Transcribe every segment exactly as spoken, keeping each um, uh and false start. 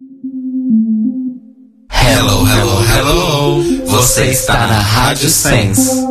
Hello, hello, hello. Você está na Rádio Sense.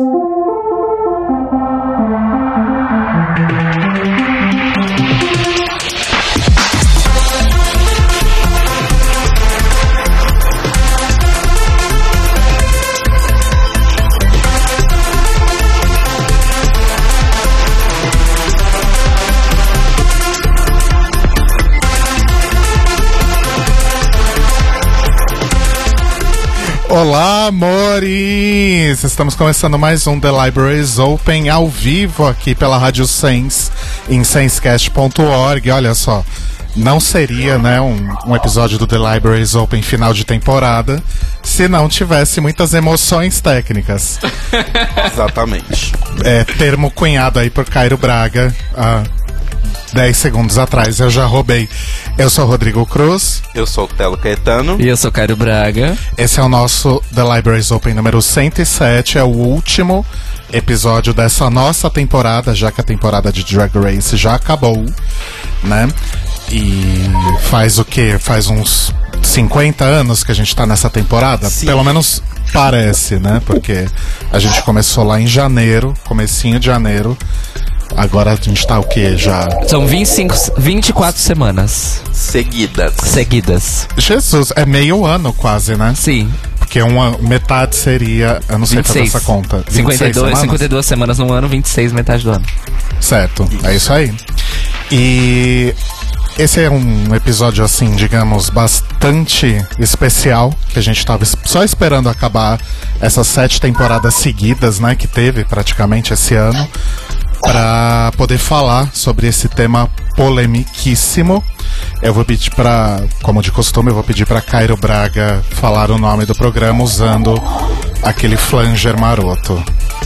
Olá, amores! Estamos começando mais um The Libraries Open ao vivo aqui pela Rádio Sense, em sensecast ponto org. Olha só, não seria, né, um, um episódio do The Libraries Open final de temporada se não tivesse muitas emoções técnicas. Exatamente. É, termo cunhado aí por Cairo Braga há dez segundos atrás, eu já roubei. Eu sou o Rodrigo Cruz. Eu sou o Telo Caetano. E eu sou o Cairo Braga. Esse é o nosso The Libraries Open número cento e sete, é o último episódio dessa nossa temporada, já que a temporada de Drag Race já acabou, né? E faz o quê? Faz uns cinquenta anos que a gente tá nessa temporada? Sim. Pelo menos parece, né? Porque a gente começou lá em janeiro, comecinho de janeiro. Agora a gente tá o quê já? São vinte e cinco, vinte e quatro semanas Seguidas. seguidas. Jesus, é meio ano quase, né? Sim. Porque uma metade seria, eu não sei vinte e fazer seis. essa conta. cinquenta e dois, cinquenta e duas semanas no ano, vinte e seis metade do ano. Certo, é isso aí. E esse é um episódio, assim, digamos, bastante especial, que a gente tava só esperando acabar essas sete temporadas seguidas, né, que teve praticamente esse ano, para poder falar sobre esse tema polemiquíssimo. Eu vou pedir para, como de costume, eu vou pedir para Cairo Braga falar o nome do programa usando aquele flanger maroto.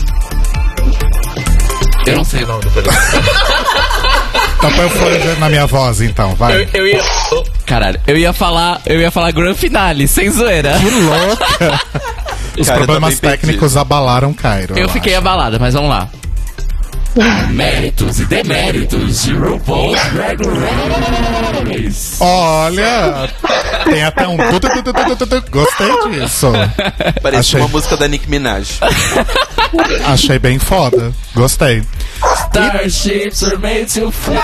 Eu não sei o nome do programa. Então põe o flanger na minha voz, então, vai. Eu, eu ia... Oh, caralho, eu ia falar, eu ia falar Grand Finale, sem zoeira. Que louca! Os Cairo problemas tá bem técnicos perdido. abalaram Cairo. Eu, eu fiquei acho. abalada, mas vamos lá. Méritos e deméritos de RuPaul's Drag Race. Olha! Tem até um... tu, tu, tu, tu, tu, tu, tu. Gostei disso. Parece Achei- uma música da Nicki Minaj. Achei bem foda. Gostei. Starships are made to fly.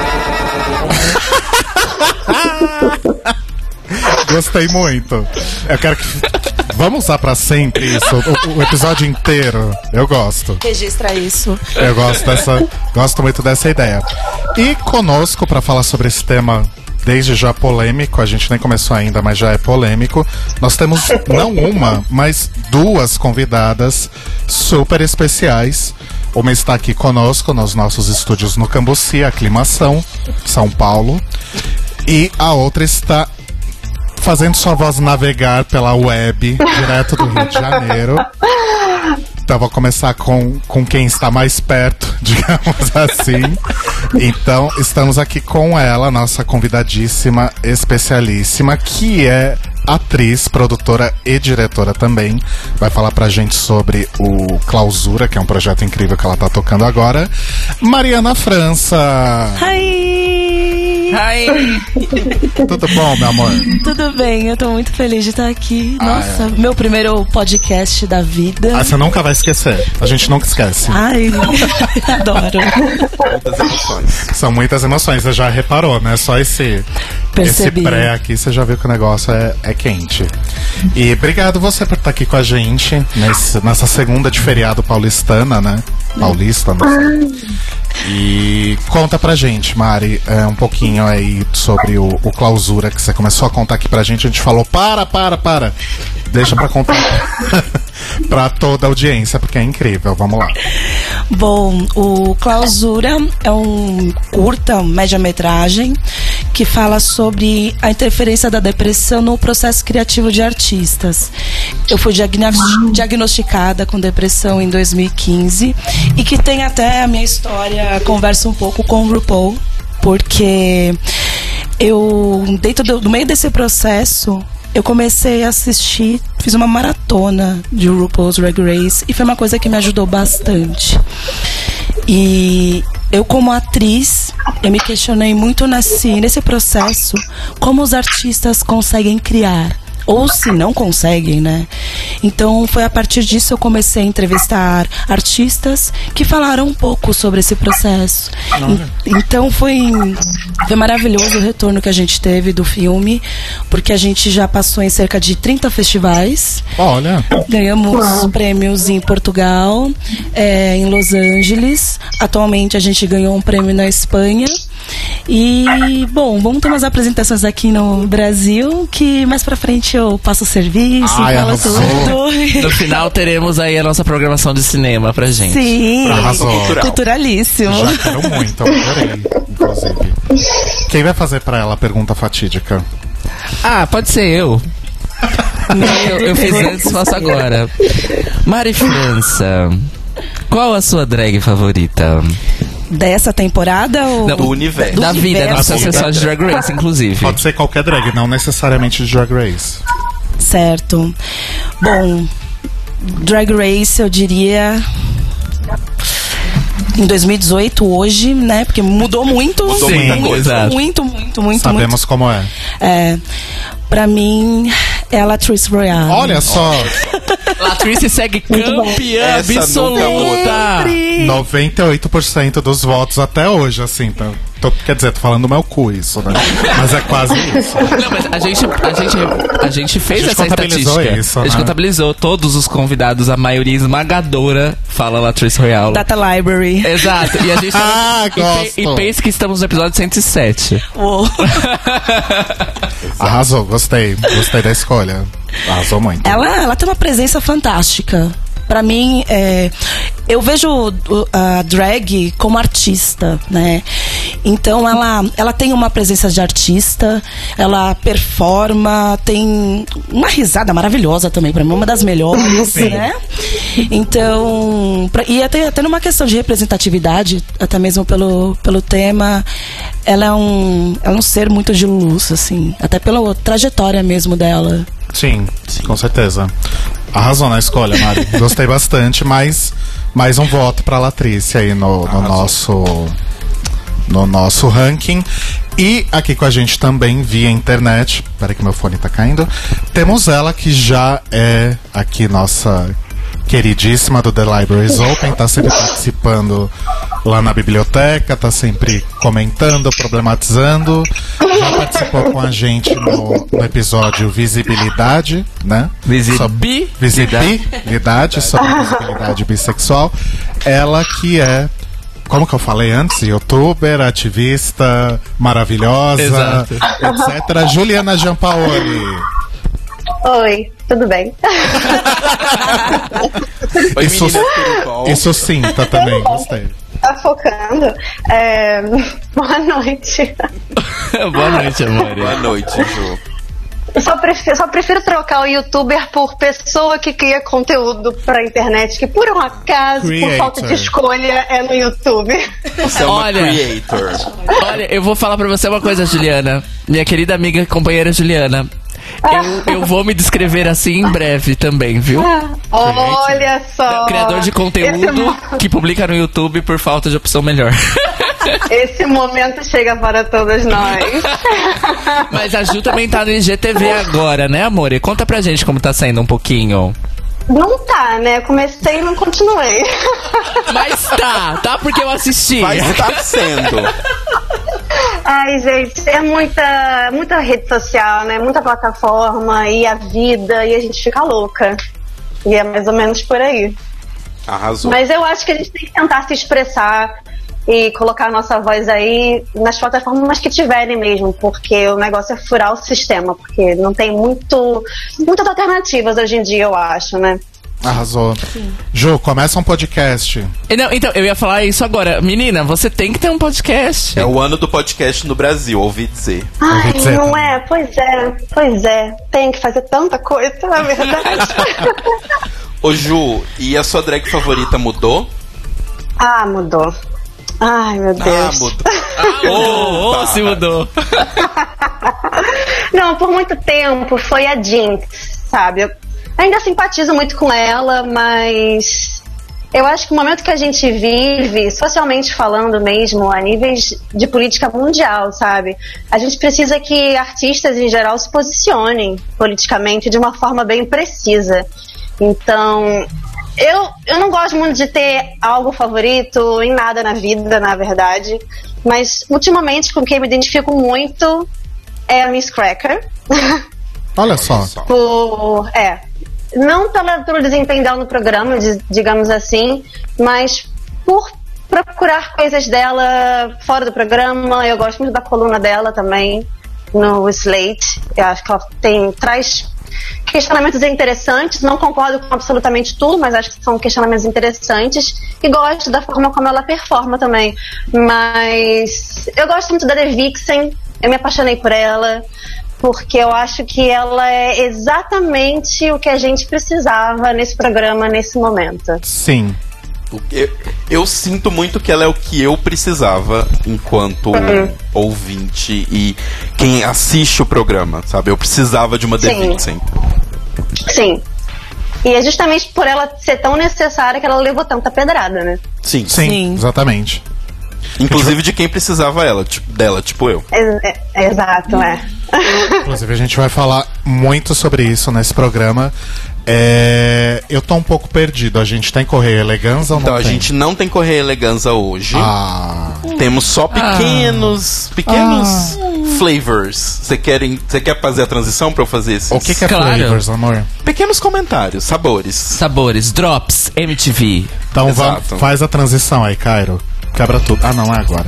Gostei muito. Eu quero que... Vamos usar pra sempre isso, o, o episódio inteiro. Eu gosto. Registra isso. Eu gosto dessa, gosto muito dessa ideia. E conosco pra falar sobre esse tema desde já polêmico, a gente nem começou ainda, mas já é polêmico. Nós temos não uma, mas duas convidadas super especiais. Uma está aqui conosco nos nossos estúdios no Cambuci, Aclimação, São Paulo. E a outra está fazendo sua voz navegar pela web, direto do Rio de Janeiro. Então vou começar com, com quem está mais perto, digamos assim. Então estamos aqui com ela, nossa convidadíssima, especialíssima, que é atriz, produtora e diretora também. Vai falar pra gente sobre o Clausura, que é um projeto incrível que ela tá tocando agora. Mariana França! Hi! Ai. Tudo bom, meu amor? Tudo bem, eu tô muito feliz de estar aqui. Ah, Nossa, é. meu primeiro podcast da vida. Ah, você nunca vai esquecer. A gente nunca esquece. Ai, adoro. Muitas emoções. São muitas emoções, você já reparou, né? Só esse, esse Percebi. pré aqui, você já viu que o negócio é, é quente. E obrigado você por estar aqui com a gente nesse, nessa segunda de feriado paulistana, né? Paulista, não sei. E conta pra gente, Mari, é, um pouquinho aí sobre o, o Clausura, que você começou a contar aqui pra gente. A gente falou, para, para, para. Deixa pra contar pra toda a audiência, porque é incrível. Vamos lá. Bom, o Clausura é um curta, um média-metragem, que fala sobre a interferência da depressão no processo criativo de artistas. Eu fui diagnos- diagnosticada com depressão em dois mil e quinze e que tem até a minha história, conversa um pouco com o RuPaul, porque eu, dentro do, do meio desse processo, eu comecei a assistir, fiz uma maratona de RuPaul's Drag Race e foi uma coisa que me ajudou bastante. E eu como atriz, eu me questionei muito nesse, nesse processo, como os artistas conseguem criar. Ou se não conseguem, né? Então foi a partir disso eu comecei a entrevistar artistas que falaram um pouco sobre esse processo. E, então foi, foi maravilhoso o retorno que a gente teve do filme, porque a gente já passou em cerca de trinta festivais. Olha. Ganhamos prêmios em Portugal, é, em Los Angeles. Atualmente a gente ganhou um prêmio na Espanha. E, bom, vamos ter umas apresentações aqui no Brasil, que mais pra frente eu passo o serviço, Ai, falo arrasou. tudo. No final teremos aí a nossa programação de cinema pra gente. Sim, Arrasou. culturalíssimo. Já quero muito, eu adorei, inclusive. Quem vai fazer pra ela a pergunta fatídica? Ah, pode ser eu. eu, eu fiz antes, faço agora. Mari França, qual a sua drag favorita? Dessa temporada ou Não, Do universo. do Da vida, não universo? precisa ser só de Drag Race, inclusive. Pode ser qualquer drag, não necessariamente de Drag Race. Certo. Bom, Drag Race eu diria em dois mil e dezoito, hoje, né? Porque mudou muito. Mudou Sim, muita coisa. exato. Muito, muito, muito, Sabemos muito. como é. É, pra mim, é a Latrice Royale. Olha só, Latrice segue campeã Essa nunca absoluta. noventa e oito por cento dos votos até hoje, assim, tá? Tô, quer dizer, tô falando do meu cu isso, né? Mas é quase isso. Não, mas a gente, a gente, a gente fez A gente essa contabilizou estatística. isso, a gente né? contabilizou todos os convidados, a maioria esmagadora fala Latrice Royale. Data Library. Exato. E a gente tá Ah, e, pe- gosto. e pense que estamos no episódio cento e sete. Uou. Arrasou, gostei. Gostei da escolha. Arrasou muito. Ela, ela tem uma presença fantástica. Pra mim, é, eu vejo o- a drag como artista, né? Então ela, ela tem uma presença de artista, ela performa, tem uma risada maravilhosa também, pra mim, uma das melhores, Sim. né? Então, pra, e até, até numa questão de representatividade, até mesmo pelo, pelo tema, ela é, um, ela é um ser muito de luz, assim, até pela trajetória mesmo dela. Sim, com certeza. Arrasou na escolha, Mari. Gostei bastante, mas mais um voto pra Latrice aí no, no nosso no nosso ranking. E aqui com a gente também via internet. Peraí que meu fone tá caindo. Temos ela que já é aqui nossa queridíssima do The Libraries Open, tá sempre participando lá na biblioteca, tá sempre comentando, problematizando. Já participou com a gente no, no episódio Visibilidade, né? Visibilidade. Visibilidade, sobre visibilidade bissexual. Ela que é, como que eu falei antes, youtuber, ativista, maravilhosa, Exato. etcétera. Juliana Giampaoli. Oi, tudo bem? Oi, Isso, menina, tudo bom? isso sinta também, gostei. Tá focando? É, boa noite. Boa noite, amor. Boa noite, Ju. Eu só prefiro, só prefiro trocar o youtuber por pessoa que cria conteúdo pra internet, que por um acaso, Creator. por falta de escolha, é no YouTube. Você é uma Olha. creator. Olha, eu vou falar pra você uma coisa, Juliana. Minha querida amiga e companheira Juliana. Eu, eu vou me descrever assim em breve também, viu? Olha só. Criador de Esse, conteúdo mo- que publica no YouTube por falta de opção melhor. esse momento chega para todos nós. Mas a Ju também tá no I G T V agora, né, amor? E conta pra gente como tá saindo um pouquinho. Não tá, né? Comecei e não continuei. Mas tá, tá porque eu assisti. Mas está sendo. Ai, gente, é muita, muita rede social, né? Muita plataforma e a vida, e a gente fica louca. E é mais ou menos por aí. Arrasou. Mas eu acho que a gente tem que tentar se expressar e colocar a nossa voz aí nas plataformas que tiverem mesmo, porque o negócio é furar o sistema, porque não tem muito, muitas alternativas hoje em dia, eu acho, né? Arrasou. Ju, começa um podcast. Não, então, eu ia falar isso agora. Menina, você tem que ter um podcast. É o ano do podcast no Brasil, ouvi dizer. Ai, dizer não também. é? Pois é, pois é. Tem que fazer tanta coisa, na verdade. Ô Ju, e a sua drag favorita mudou? Ah, mudou. Ai, meu Deus. Ah, mudou. Ô, ô, se mudou. Não, por muito tempo foi a Jinx, sabe? Eu ainda simpatizo muito com ela, mas eu acho que o momento que a gente vive, socialmente falando mesmo, a níveis de política mundial, sabe? A gente precisa que artistas em geral se posicionem politicamente de uma forma bem precisa. Então, eu, eu não gosto muito de ter algo favorito em nada na vida, na verdade. Mas, ultimamente, com quem me identifico muito é a Miss Cracker. Olha só. Por, é, não pela, pelo desempenho dela no programa, digamos assim, mas por procurar coisas dela fora do programa. Eu gosto muito da coluna dela também no Slate. Eu acho que ela tem, traz questionamentos interessantes. Não concordo com absolutamente tudo, mas acho que são questionamentos interessantes. E gosto da forma como ela performa também. Mas eu gosto muito da The Vixen. Eu me apaixonei por ela, porque eu acho que ela é exatamente o que a gente precisava nesse programa, nesse momento. Sim. Eu, eu sinto muito que ela é o que eu precisava enquanto uhum. ouvinte e quem assiste o programa, sabe? Eu precisava de uma The Vixen. Sim. E é justamente por ela ser tão necessária que ela levou tanta pedrada, né? Sim. Sim, Sim. exatamente. Inclusive de quem precisava ela, tipo, dela, tipo eu. É, é, exato, é. Inclusive a gente vai falar muito sobre isso nesse programa. É, eu tô um pouco perdido. A gente tem Correio Eleganza ou não Então, tem? a gente não tem Correio Eleganza hoje. Ah. Temos só pequenos, ah. pequenos ah. flavors. Você quer, quer fazer a transição pra eu fazer esses? O que, que é Claro. flavors, amor? Pequenos comentários, sabores. Sabores, Drops, M T V. Então va- Exato. faz a transição aí, Cairo. Quebra tudo. Ah, não, é agora.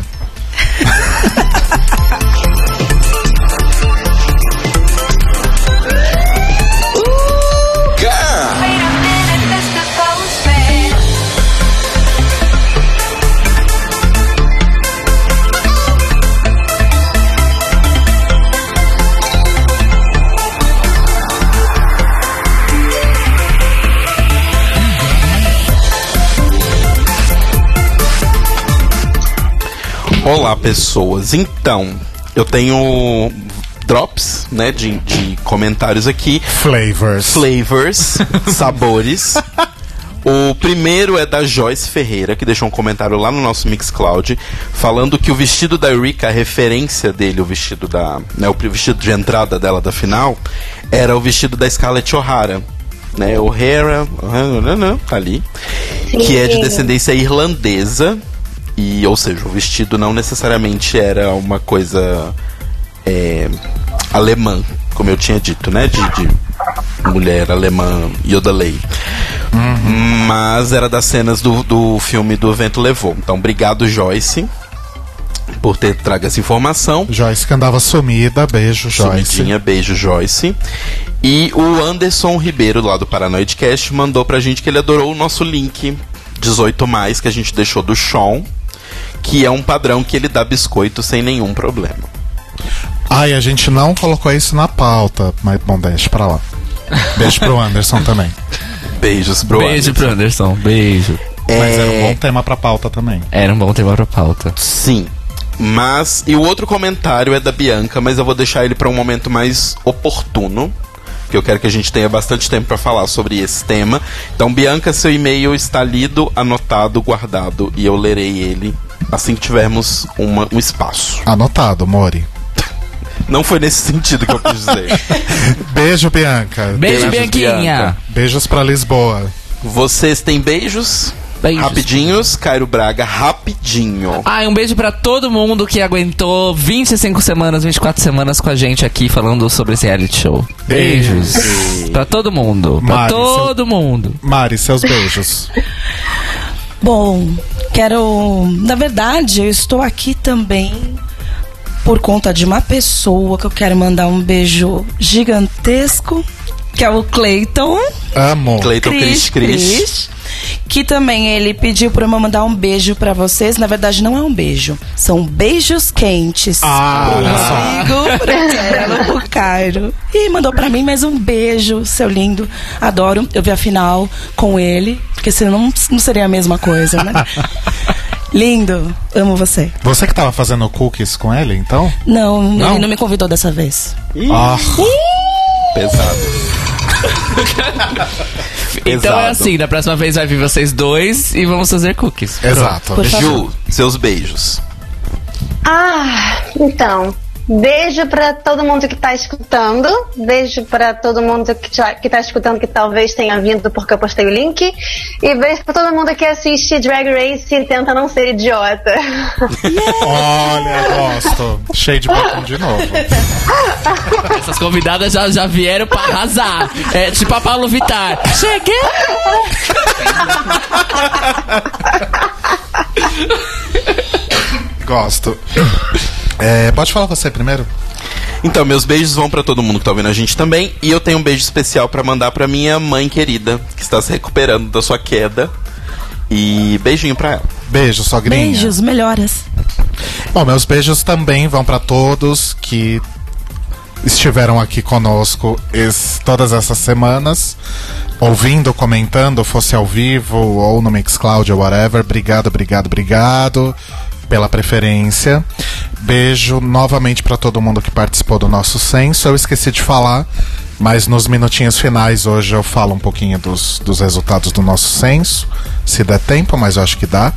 Olá, pessoas. Então, eu tenho drops, né, de, de comentários aqui. Flavors. Flavors, sabores. O primeiro é da Joyce Ferreira, que deixou um comentário lá no nosso Mixcloud, falando que o vestido da Eureka, a referência dele, o vestido da, né, o vestido de entrada dela da final, era o vestido da Scarlett O'Hara, né, O'Hara, tá ali, que é de descendência irlandesa. E, ou seja, o vestido não necessariamente era uma coisa é, alemã, como eu tinha dito, né? De, de mulher alemã Yodelei. Uhum. Mas era das cenas do, do filme do Vento Levou. Então, obrigado, Joyce, por ter trago essa informação. Joyce que andava sumida. Beijo, Joyce. Sumidinha, beijo, Joyce. E o Anderson Ribeiro, lá do Paranoidcast, mandou pra gente que ele adorou o nosso link dezoito mais, que a gente deixou do Sean, que é um padrão que ele dá biscoito sem nenhum problema. Ai, a gente não colocou isso na pauta, mas bom, deixa pra lá. Beijo pro Anderson também. Beijos pro Beijo Anderson. pro Anderson, beijo. É... Mas era um bom tema pra pauta também. Era um bom tema pra pauta. Sim. Mas, e o outro comentário é da Bianca, mas eu vou deixar ele para um momento mais oportuno, que eu quero que a gente tenha bastante tempo para falar sobre esse tema. Então, Bianca, seu e-mail está lido, anotado, guardado, e eu lerei ele assim que tivermos uma, um espaço. Anotado, Mori. Não foi nesse sentido que eu quis dizer. Beijo, Bianca. Beijo, Beijos, Bianquinha. Bianca. Beijos pra Lisboa. Vocês têm beijos? Beijos. Rapidinhos, Cairo Braga, rapidinho. Ai, um beijo pra todo mundo que aguentou vinte e cinco semanas, vinte e quatro semanas com a gente aqui falando sobre esse reality show. Beijos. Ei. Pra todo mundo. Pra Mari, todo seu... mundo. Mari, seus beijos. Bom, quero... Na verdade, eu estou aqui também por conta de uma pessoa que eu quero mandar um beijo gigantesco, que é o Clayton. Amo. Cleiton Cris Cris. Que também ele pediu pra eu mandar um beijo pra vocês. Na verdade, não é um beijo. São beijos quentes. Ah, pro olha só. Rodrigo, pro Telo, pro Cairo. E mandou pra mim mais um beijo, seu lindo. Adoro. Eu vi a final com ele, porque senão não seria a mesma coisa, né? Lindo. Amo você. Você que tava fazendo cookies com ele, então? Não, Não? ele não me convidou dessa vez. Ah, Pesado. Então é Exato. assim, na próxima vez vai vir vocês dois e vamos fazer cookies. Exato. Por favor. Ju, seus beijos. Ah, então. Beijo pra todo mundo que tá escutando. Beijo pra todo mundo que tá, que tá escutando, que talvez tenha vindo porque eu postei o link. E beijo pra todo mundo que assiste Drag Race e tenta não ser idiota. Olha, gosto. Cheio de botão de novo. Essas convidadas já, já vieram pra arrasar. É tipo a Paulo Vittar. Cheguei! Gosto. É, pode falar você primeiro? Então, meus beijos vão pra todo mundo que tá ouvindo a gente também. E eu tenho um beijo especial pra mandar pra minha mãe querida, que está se recuperando da sua queda. E beijinho pra ela. Beijo, sogrinha. Beijos, melhoras. Bom, meus beijos também vão pra todos que estiveram aqui conosco es- todas essas semanas, ouvindo, comentando, fosse ao vivo ou no Mixcloud ou whatever. Obrigado, obrigado, obrigado pela preferência. Beijo novamente pra todo mundo que participou do nosso censo. Eu esqueci de falar, mas nos minutinhos finais hoje eu falo um pouquinho dos, dos resultados do nosso censo, se der tempo, mas eu acho que dá.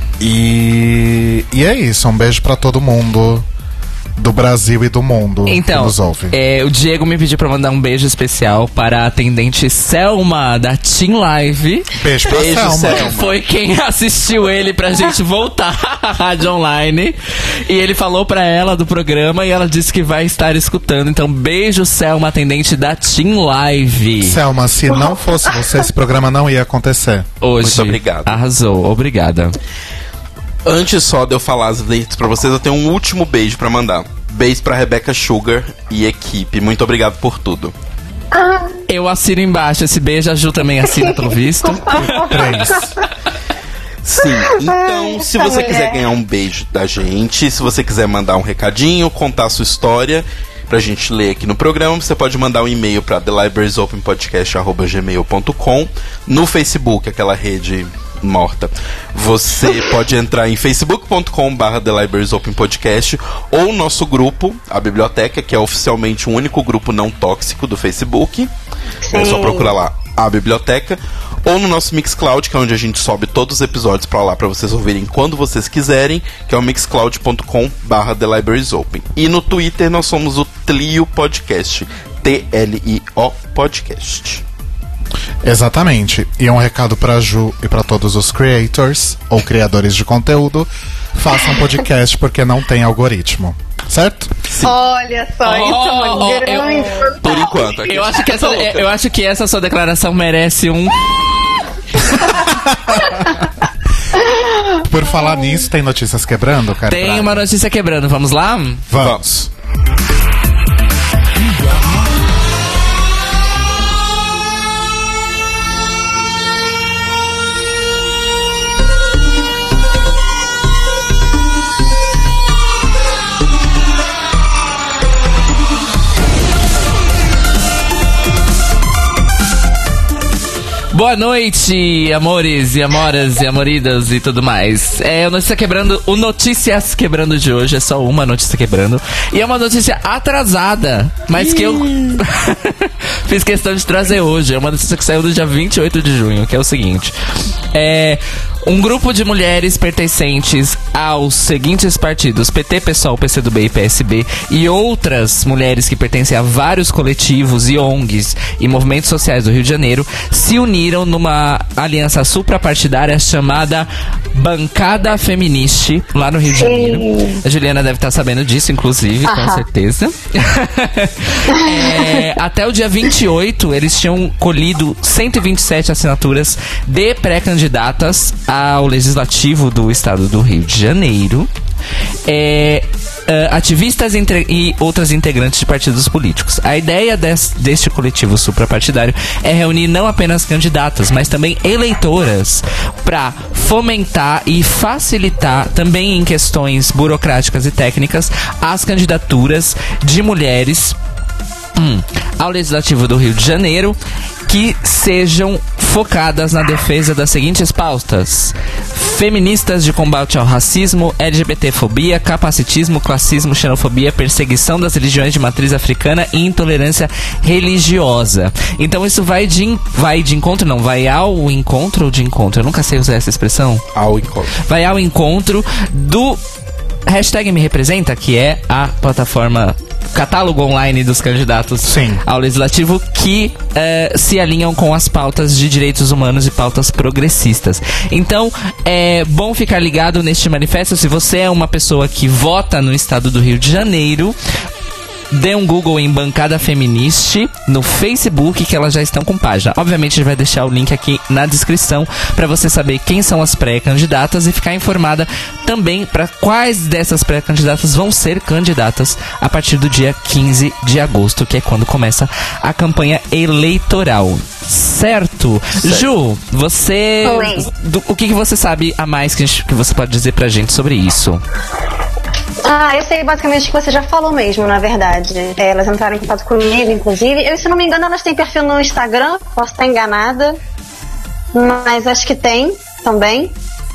E, e é isso, um beijo pra todo mundo do Brasil e do mundo Então, que nos ouve. é, o Diego me pediu pra mandar um beijo especial para a atendente Selma da Team Live. Beijo pra Beijo, Selma. Selma. Que foi quem assistiu ele pra gente voltar à rádio online. E ele falou pra ela do programa e ela disse que vai estar escutando. Então, beijo, Selma, atendente da Team Live. Selma, se não fosse você, esse programa não ia acontecer. Hoje. Muito obrigado. Arrasou, obrigada. Antes só de eu falar as dates pra vocês, eu tenho um último beijo pra mandar. Beijo pra Rebecca Sugar e equipe. Muito obrigado por tudo. Eu assino embaixo esse beijo, a Ju também assina, pelo visto. Três. Sim, então se Essa você quiser mulher. ganhar um beijo da gente, se você quiser mandar um recadinho, contar a sua história pra gente ler aqui no programa, você pode mandar um e-mail pra the libraries open podcast arroba gmail ponto com. No Facebook, aquela rede morta, você pode entrar em facebook ponto com barra the libraries open podcast ou nosso grupo, a Biblioteca, que é oficialmente o único grupo não tóxico do Facebook. É só Sim. procurar lá a Biblioteca, ou no nosso Mixcloud, que é onde a gente sobe todos os episódios pra lá pra vocês ouvirem quando vocês quiserem, que é o mixcloud ponto com barra the libraries open. E no Twitter nós somos o Tlio Podcast, T L I O Podcast. Exatamente. E um recado pra Ju e pra todos os creators ou criadores de conteúdo: façam podcast porque não tem algoritmo. Certo? Olha só, isso é Oh, uma oh, grande. Por enquanto. Eu acho, que essa, eu acho que essa sua declaração merece um. Por falar nisso, tem notícias quebrando, cara? Tem uma notícia quebrando, vamos lá? Vamos. Boa noite, amores e amoras e amoridas e tudo mais. É o Notícia Quebrando, o Notícias Quebrando de hoje é só uma notícia quebrando. E é uma notícia atrasada, mas que eu fiz questão de trazer hoje. É uma notícia que saiu do dia vinte e oito de junho, que é o seguinte. É... Um grupo de mulheres pertencentes aos seguintes partidos: P T, PSOL, P C do B e P S B, e outras mulheres que pertencem a vários coletivos e O N Gs e movimentos sociais do Rio de Janeiro, se uniram numa aliança suprapartidária chamada Bancada Feministe, lá no Rio de Janeiro. A Juliana deve estar sabendo disso, inclusive, com Aham. certeza. É, até o dia vinte e oito, eles tinham colhido cento e vinte e sete assinaturas de pré-candidatas ao Legislativo do Estado do Rio de Janeiro. É, uh, ativistas entre- e outras integrantes de partidos políticos. A ideia des- deste coletivo suprapartidário é reunir não apenas candidatas, mas também eleitoras para fomentar e facilitar, também em questões burocráticas e técnicas, as candidaturas de mulheres Hum, ao Legislativo do Rio de Janeiro, que sejam focadas na defesa das seguintes pautas: feministas de combate ao racismo, LGBTfobia, capacitismo, classismo, xenofobia, perseguição das religiões de matriz africana e intolerância religiosa. Então isso vai de, vai de encontro, não, vai ao encontro ou de encontro? Eu nunca sei usar essa expressão. Ao encontro. Vai ao encontro do hashtag Me Representa, que é a plataforma, catálogo online dos candidatos Sim. ao legislativo que eh, se alinham com as pautas de direitos humanos e pautas progressistas. Então, é bom ficar ligado neste manifesto. Se você é uma pessoa que vota no estado do Rio de Janeiro, dê um Google em Bancada Feministe no Facebook, que elas já estão com página. Obviamente, a gente vai deixar o link aqui na descrição para você saber quem são as pré-candidatas e ficar informada também para quais dessas pré-candidatas vão ser candidatas a partir do dia quinze de agosto, que é quando começa a campanha eleitoral. Certo? Certo. Ju, você... Oi. Do, o que, que você sabe a mais que, a gente, que você pode dizer pra gente sobre isso? Ah, eu sei basicamente o que você já falou mesmo, na verdade. É, elas entraram em contato comigo, inclusive. Eu, se não me engano, elas têm perfil no Instagram. Posso estar enganada. Mas acho que tem também.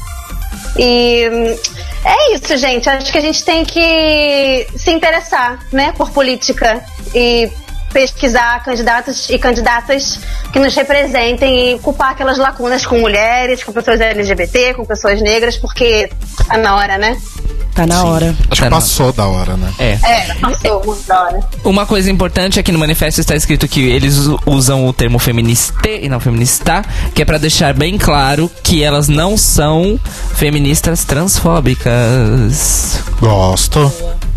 E hum, é isso, gente. Acho que a gente tem que se interessar, né, por política. E pesquisar candidatos e candidatas que nos representem e culpar aquelas lacunas com mulheres, com pessoas L G B T, com pessoas negras, porque tá na hora, né? Tá na hora. Acho Tá que na- passou da hora, né? É. É, passou muito da hora. Uma coisa importante é que no manifesto está escrito que eles u- usam o termo feministe e não feminista, que é pra deixar bem claro que elas não são feministas transfóbicas. Gosto.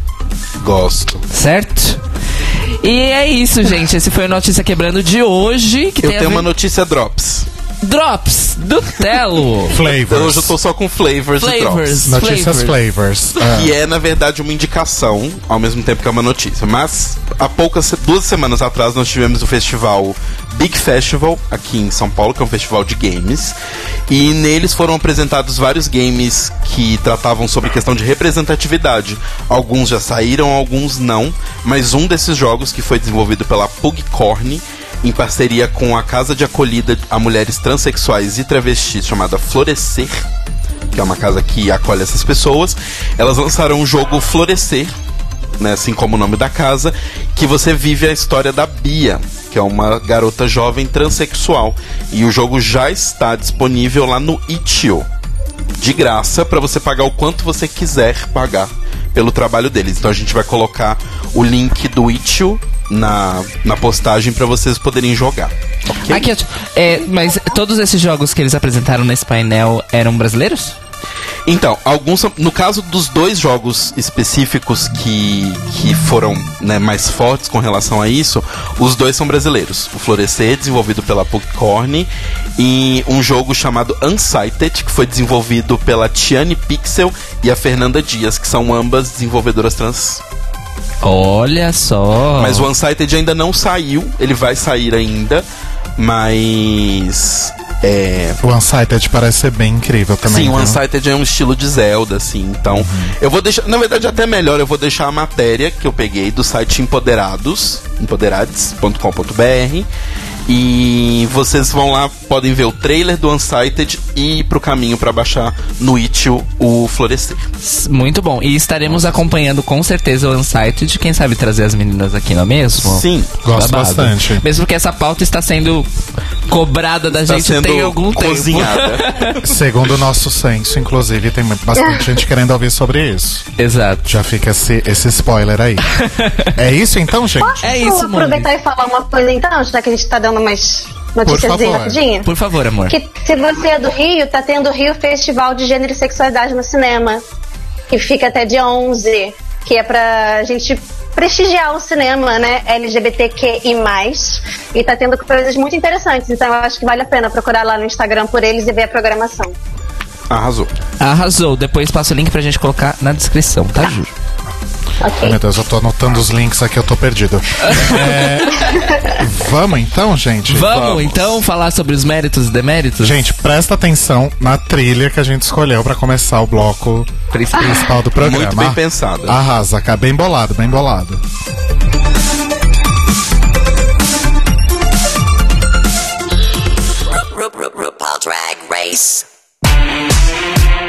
Gosto. Certo? E é isso, gente. Esse foi o Notícia Quebrando de hoje. Que Eu tem a tenho ver- uma notícia drops. Drops do Telo. Flavors. Hoje eu tô só com flavors, e drops. Flavors. Notícias flavors. Ah. Que é, na verdade, uma indicação, ao mesmo tempo que é uma notícia. Mas, há poucas, duas semanas atrás, nós tivemos o festival Big Festival, aqui em São Paulo, que é um festival de games. E neles foram apresentados vários games que tratavam sobre questão de representatividade. Alguns já saíram, alguns não. Mas um desses jogos, que foi desenvolvido pela Pugcorn, em parceria com a casa de acolhida a mulheres transexuais e travestis, chamada Florescer, que é uma casa que acolhe essas pessoas. Elas lançaram o jogo Florescer, né, assim como o nome da casa, que você vive a história da Bia, que é uma garota jovem transexual. E o jogo já está disponível lá no itch.io, de graça, para você pagar o quanto você quiser pagar pelo trabalho deles. Então a gente vai colocar o link do itch.io na, na postagem para vocês poderem jogar. Ok? Aqui, é, mas todos esses jogos que eles apresentaram nesse painel eram brasileiros? Então, alguns são, no caso dos dois jogos específicos que, que foram, né, mais fortes com relação a isso, os dois são brasileiros. O Florescer, desenvolvido pela Pugcorn, e um jogo chamado Unsighted, que foi desenvolvido pela Tiane Pixel e a Fernanda Dias, que são ambas desenvolvedoras trans. Olha só. Mas o Unsighted ainda não saiu, ele vai sair ainda, mas... É... O Unsighted parece ser bem incrível também. Sim, o viu? Unsighted é um estilo de Zelda, assim. Então, eu vou deixar... Na verdade, até melhor, eu vou deixar a matéria que eu peguei do site Empoderados, empoderades ponto com ponto b r. E vocês vão lá, podem ver o trailer do Unsighted e ir pro caminho pra baixar no itch.io o Florescer. Muito bom. E estaremos acompanhando com certeza o Unsighted. Quem sabe trazer as meninas aqui, não é mesmo? Sim. Gosto Babado. bastante. Mesmo que essa pauta está sendo cobrada da Tá gente sendo tem algum cozinhada. tempo. Segundo o nosso censo, inclusive, tem bastante gente querendo ouvir sobre isso. Exato. Já fica esse, esse spoiler aí. É isso então, gente? É Posso isso, aproveitar e falar uma coisa então, já que a gente tá dando umas Por notícias favor. rapidinho? Por favor, amor. Que se você é do Rio, tá tendo o Rio Festival de Gênero e Sexualidade no cinema, que fica até dia onze, que é pra gente prestigiar o cinema, né, L G B T Q I mais, e tá tendo coisas muito interessantes, então eu acho que vale a pena procurar lá no Instagram por eles e ver a programação. Arrasou. Arrasou. Depois passa o link pra gente colocar na descrição, tá, Ju? Ai, Ok. meu Deus, eu tô anotando os links aqui, eu tô perdido. É, vamos então, gente? Vamos, Vamos. então falar sobre os méritos e deméritos? Gente, presta atenção na trilha que a gente escolheu pra começar o bloco Principal. principal do programa. Muito bem pensada. Arrasa, cara. Bem bolado, bem bolado. Ru- Ru- RuPaul Drag Race.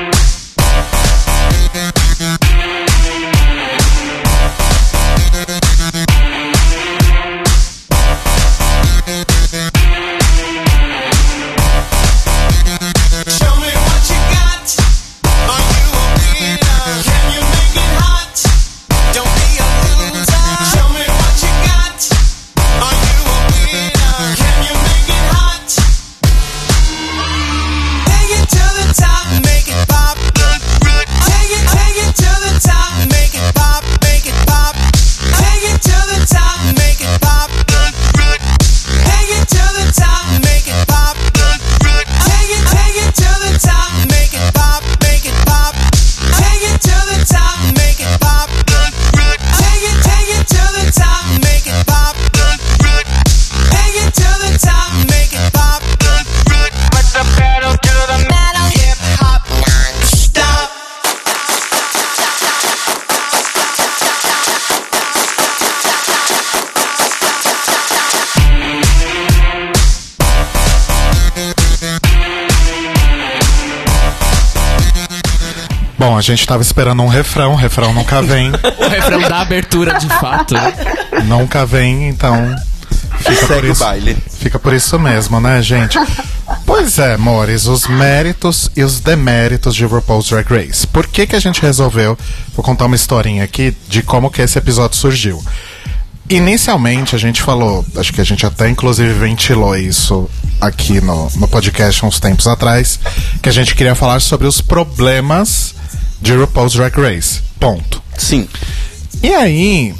Bom, a gente tava esperando um refrão, o refrão nunca vem. O refrão da abertura, de fato. Nunca vem, então fica por Segue o isso, baile. fica por isso mesmo, né, gente? Pois é, amores, os méritos e os deméritos de RuPaul's Drag Race. Por que que a gente resolveu, vou contar uma historinha aqui de como que esse episódio surgiu. Inicialmente a gente falou, acho que a gente até inclusive ventilou isso aqui no, no podcast uns tempos atrás, que a gente queria falar sobre os problemas de RuPaul's Drag Race. Ponto. Sim. E aí,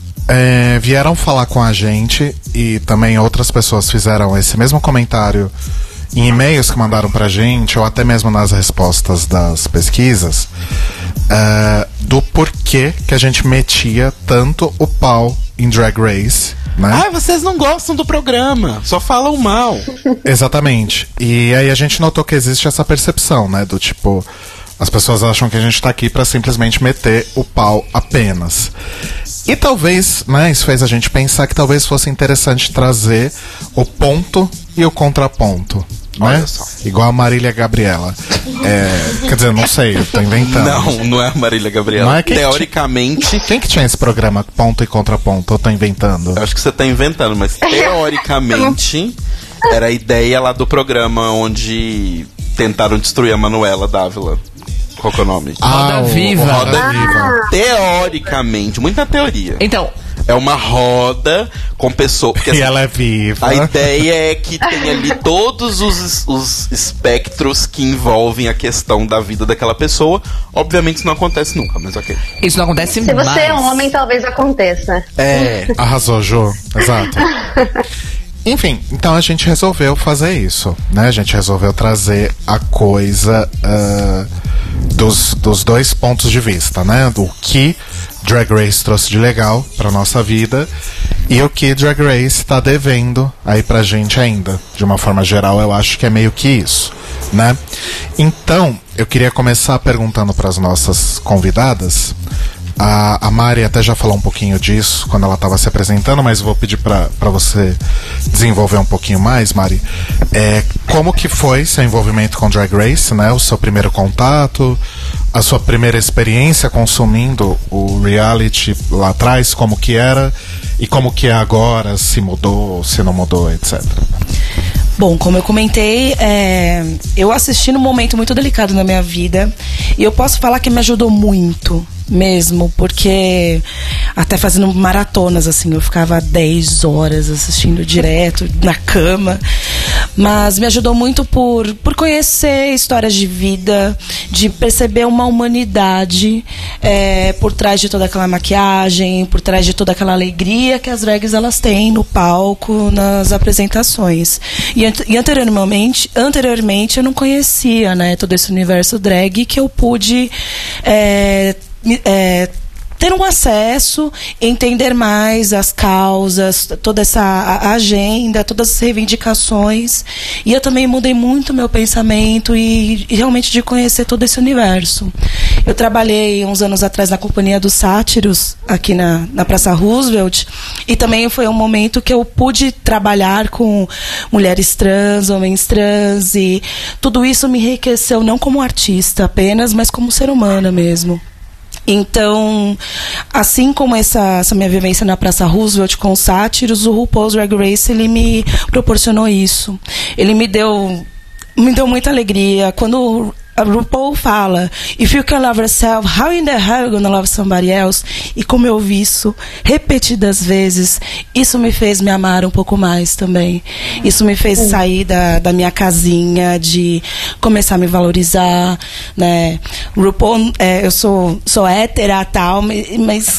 é, vieram falar com a gente e também outras pessoas fizeram esse mesmo comentário em e-mails que mandaram pra gente, ou até mesmo nas respostas das pesquisas, é, do porquê que a gente metia tanto o pau em Drag Race, né? Ah, vocês não gostam do programa, só falam mal. Exatamente. E aí a gente notou que existe essa percepção, né? Do tipo, as pessoas acham que a gente tá aqui pra simplesmente meter o pau apenas. E talvez, né, isso fez a gente pensar que talvez fosse interessante trazer o ponto e o contraponto, né? Olha só. Igual a Marília Gabriela. É, quer dizer, não sei, eu tô inventando. Não, não é a Marília Gabriela. Não é quem Teoricamente, Quem que tinha esse programa, ponto e contraponto? Eu tô inventando. eu acho que você tá inventando, mas teoricamente era a ideia lá do programa onde tentaram destruir a Manuela Dávila. Qual que é o nome? Roda o- Viva. o Roda Viva. Teoricamente, muita teoria. Então, É uma roda com pessoas. Porque, E assim, ela é viva. a ideia é que tem ali todos os, os espectros que envolvem a questão da vida daquela pessoa. Obviamente isso não acontece nunca, mas ok. isso não acontece Se mais. você é um homem, talvez aconteça. É. Arrasou, Ju. Exato. Enfim, então a gente resolveu fazer isso, né? A gente resolveu trazer a coisa ah, dos, dos dois pontos de vista, né? Do que Drag Race trouxe de legal pra nossa vida e o que Drag Race tá devendo aí pra gente ainda. De uma forma geral, eu acho que é meio que isso, né? Então, eu queria começar perguntando pras nossas convidadas. A, a Mari até já falou um pouquinho disso quando ela estava se apresentando, mas vou pedir para você desenvolver um pouquinho mais, Mari. É, como que foi seu envolvimento com Drag Race, né? O seu primeiro contato, a sua primeira experiência consumindo o reality lá atrás, como que era e como que é agora, se mudou, se não mudou, etcétera. Bom, como eu comentei, é, eu assisti num momento muito delicado na minha vida e eu posso falar que me ajudou muito mesmo, porque até fazendo maratonas, assim, eu ficava dez horas assistindo direto na cama, mas me ajudou muito por, por conhecer histórias de vida, de perceber uma humanidade é, por trás de toda aquela maquiagem, por trás de toda aquela alegria que as drags elas têm no palco, nas apresentações. E, e anteriormente, anteriormente eu não conhecia, né, todo esse universo drag que eu pude é, É, ter um acesso, entender mais as causas, toda essa a agenda, todas as reivindicações. E eu também mudei muito meu pensamento e, e realmente de conhecer todo esse universo. Eu trabalhei uns anos atrás na Companhia dos Sátiros, aqui na, na Praça Roosevelt, e também foi um momento que eu pude trabalhar com mulheres trans, homens trans, e tudo isso me enriqueceu não como artista apenas, mas como ser humana mesmo. Então, assim como essa, essa minha vivência na Praça Roosevelt com os sátiros, o RuPaul's Drag Race, ele me proporcionou isso. Ele me deu, me deu muita alegria. Quando a RuPaul fala, if you can love yourself, how in the hell you gonna love somebody else? E como eu ouvi isso repetidas vezes, isso me fez me amar um pouco mais também. Isso me fez sair da, da minha casinha, de começar a me valorizar, né? RuPaul, é, eu sou, sou hétera, tal, mas...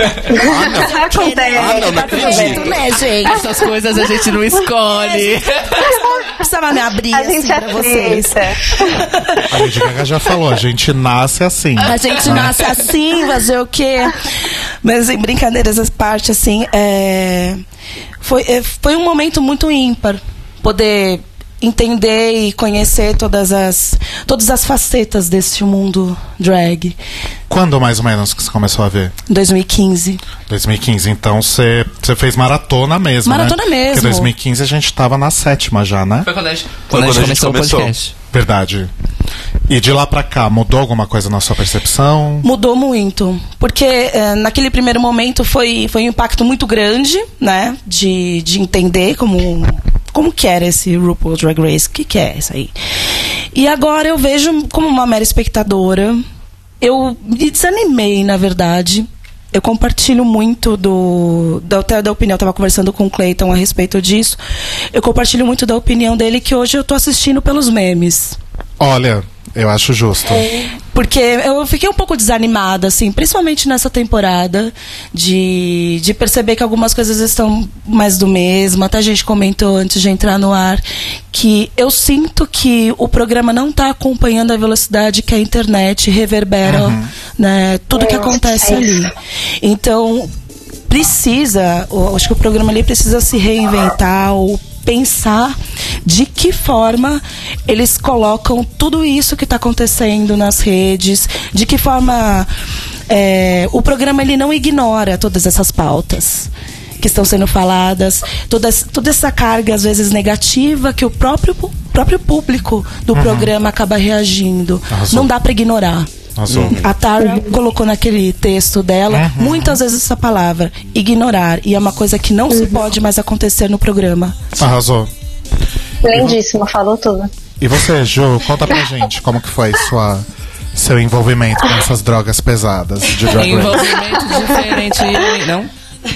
Acontece. Ah, não, não acredito. né, gente? Essas coisas a gente não escolhe. Precisava me abrir A assim gente pra vocês. aceita. A Lady Gaga já falou, a gente nasce assim. A gente nasce assim, fazer o quê? Mas em brincadeiras à parte, assim, é... Foi, é, foi um momento muito ímpar poder entender e conhecer todas as, todas as facetas desse mundo drag. Quando mais ou menos que você começou a ver? Em dois mil e quinze. dois mil e quinze, então você você fez maratona mesmo, Maratona né? mesmo. Porque dois mil e quinze a gente tava na sétima já, né? Foi quando a gente, Foi quando a gente quando a gente começou o começou. podcast. Verdade. E de lá pra cá, mudou alguma coisa na sua percepção? Mudou muito, porque é, naquele primeiro momento foi, foi um impacto muito grande, né, de, de entender como, como que era esse RuPaul's Drag Race, o que, que é isso aí. E agora eu vejo como uma mera espectadora, eu me desanimei, na verdade. Eu compartilho muito do, da, até da opinião, eu estava conversando com o Clayton a respeito disso, eu compartilho muito da opinião dele que hoje eu estou assistindo pelos memes. Olha, eu acho justo. É, porque eu fiquei um pouco desanimada, assim, principalmente nessa temporada, de, de perceber que algumas coisas estão mais do mesmo. Até a gente comentou antes de entrar no ar que eu sinto que o programa não está acompanhando a velocidade que a internet reverbera, uhum. né, tudo que acontece ali. Então, precisa, eu acho que o programa ali precisa se reinventar, ou pensar de que forma eles colocam tudo isso que está acontecendo nas redes, de que forma é, o programa ele não ignora todas essas pautas que estão sendo faladas, toda, toda essa carga às vezes negativa que o próprio, próprio público do uhum. programa acaba reagindo. Arrasou. Não dá para ignorar. Arrasou. A Tara uhum. colocou naquele texto dela uhum. muitas vezes essa palavra, ignorar, e é uma coisa que não uhum. se pode mais acontecer no programa. Arrasou. Lindíssima, falou tudo. E você, Ju, conta pra gente como que foi sua, seu envolvimento com essas drogas pesadas de Drag Race. Envolvimento diferente, não?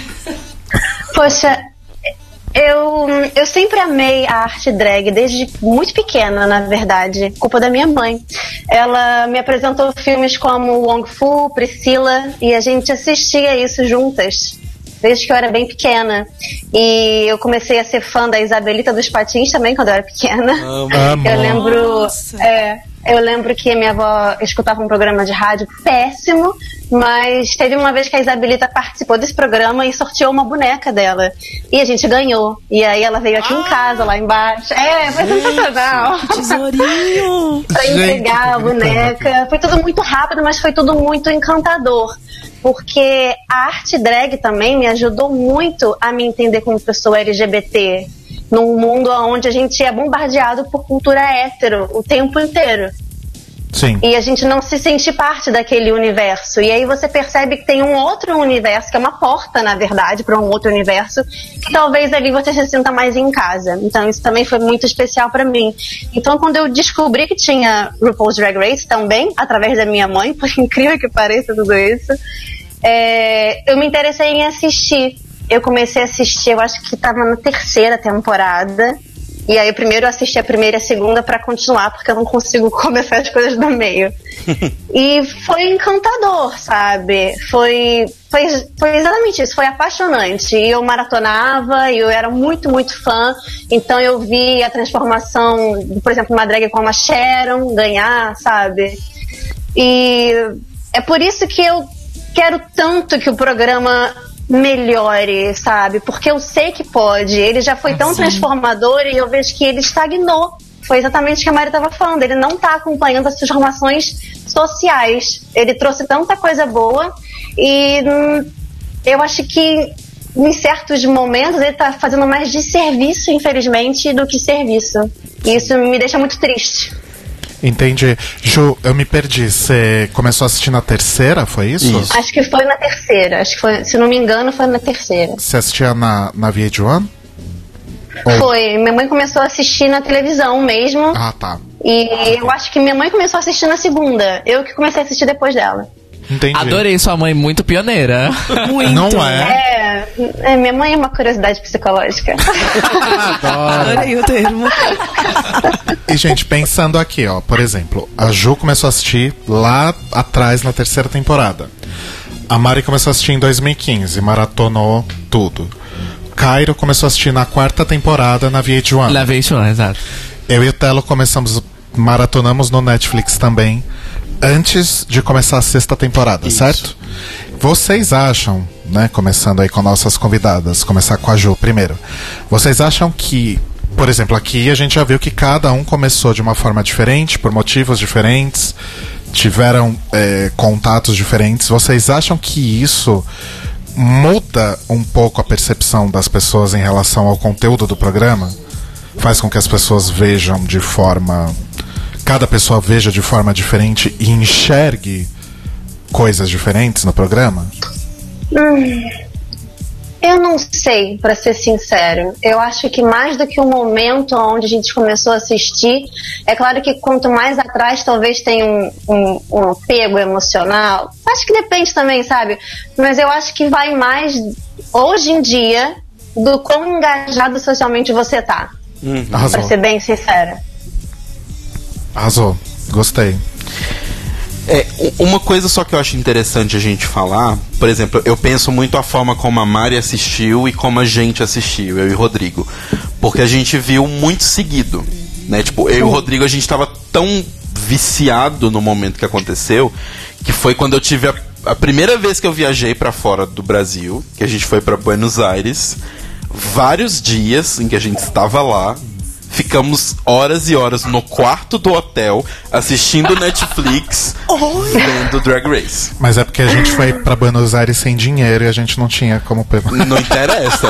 Poxa, eu, eu sempre amei a arte drag, desde muito pequena, na verdade, culpa da minha mãe. Ela me apresentou filmes como Wong Fu, Priscila, e a gente assistia isso juntas, desde que eu era bem pequena. E eu comecei a ser fã da Isabelita dos Patins também, quando eu era pequena. Amo. Eu lembro... É, eu lembro que a minha avó escutava um programa de rádio péssimo, mas teve uma vez que a Isabelita participou desse programa e sorteou uma boneca dela. E a gente ganhou. E aí ela veio aqui ah, em casa, lá embaixo. É, foi sensacional. Tesourinho! Pra entregar a boneca. Foi tudo muito rápido, mas foi tudo muito encantador. Porque a arte drag também me ajudou muito a me entender como pessoa L G B T. Num mundo onde a gente é bombardeado por cultura hétero o tempo inteiro. Sim. E a gente não se sente parte daquele universo. E aí você percebe que tem um outro universo, que é uma porta, na verdade, para um outro universo, que talvez ali você se sinta mais em casa. Então isso também foi muito especial para mim. Então quando eu descobri que tinha RuPaul's Drag Race também, através da minha mãe, por incrível que pareça tudo isso, é, eu me interessei em assistir. Eu comecei a assistir, eu acho que estava na terceira temporada. E aí primeiro eu assisti a primeira e a segunda para continuar, porque eu não consigo começar as coisas do meio. E foi encantador, sabe? Foi, foi, foi exatamente isso, foi apaixonante. E eu maratonava, e eu era muito, muito fã. Então eu vi a transformação, por exemplo, uma drag como a Sharon ganhar, sabe? E é por isso que eu quero tanto que o programa melhore, sabe? Porque eu sei que pode. Ele já foi tão Sim. transformador e eu vejo que ele estagnou. Foi exatamente o que a Mari estava falando. Ele não está acompanhando as transformações sociais. Ele trouxe tanta coisa boa e hum, eu acho que em certos momentos ele está fazendo mais de serviço, infelizmente, do que serviço. E isso me deixa muito triste. Entendi. Ju, eu me perdi. Você começou a assistir na terceira, foi isso? isso? Acho que foi na terceira. Acho que foi, se não me engano, foi na terceira. Você assistia na, na V H um? Ou... Foi. Minha mãe começou a assistir na televisão mesmo. Ah, tá. E ah, eu tá. acho que minha mãe começou a assistir na segunda. Eu que comecei a assistir depois dela. Entendi. Adorei sua mãe, muito pioneira. Muito. Não é? É, é, minha mãe é uma curiosidade psicológica. Adorei o termo. E, gente, pensando aqui, ó, por exemplo, a Ju começou a assistir lá atrás na terceira temporada. A Mari começou a assistir em dois mil e quinze, maratonou tudo. Cairo começou a assistir na quarta temporada na V H um. Na V H um, exato. Eu e o Telo começamos, maratonamos no Netflix também, antes de começar a sexta temporada, Isso. certo? Vocês acham, né, começando aí com nossas convidadas, começar com a Ju primeiro, vocês acham que, por exemplo, aqui a gente já viu que cada um começou de uma forma diferente, por motivos diferentes, tiveram é, contatos diferentes, vocês acham que isso muda um pouco a percepção das pessoas em relação ao conteúdo do programa? Faz com que as pessoas vejam de forma cada pessoa veja de forma diferente e enxergue coisas diferentes no programa? Hum, eu não sei, pra ser sincero. Eu acho que mais do que o momento onde a gente começou a assistir, é claro que quanto mais atrás talvez tenha um, um, um apego emocional. Acho que depende também, sabe? Mas eu acho que vai mais hoje em dia do quão engajado socialmente você tá. Uhum. Arrasou. Pra ser bem sincera. Arrasou. Gostei. É, uma coisa só que eu acho interessante a gente falar, por exemplo, eu penso muito a forma como a Mari assistiu e como a gente assistiu, eu e o Rodrigo. Porque a gente viu muito seguido, né? Tipo, eu e o Rodrigo, a gente tava tão viciado no momento que aconteceu, que foi quando eu tive a, a primeira vez que eu viajei pra fora do Brasil, que a gente foi pra Buenos Aires, vários dias em que a gente estava lá, ficamos horas e horas no quarto do hotel, assistindo Netflix, vendo Drag Race. Mas é porque a gente foi pra Buenos Aires sem dinheiro e a gente não tinha como... Não interessa.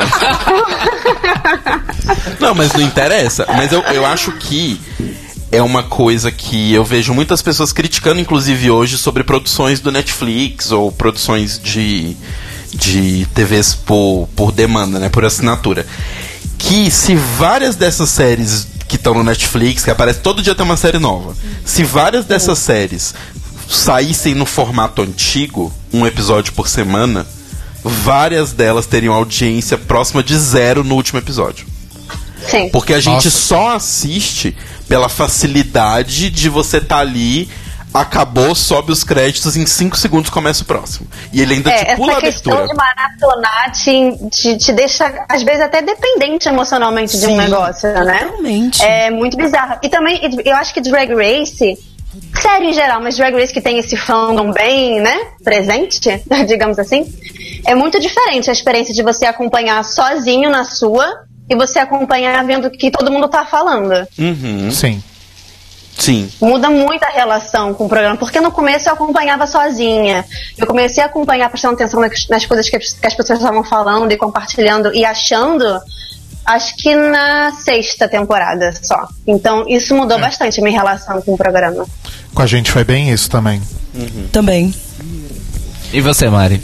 Não, mas não interessa. Mas eu, eu acho que é uma coisa que eu vejo muitas pessoas criticando, inclusive hoje, sobre produções do Netflix ou produções de, de T Vs por, por demanda, né, por assinatura. Que se várias dessas séries que estão no Netflix, que aparece todo dia tem uma série nova, se várias dessas séries saíssem no formato antigo, um episódio por semana, várias delas teriam audiência próxima de zero no último episódio. Sim. Porque a gente Nossa. só assiste pela facilidade de você estar tá ali, acabou, sobe os créditos, em cinco segundos começa o próximo. E ele ainda É, te pula a essa questão abertura. de maratonar te, te, te deixa, às vezes, até dependente emocionalmente de um Sim. negócio, né? Totalmente. É muito bizarro. E também, eu acho que Drag Race, série em geral, mas Drag Race que tem esse fandom bem, né, presente, digamos assim, é muito diferente a experiência de você acompanhar sozinho na sua e você acompanhar vendo o que todo mundo tá falando. Uhum. Sim. Sim. Muda muito a relação com o programa, porque no começo eu acompanhava sozinha. Eu comecei a acompanhar, prestando atenção nas, nas coisas que, que as pessoas estavam falando e compartilhando e achando, acho que na sexta temporada só. Então isso mudou É. bastante a minha relação com o programa. Com a gente foi bem isso também. Também. E você, Mari?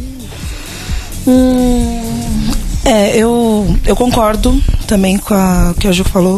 Hum, é, eu, eu concordo também com a que a Ju falou.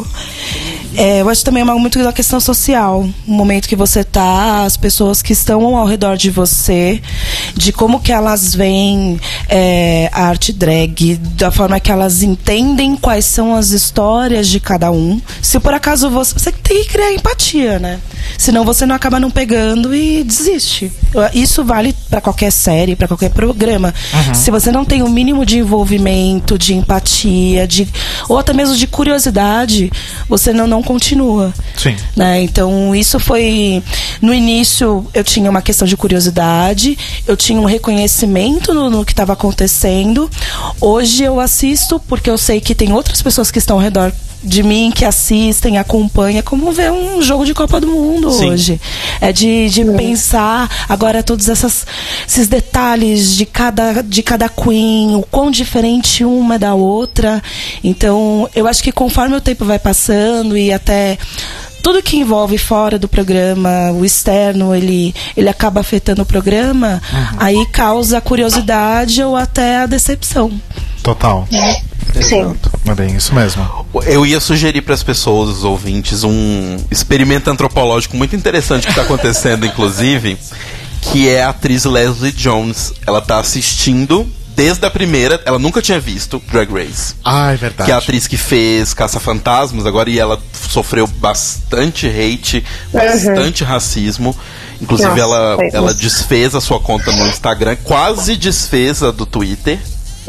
É, eu acho também uma, muito da questão social, o momento que você tá, as pessoas que estão ao redor de você, de como que elas veem é, a arte drag, da forma que elas entendem quais são as histórias de cada um. Se por acaso você, você tem que criar empatia, né? Senão você não acaba não pegando e desiste. Isso vale para qualquer série, para qualquer programa. Uhum. Se você não tem o mínimo de envolvimento, de empatia, de, ou até mesmo de curiosidade, você não, não continua. Sim. Né? Então isso foi... No início eu tinha uma questão de curiosidade, eu tinha um reconhecimento no, no que estava acontecendo. Hoje eu assisto porque eu sei que tem outras pessoas que estão ao redor de mim, que assistem, acompanham, como ver um jogo de Copa do Mundo. Sim. Hoje. É de, de pensar agora todos essas, esses detalhes de cada, de cada queen, o quão diferente uma é da outra. Então, eu acho que conforme o tempo vai passando e até tudo que envolve fora do programa, o externo, ele, ele acaba afetando o programa, uhum. Aí causa curiosidade ou até a decepção. Total. Sim. É bem isso mesmo. Eu ia sugerir para as pessoas, os ouvintes, um experimento antropológico muito interessante que está acontecendo, inclusive, que é a atriz Leslie Jones. Ela está assistindo desde a primeira, ela nunca tinha visto Drag Race. Ah, é verdade. Que é a atriz que fez Caça-Fantasmas agora, e ela sofreu bastante hate, bastante uhum. racismo. Inclusive, Nossa, ela, ela desfez a sua conta no Instagram, quase desfez a do Twitter.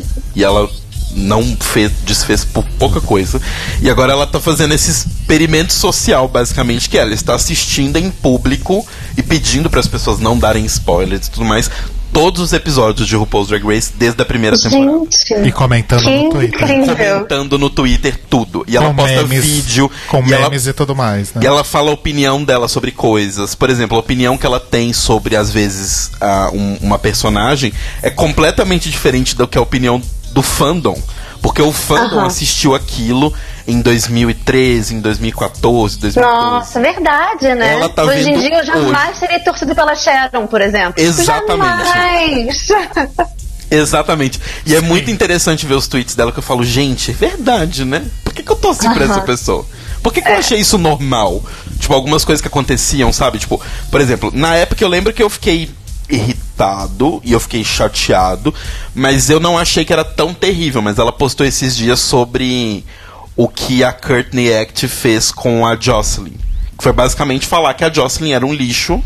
E ela não fez, desfez por pouca coisa. E agora ela tá fazendo esse experimento social, basicamente, que ela está assistindo em público e pedindo para as pessoas não darem spoilers e tudo mais, todos os episódios de RuPaul's Drag Race desde a primeira Gente, temporada. E comentando que no Twitter. incrível. Comentando no Twitter tudo. E ela com posta memes, vídeo. com e memes ela, e tudo mais, né? E ela fala a opinião dela sobre coisas. Por exemplo, a opinião que ela tem sobre, às vezes, uh, um, uma personagem é completamente diferente do que a opinião do fandom. Porque o fandom Aham. assistiu aquilo em dois mil e treze, em dois mil e quatorze, dois mil e doze. Nossa, verdade, né? Ela tá Hoje em vendo dia eu jamais hoje. teria torcido pela Sharon, por exemplo. Exatamente. Jamais. Exatamente. E é muito interessante ver os tweets dela que eu falo, gente, é verdade, né? Por que, que eu torci pra essa pessoa? Por que, que eu achei isso normal? Tipo, algumas coisas que aconteciam, sabe? Tipo, por exemplo, na época eu lembro que eu fiquei irritado e eu fiquei chateado, mas eu não achei que era tão terrível. Mas ela postou esses dias sobre o que a Courtney Act fez com a Jocelyn. Que foi basicamente falar que a Jocelyn era um lixo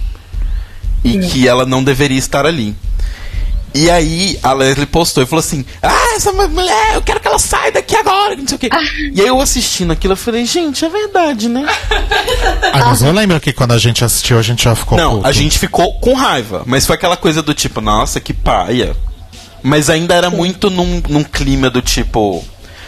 e que ela não deveria estar ali. E aí a Leslie postou e falou assim: ah, essa mulher, eu quero que ela saia daqui agora, não sei o quê. E aí eu assistindo aquilo, eu falei, gente, é verdade, né? Ah, mas eu lembro que quando a gente assistiu, a gente já ficou Não, puto. a gente ficou com raiva, mas foi aquela coisa do tipo, nossa, que paia. Mas ainda era muito num, num clima do tipo,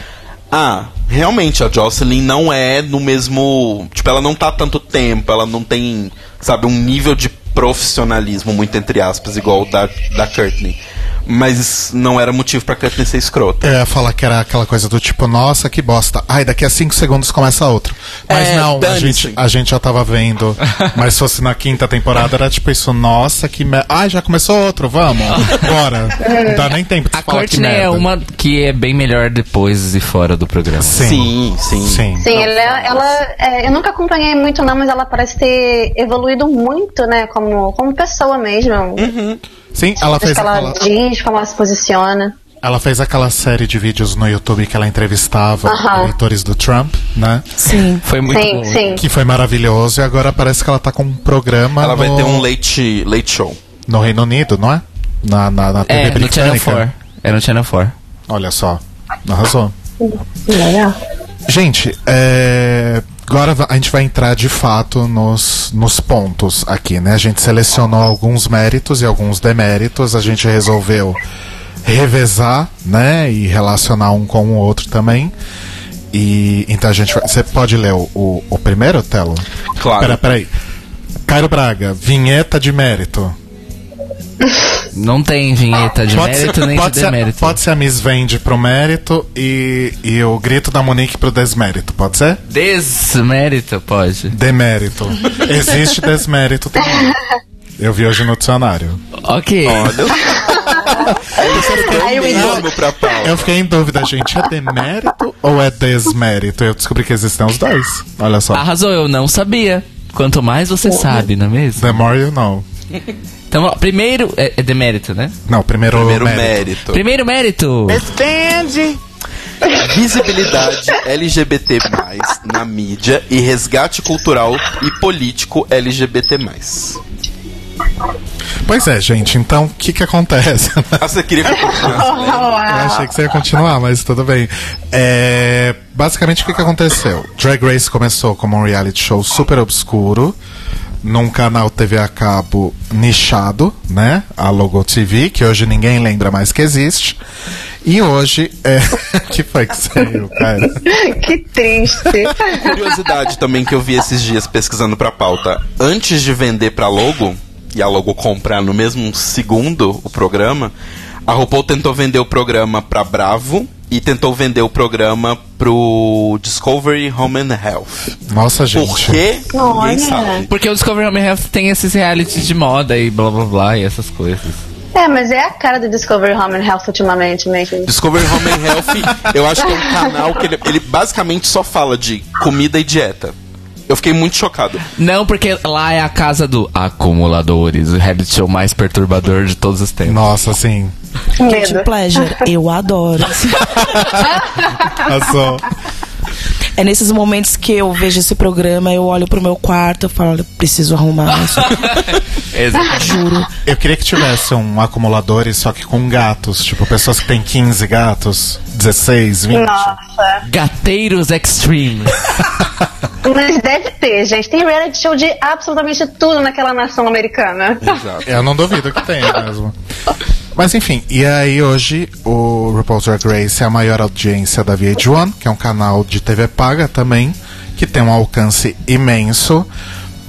ah, realmente a Jocelyn não é no mesmo, tipo, ela não tá há tanto tempo, ela não tem, sabe, um nível de profissionalismo, muito entre aspas, igual o da, da Courtney. Mas não era motivo pra Courtney ser escrota. Eu ia falar que era aquela coisa do tipo, nossa, que bosta. Ai, daqui a cinco segundos começa outro. Mas É, não, a dane-se. gente, a gente já tava vendo. Mas se fosse na quinta temporada, era tipo isso, nossa, que merda. Ai, já começou outro, vamos. Bora. Não dá nem tempo de A falar que Courtney merda. é uma que é bem melhor depois e fora do programa. Sim. Sim, sim. Sim. Sim, ela, ela é, eu nunca acompanhei muito não, mas ela parece ter evoluído muito, né, como, como pessoa mesmo. Sim, ela O fez que ela aquela... diz, como ela se posiciona. Ela fez aquela série de vídeos no YouTube que ela entrevistava Aham. eleitores do Trump, né? Sim. Foi muito Sim, bom. sim. Que foi maravilhoso e agora parece que ela tá com um programa Ela vai no, ter um late, late show. no Reino Unido, não é? Na, na, na T V É, no Channel britânica. quatro. É no Channel quatro. Olha só, arrasou. Legal. Gente, é, agora va- a gente vai entrar de fato nos, nos pontos aqui, né? A gente selecionou alguns méritos e alguns deméritos, a gente resolveu revezar, né? E relacionar um com o outro também. E então a gente vai. Você pode ler o, o, o primeiro, Telo? Claro. Pera, peraí. Cairo Braga, vinheta de mérito. Não tem vinheta de mérito nem de pode, ser, demérito. pode ser a Miss Vende pro mérito e, e o grito da Monique pro desmérito, pode ser? Desmérito, pode. Demérito. Existe desmérito também. Eu vi hoje no dicionário. Ok. Olha. Aí eu Mesmo pra pau. Eu fiquei em dúvida, gente, é demérito ou é desmérito? Eu descobri que existem os dois. Olha só. Arrasou, eu não sabia. Quanto mais você sabe, não é mesmo? The more you know. Então, ó, primeiro é, é demérito, né? Não, primeiro, Primeiro mérito. mérito. Primeiro mérito. Visibilidade L G B T mais, na mídia e resgate cultural e político L G B T mais. Pois é, gente, então o que que acontece? Ah, você queria que eu continuasse? Eu achei que você ia continuar, mas tudo bem. É, basicamente, o que, que aconteceu? Drag Race começou como um reality show super obscuro, num canal T V a cabo nichado, né? A Logo T V, que hoje ninguém lembra mais que existe. E hoje, é... que foi que saiu, cara? Que triste. Curiosidade também que eu vi esses dias pesquisando pra pauta. Antes de vender pra Logo, e a Logo comprar no mesmo segundo o programa, a RuPaul tentou vender o programa pra Bravo e tentou vender o programa pro Discovery Home and Health. Nossa, gente. Por quê? Olha. Ninguém sabe. Porque o Discovery Home Health tem esses realities de moda e blá blá blá e essas coisas. É, mas é a cara do Discovery Home and Health ultimamente mesmo. Discovery Home and Health, eu acho que é um canal que ele, ele basicamente só fala de comida e dieta. Eu fiquei muito chocado. Não, porque lá é a casa do Acumuladores, o reality show mais perturbador de todos os tempos. Nossa, assim. Guilty Medo. pleasure. Eu adoro. Passou. É nesses momentos que eu vejo esse programa, eu olho pro meu quarto e falo, olha, preciso arrumar isso. Exato. Juro. Eu queria que tivesse um acumulador, só que com gatos. Tipo, pessoas que têm quinze gatos, dezesseis, vinte. Nossa. Gateiros Extreme. Mas deve ter, gente. Tem reality show de absolutamente tudo naquela nação americana. Exato. Eu não duvido que tenha mesmo. Mas enfim, e aí hoje o RuPaul's Drag Race é a maior audiência da V H um, que é um canal de T V paga também, que tem um alcance imenso.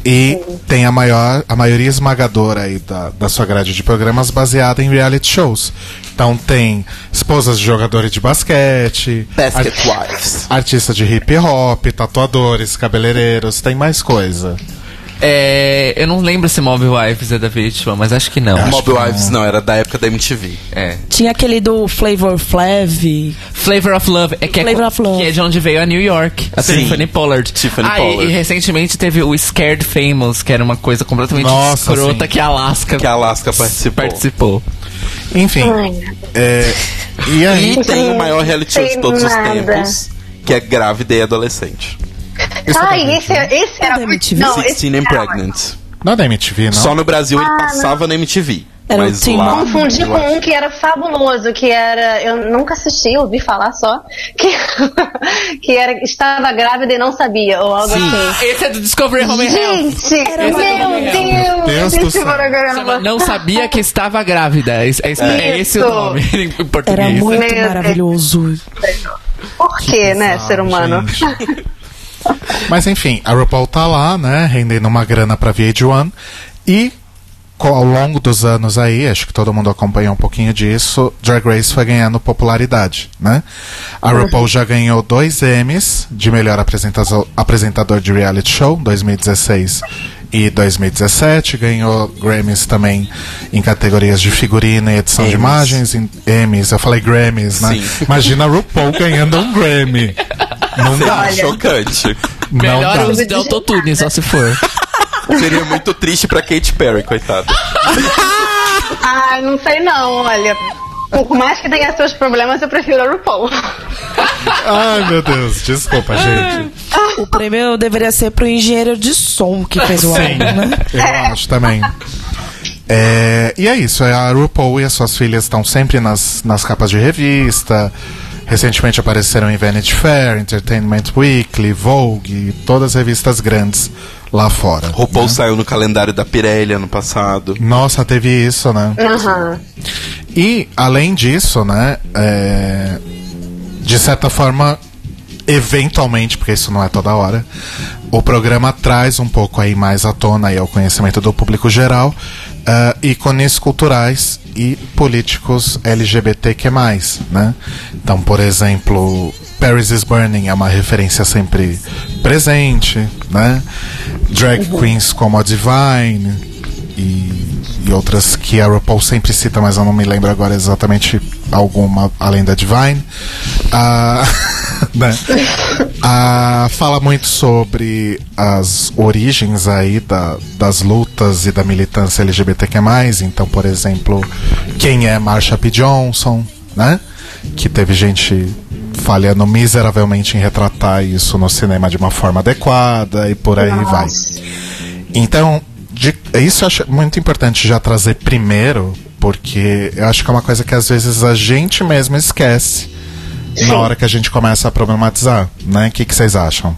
E tem a, maior, a maioria esmagadora aí da, da sua grade de programas baseada em reality shows. Então tem esposas de jogadores de basquete, Basket art- Wives. artista de hip hop, tatuadores, cabeleireiros, tem mais coisa. É, eu não lembro se Mob Wives é da V H um, mas acho que não. Acho Mob que não. Wives não, era da época da M T V. É. Tinha aquele do Flavor Flav. Flavor of Love, é que, Flavor é, of Love. que é de onde veio a New York, a Sim. Tiffany Pollard. Tiffany ah, e- Pollard. E, recentemente teve o Scared Famous, que era uma coisa completamente Nossa, escrota sim. que a Alaska Que a Alaska participou. participou. Enfim, é, e aí... E tem o maior reality show de Tem todos os nada. tempos, que é Grávida e Adolescente. Isso é da Ai, M T V? esse, esse era da muito... M T V? Não, esse Sixteen and era- Pregnant. Não é da M T V, não? Só no Brasil ele Ah, passava na M T V. Era o mas Teen lá... Confundi eu com acho- um que era fabuloso, que era. Eu nunca assisti, ouvi falar só. Que, que era estava grávida e não sabia, ou algo assim. Esse é do Discovery Home and Health. Gente, meu Deus Deus, do esse céu. programa. Chama Não sabia que estava grávida. É, é, é esse o Isso. nome em Era português. muito Meu Deus. maravilhoso. Por quê, né, ser humano? Gente. Mas enfim, a RuPaul tá lá, né, rendendo uma grana pra V H um e co- ao longo dos anos aí, acho que todo mundo acompanhou um pouquinho disso, Drag Race foi ganhando popularidade, né? A RuPaul já ganhou dois Emmys de melhor apresentazo- apresentador de reality show, dois mil e dezesseis e dois mil e dezessete, ganhou Grammys também em categorias de figurino e edição de Emmys. imagens, em Emmys, eu falei Grammys, né? Sim. Imagina a RuPaul ganhando um Grammy. Não dá. Seria chocante. Não Melhor dá. uso de autotune, só se for. Seria muito triste pra Katy Perry, coitada. Ah, não sei não, olha. Por mais que tenha seus problemas, eu prefiro a RuPaul. Ai, meu Deus, desculpa, gente. O prêmio deveria ser pro engenheiro de som que fez o álbum, né? Eu acho também. É, e é isso, a RuPaul e as suas filhas estão sempre nas, nas capas de revista. Recentemente apareceram em Vanity Fair, Entertainment Weekly, Vogue, todas as revistas grandes lá fora. RuPaul né? saiu no calendário da Pirelli ano passado. Nossa, teve isso, né? Aham. E, além disso, né, é, de certa forma, eventualmente, porque isso não é toda hora, o programa traz um pouco aí mais à tona aí ao conhecimento do público geral uh, ícones culturais e políticos L G B T Q mais, né? Então, por exemplo, Paris is Burning é uma referência sempre presente, né? Drag queens como a Divine e, e outras que a RuPaul sempre cita, mas eu não me lembro agora exatamente alguma além da Divine. Ah, né? Ah, fala muito sobre as origens aí da, das lutas e da militância L G B T Q mais, então, por exemplo, quem é Marsha P. Johnson, né? Que teve gente falhando miseravelmente em retratar isso no cinema de uma forma adequada e por aí vai. Então, de, isso eu acho muito importante já trazer primeiro, porque eu acho que é uma coisa que às vezes a gente mesmo esquece na hora que a gente começa a problematizar, né? O que, que vocês acham?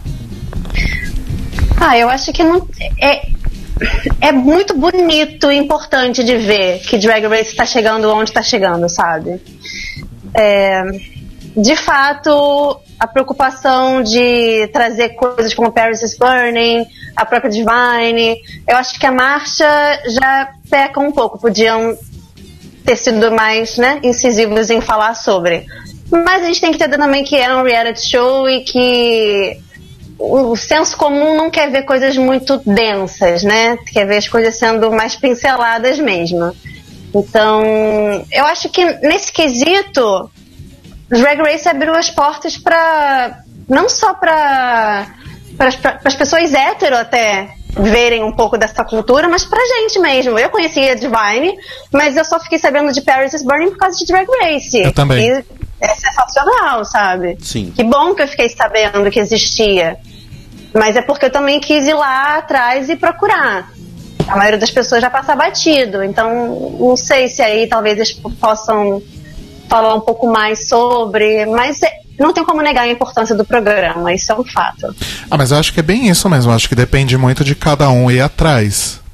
Ah, eu acho que não é, é muito bonito e importante de ver que Drag Race está chegando onde está chegando, sabe? É, de fato, a preocupação de trazer coisas como Paris is Burning, a própria Divine, eu acho que a marcha já peca um pouco, podiam ter sido mais, né, incisivos em falar sobre. Mas a gente tem que entender também que é um reality show e que o senso comum não quer ver coisas muito densas, né? Quer ver as coisas sendo mais pinceladas mesmo. Então, eu acho que nesse quesito, Drag Race abriu as portas para não só para as pessoas hétero até verem um pouco dessa cultura, mas pra gente mesmo. Eu conhecia a Divine, mas eu só fiquei sabendo de Paris is Burning por causa de Drag Race. Eu também. E é sensacional, sabe? Sim. Que bom que eu fiquei sabendo que existia. Mas é porque eu também quis ir lá atrás e procurar. A maioria das pessoas já passa batido. Então, não sei se aí talvez eles possam falar um pouco mais sobre. Mas é, não tem como negar a importância do programa. Isso é um fato. Ah, mas eu acho que é bem isso mesmo. Eu acho que depende muito de cada um ir atrás,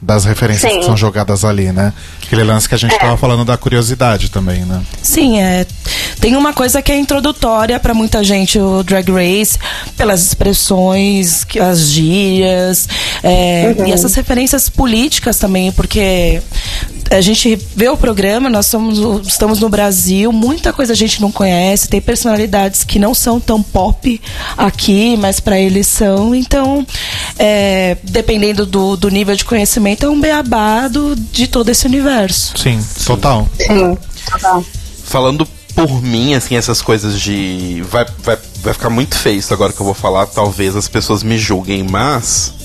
das referências Sim. que são jogadas ali, né? Aquele lance que a gente É. tava falando da curiosidade também, né? Sim, é. Tem uma coisa que é introdutória pra muita gente, o Drag Race, pelas expressões, que- as gírias, é, e essas referências políticas também, porque a gente vê o programa, nós somos, o- estamos no Brasil, muita coisa a gente não conhece, tem personalidades que não são tão pop aqui, mas pra eles são, então, é, dependendo do, do nível de conhecimento, é um beabá do- de todo esse universo. Sim, total. Sim. Tá. Falando por mim, assim, essas coisas de... Vai, vai, vai ficar muito feio isso agora que eu vou falar, talvez as pessoas me julguem, mas...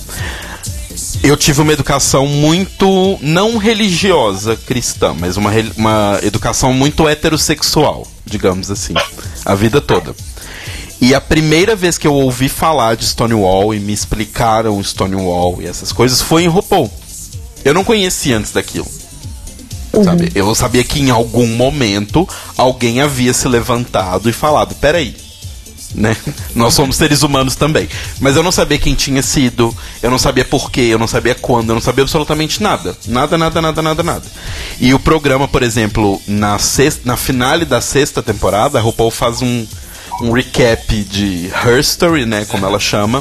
Eu tive uma educação muito, não religiosa cristã, mas uma, re- uma educação muito heterossexual, digamos assim, a vida toda. E a primeira vez que eu ouvi falar de Stonewall e me explicaram Stonewall e essas coisas foi em RuPaul. Eu não conhecia antes daquilo. Sabe? Eu sabia que em algum momento alguém havia se levantado e falado, peraí, né? Nós somos seres humanos também. Mas eu não sabia quem tinha sido, eu não sabia porquê, eu não sabia quando, eu não sabia absolutamente nada. Nada, nada, nada, nada, nada. E o programa, por exemplo, na, sexta, na finale da sexta temporada, a RuPaul faz um, um recap de Her Story, né? Como ela chama,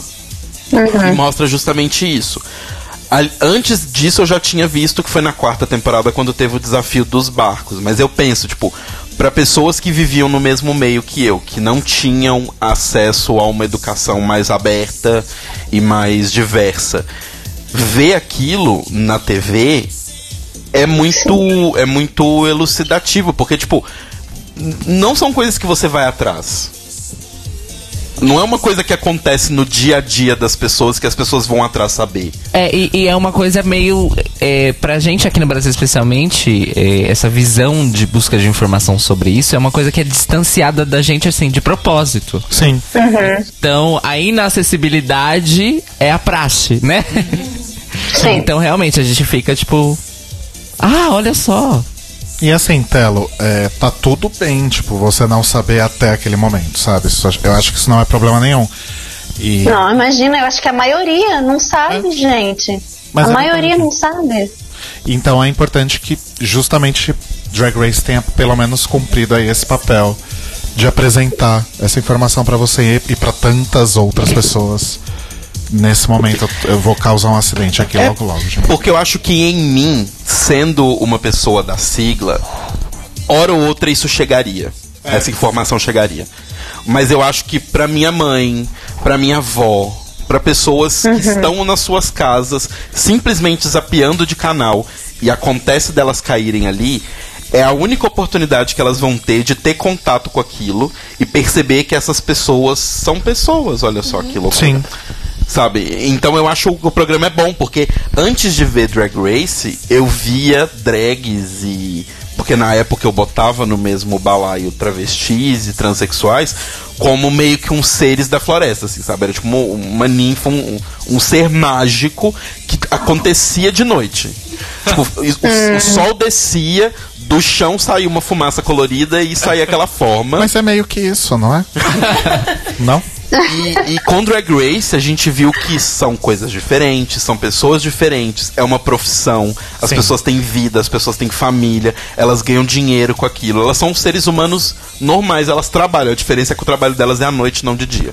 e mostra justamente isso. A- Antes disso eu já tinha visto que foi na quarta temporada quando teve o desafio dos barcos. Mas eu penso, tipo, para pessoas que viviam no mesmo meio que eu, que não tinham acesso a uma educação mais aberta e mais diversa, ver aquilo na T V é muito, é muito elucidativo, porque, tipo, n- não são coisas que você vai atrás. Não é uma coisa que acontece no dia a dia das pessoas que as pessoas vão atrás saber. É, e, e é uma coisa meio. É, pra gente aqui no Brasil, especialmente, é, essa visão de busca de informação sobre isso é uma coisa que é distanciada da gente, assim, de propósito. Sim. Então, a inacessibilidade é a praxe, né? Sim. Então, realmente, a gente fica tipo. Ah, olha só. E assim, Telo, é, tá tudo bem, tipo, você não saber até aquele momento, sabe? Isso, eu acho que isso não é problema nenhum. E, Não, imagina, eu acho que a maioria não sabe, gente. Mas a é maioria verdade. não sabe. então é importante que justamente Drag Race tenha pelo menos cumprido aí esse papel de apresentar essa informação pra você e pra tantas outras pessoas. Nesse momento eu, eu vou causar um acidente aqui É, logo logo, gente. Porque eu acho que em mim, sendo uma pessoa da sigla, hora ou outra isso chegaria. Essa informação chegaria. Mas eu acho que pra minha mãe, pra minha avó, pra pessoas que estão nas suas casas, simplesmente zapeando de canal e acontece delas caírem ali, é a única oportunidade que elas vão ter de ter contato com aquilo e perceber que essas pessoas são pessoas. Olha só que loucura. Sim. Sabe? Então eu acho que o programa é bom, porque antes de ver Drag Race, eu via drags e... Porque na época eu botava no mesmo balaio travestis e transexuais como meio que uns seres da floresta, assim, sabe? Era tipo uma, uma ninfa, um, um ser mágico que acontecia de noite. Tipo, o, o sol descia, do chão saía uma fumaça colorida e saía aquela forma. Mas é meio que isso, não é? Não? E, e com Drag Race a gente viu que são coisas diferentes, são pessoas diferentes, é uma profissão, as Sim. pessoas têm vida, as pessoas têm família, elas ganham dinheiro com aquilo, elas são seres humanos normais, elas trabalham, a diferença é que o trabalho delas é à noite, não de dia.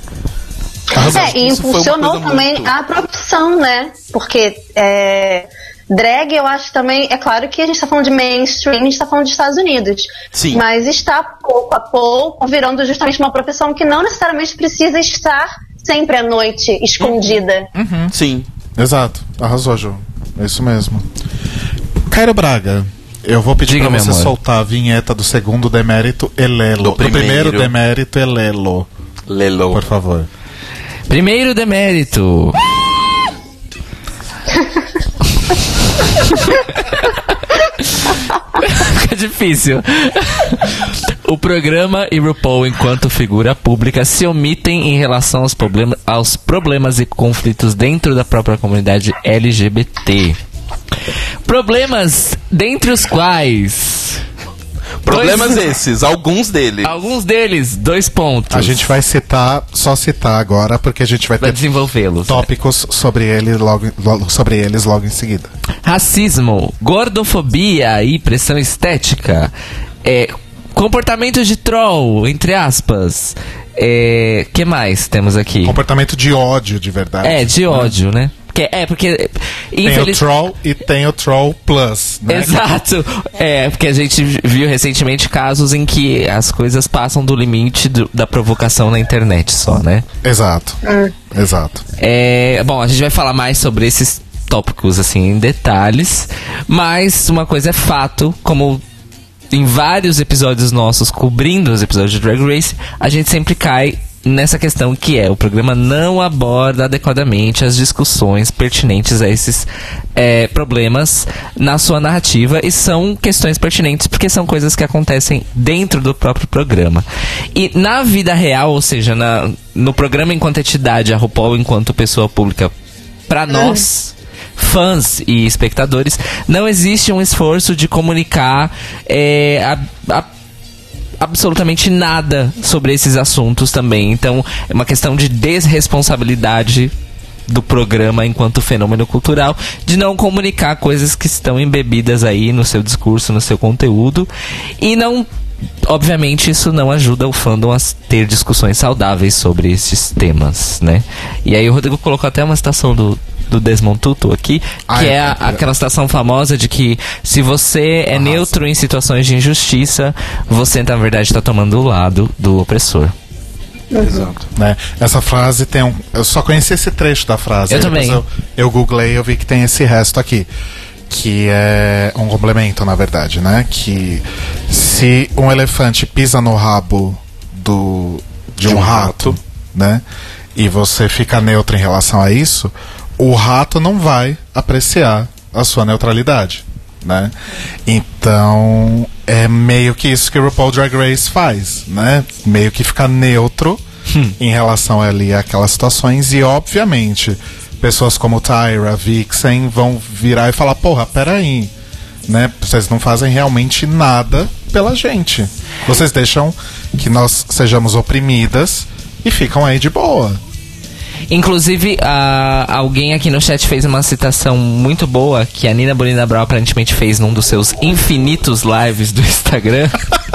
É, e Isso foi uma impulsionou coisa também muito- a profissão, né? Porque é, drag, eu acho também, é claro que a gente tá falando de mainstream, a gente tá falando dos Estados Unidos. Sim. Mas está pouco a pouco virando justamente uma profissão que não necessariamente precisa estar sempre à noite, escondida. Sim. Exato. Arrasou, Ju. É isso mesmo. Cairo Braga, eu vou pedir Diga, pra meu você amor. soltar a vinheta do segundo demérito Elelo. Do primeiro. primeiro demérito Elelo, Lelo. por favor. Primeiro demérito. Fica difícil. O programa e RuPaul, enquanto figura pública, se omitem em relação aos, problema, aos problemas e conflitos dentro da própria comunidade L G B T. Problemas dentre os quais Problemas Dois- esses, alguns deles. Alguns deles, dois pontos. A gente vai citar, só citar agora, porque a gente vai vai ter desenvolvê-los. tópicos sobre, ele logo, logo- sobre eles logo em seguida. Racismo, gordofobia e pressão estética. É, comportamento de troll, entre aspas. É, que mais temos aqui? Comportamento de ódio, de verdade. É, de ódio, né? Que, é, porque... Tem infeliz- o Troll e tem o Troll Plus, né? Exato. É, porque a gente viu recentemente casos em que as coisas passam do limite do- da provocação na internet só, né? Exato. Exato. É, bom, a gente vai falar mais sobre esses tópicos, assim, em detalhes. Mas uma coisa é fato, como em vários episódios nossos, cobrindo os episódios de Drag Race, a gente sempre cai nessa questão que é, o programa não aborda adequadamente as discussões pertinentes a esses é, problemas na sua narrativa, e são questões pertinentes porque são coisas que acontecem dentro do próprio programa. E na vida real, ou seja, na, no programa enquanto entidade, a RuPaul enquanto pessoa pública, pra nós, fãs e espectadores, não existe um esforço de comunicar é, a, a absolutamente nada sobre esses assuntos também. Então, é uma questão de desresponsabilidade do programa enquanto fenômeno cultural, de não comunicar coisas que estão embebidas aí no seu discurso, no seu conteúdo, e não... Obviamente isso não ajuda o fandom a ter discussões saudáveis sobre esses temas, né? E aí o Rodrigo colocou até uma citação do, do Desmond Tutu aqui, que Ah, é, é, a- é. aquela citação famosa de que se você é Arrasa. neutro em situações de injustiça, você na verdade está tomando o lado do opressor. Exato. Né? Essa frase tem um... Eu só conheci esse trecho da frase. Eu Aí depois também. Eu, eu googlei e eu vi que tem esse resto aqui. Que é um complemento, na verdade, né? Que se um elefante pisa no rabo do, de, um, rato, né? E você fica neutro em relação a isso, o rato não vai apreciar a sua neutralidade, né? Então, é meio que isso que o RuPaul Drag Race faz, né? Meio que ficar neutro em relação ali àquelas situações, e obviamente pessoas como Tyra, Vixen vão virar e falar, porra, peraí, né? Vocês não fazem realmente nada pela gente. Vocês deixam que nós sejamos oprimidas e ficam aí de boa. Inclusive, a, alguém aqui no chat fez uma citação muito boa que a Nina Bonina Brown aparentemente fez num dos seus infinitos lives do Instagram.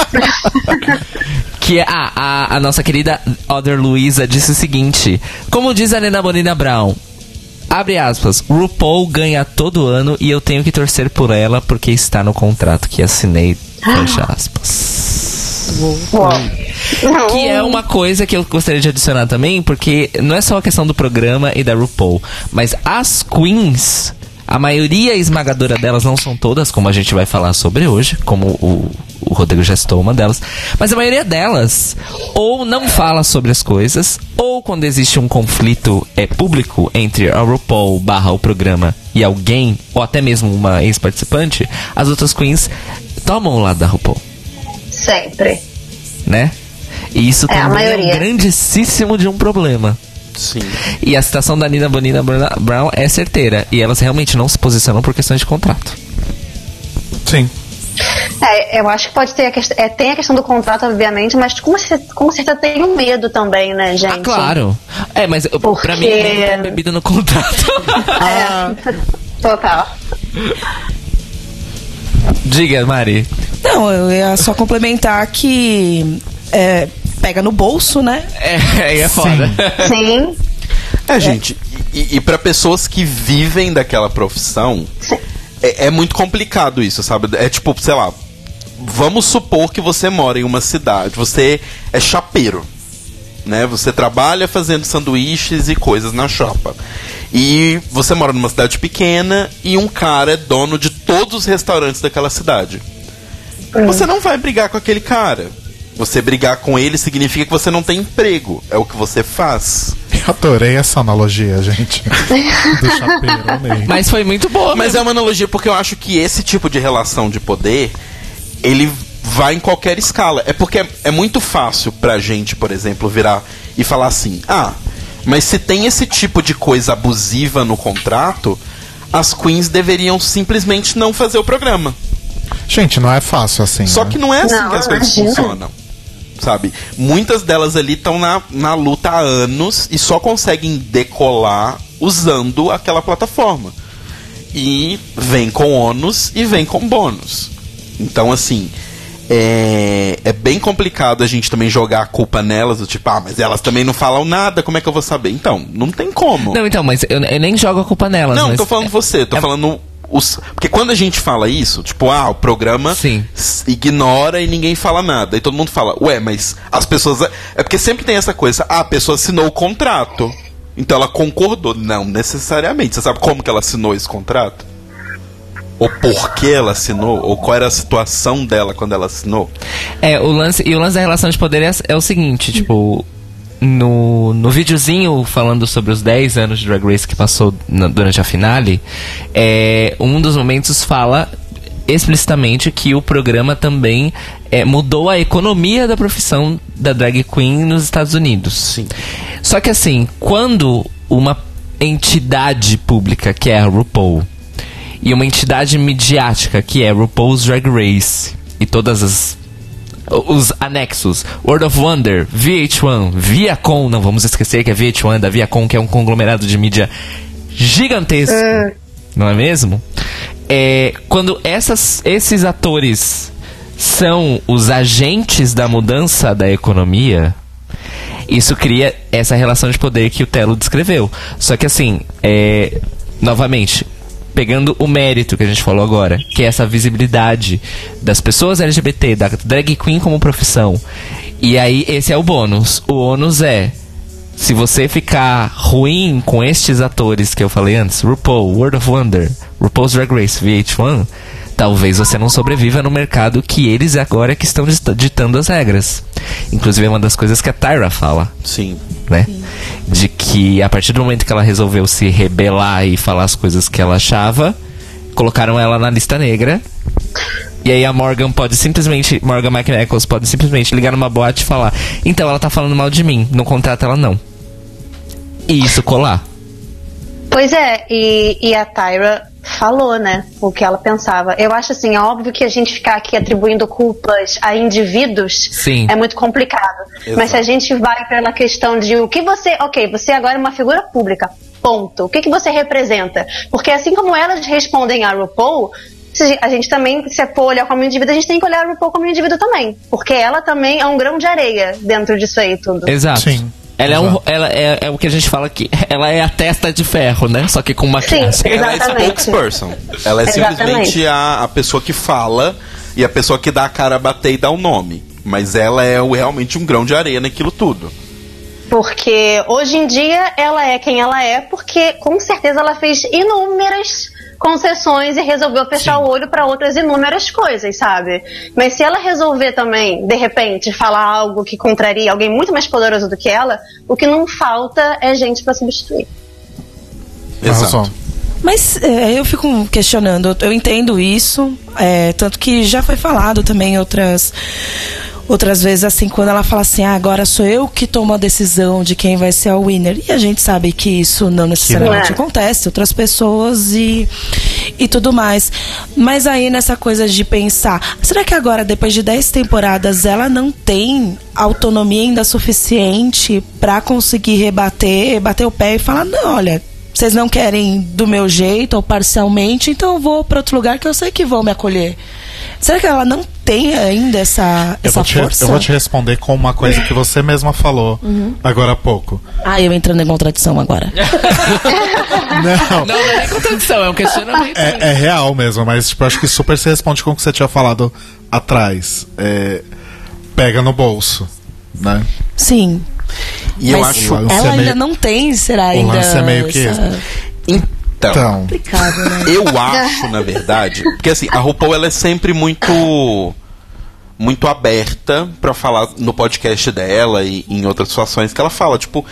Que ah, a, a nossa querida Other Luisa disse o seguinte: como diz a Nina Bonina Brown, abre aspas, RuPaul ganha todo ano e eu tenho que torcer por ela porque está no contrato que assinei, fecha aspas. Uau. Que é uma coisa que eu gostaria de adicionar também, porque não é só a questão do programa e da RuPaul, mas as queens, a maioria esmagadora delas, não são todas, como a gente vai falar sobre hoje, como o, o Rodrigo já citou uma delas, mas a maioria delas ou não fala sobre as coisas, ou quando existe um conflito é, público entre a RuPaul barra o programa e alguém, ou até mesmo uma ex-participante, as outras queens tomam o lado da RuPaul, Sempre. né? E isso É, a também é um maioria. grandíssimo de um problema. Sim. E a citação da Nina Bonina Brown é certeira. E elas realmente não se posicionam por questões de contrato. Sim. É, eu acho que pode ter a questão. É, tem a questão do contrato, obviamente, mas com, cer- com certeza tem um medo também, né, gente? Ah, claro. É, mas eu- Porque- pra mim nem tá embebido no contrato. É. Total. Diga, Mari. Não, eu ia só complementar que é, pega no bolso, né? É, aí é foda. Sim. É, gente, e, e para pessoas que vivem daquela profissão, é, é muito complicado isso, sabe? É tipo, sei lá, vamos supor que você mora em uma cidade, você é chapeiro, né? Você trabalha fazendo sanduíches e coisas na chapa. E você mora numa cidade pequena e um cara é dono de todos os restaurantes daquela cidade. Você não vai brigar com aquele cara. Você brigar com ele significa que você não tem emprego. É o que você faz. Eu adorei essa analogia, gente. Do chapeiro, amei. Mas foi muito boa. Mas mesmo. é uma analogia porque eu acho que esse tipo de relação de poder, ele vai em qualquer escala. É porque é, é muito fácil pra gente, por exemplo, virar e falar assim: ah, mas se tem esse tipo de coisa abusiva no contrato, as queens deveriam simplesmente não fazer o programa. Gente, não é fácil assim. Só né? que não é assim Não, que as coisas imagina. funcionam. Sabe? Muitas delas ali estão na, na luta há anos e só conseguem decolar usando aquela plataforma. E vem com ônus e vem com bônus. Então, assim, é, é bem complicado a gente também jogar a culpa nelas, do tipo, ah, mas elas também não falam nada, como é que eu vou saber? Então, não tem como. Não, então, mas eu, eu nem jogo a culpa nelas. Não, mas tô falando você, tô é- falando os... Porque quando a gente fala isso, tipo, ah, o programa Sim. s- ignora e ninguém fala nada. E todo mundo fala, ué, mas as pessoas... É porque sempre tem essa coisa, ah, a pessoa assinou o contrato. Então ela concordou. Não, necessariamente. Você sabe como que ela assinou esse contrato? Ou por que ela assinou? Ou qual era a situação dela quando ela assinou? É, o lance, e o lance da relação de poder é, é o seguinte, tipo, no, no videozinho falando sobre os dez anos de Drag Race que passou na- durante a finale, é, um dos momentos fala explicitamente que o programa também é, mudou a economia da profissão da drag queen nos Estados Unidos. Sim. Só que assim, quando uma entidade pública, que é a RuPaul, e uma entidade midiática, que é RuPaul's Drag Race, e todas as os anexos, World of Wonder, V H um, Viacom, não vamos esquecer que a V H um é da Viacom, que é um conglomerado de mídia gigantesco, não é mesmo? É, quando essas, esses atores são os agentes da mudança da economia, isso cria essa relação de poder que o Telo descreveu. Só que assim, é, novamente, pegando o mérito que a gente falou agora, que é essa visibilidade das pessoas L G B T, da drag queen como profissão. E aí, esse é o bônus. O ônus é, se você ficar ruim com estes atores que eu falei antes, RuPaul, World of Wonder, RuPaul's Drag Race, V H um, talvez você não sobreviva no mercado que eles agora que estão dita- ditando as regras. Inclusive é uma das coisas que a Tyra fala, Sim. né? De que a partir do momento que ela resolveu se rebelar e falar as coisas que ela achava, colocaram ela na lista negra. E aí a Morgan pode simplesmente, Morgan McNichols pode simplesmente ligar numa boate e falar, então ela tá falando mal de mim, não contrata ela não. E isso colar. Pois é, e, e a Tyra falou, né, o que ela pensava. Eu acho assim, é óbvio que a gente ficar aqui atribuindo culpas a indivíduos Sim. é muito complicado. Exato. Mas se a gente vai pela questão de o que você... Ok, você agora é uma figura pública, ponto. O que, que você representa? Porque assim como elas respondem a RuPaul, se a gente também, se for olhar como indivíduo, a gente tem que olhar a RuPaul como indivíduo também. Porque ela também é um grão de areia dentro disso aí tudo. Exato. Sim. Ela, é, um, Exato. ela é, é o que a gente fala que ela é a testa de ferro, né? Só que com maquiagem. Sim. Ela é Exatamente. spokesperson. Ela é Exatamente. simplesmente a, a pessoa que fala e a pessoa que dá a cara a bater e dá o nome. Mas ela é o- realmente um grão de areia naquilo tudo. Porque hoje em dia ela é quem ela é, porque com certeza ela fez inúmeras concessões e resolveu fechar Sim. o olho para outras inúmeras coisas, sabe? Mas se ela resolver também, de repente, falar algo que contraria alguém muito mais poderoso do que ela, o que não falta é gente para substituir. Arrasou. Mas é, eu fico questionando, eu entendo isso, é, tanto que já foi falado também outras, outras vezes, assim, quando ela fala assim, ah, agora sou eu que tomo a decisão de quem vai ser a winner. E a gente sabe que isso não necessariamente Que não é. acontece, outras pessoas e, e tudo mais. Mas aí nessa coisa de pensar, será que agora, depois de dez temporadas, ela não tem autonomia ainda suficiente pra conseguir rebater, bater o pé e falar, não, olha, vocês não querem do meu jeito ou parcialmente, então eu vou para outro lugar que eu sei que vão me acolher. Será que ela não tem ainda essa, Eu essa vou, te, força? eu vou te responder com uma coisa que você mesma falou agora há pouco. Ah, eu entrando em contradição agora. Não, Não, não é nem contradição, é um questionamento. é, é real mesmo, mas tipo, eu acho que super se responde com o que você tinha falado atrás. É, pega no bolso, né? Sim. E eu Mas acho. lance ela é ainda meio- não tem, será ainda? lance é meio que essa... esse. Então. Então, complicado, né? Eu acho, na verdade, porque assim, a RuPaul ela é sempre muito muito aberta pra falar no podcast dela e em outras situações que ela fala, tipo,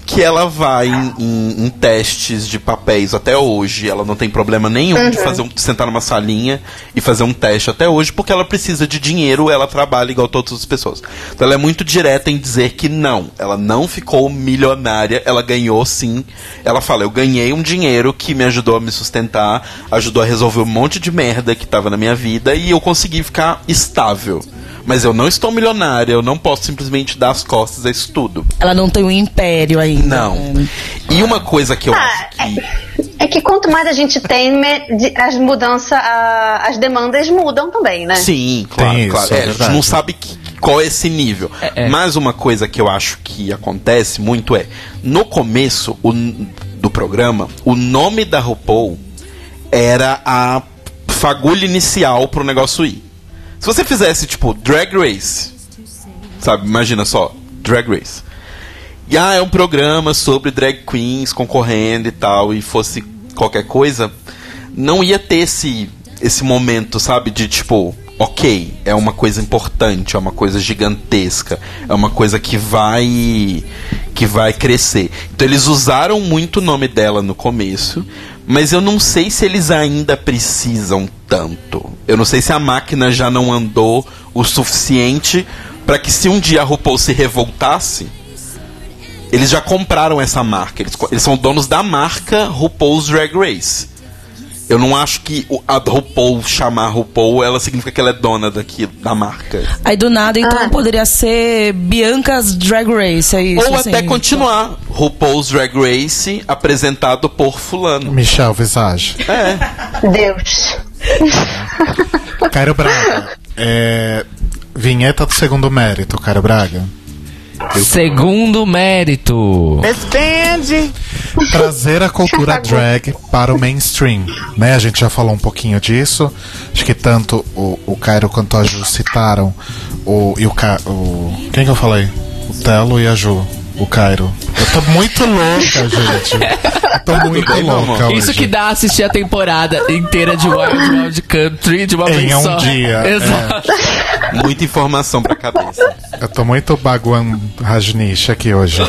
que ela vai em, em, em testes de papéis até hoje. Ela não tem problema nenhum uhum. de fazer um, de sentar numa salinha e fazer um teste até hoje, porque ela precisa de dinheiro, ela trabalha igual todas as pessoas. Então ela é muito direta em dizer que não, ela não ficou milionária, ela ganhou sim. Ela fala, eu ganhei um dinheiro que me ajudou a me sustentar, ajudou a resolver um monte de merda que tava na minha vida e eu consegui ficar estável. Mas eu não estou milionária, eu não posso simplesmente dar as costas a isso tudo. Ela não tem um império ainda. Não. E uma coisa que eu ah, acho que... É, é que quanto mais a gente tem, as mudanças, as demandas mudam também, né? Sim, claro, tem claro. Isso, É, é a gente não sabe que, qual é esse nível. É, é. Mas uma coisa que eu acho que acontece muito é, no começo o, do programa, o nome da RuPaul era a fagulha inicial pro negócio ir. Se você fizesse, tipo, Drag Race, sabe, imagina só, Drag Race. E, ah, é um programa sobre drag queens concorrendo e tal, e fosse qualquer coisa, não ia ter esse, esse momento, sabe, de, tipo, ok, é uma coisa importante, é uma coisa gigantesca, é uma coisa que vai, que vai crescer. Então eles usaram muito o nome dela no começo, mas eu não sei se eles ainda precisam tanto. Eu não sei se a máquina já não andou o suficiente para que se um dia a RuPaul se revoltasse, eles já compraram essa marca. Eles, eles são donos da marca RuPaul's Drag Race. Eu não acho que a RuPaul chamar RuPaul, ela significa que ela é dona daqui, da marca. Aí do nada, então, ah. poderia ser Bianca's Drag Race, é isso? Ou assim, até continuar. Então. RuPaul's Drag Race, apresentado por fulano. Michel Visage. É. Deus. Cairo Braga. É, vinheta do segundo mérito, Cairo Braga. Segundo mérito. Trazer a cultura drag para o mainstream, né? A gente já falou um pouquinho disso. Acho que tanto o, o Cairo quanto a Ju citaram o, e o, o quem que eu falei? O Telo e a Ju. O Cairo. Eu tô muito louca, gente. Eu tô muito bem, louca Isso hoje. que dá assistir a temporada inteira de Wild Wild Country de uma em vez um só. dia. Exato. É. Muita informação pra cabeça. Eu tô muito Bhagwan Rajneesh aqui hoje.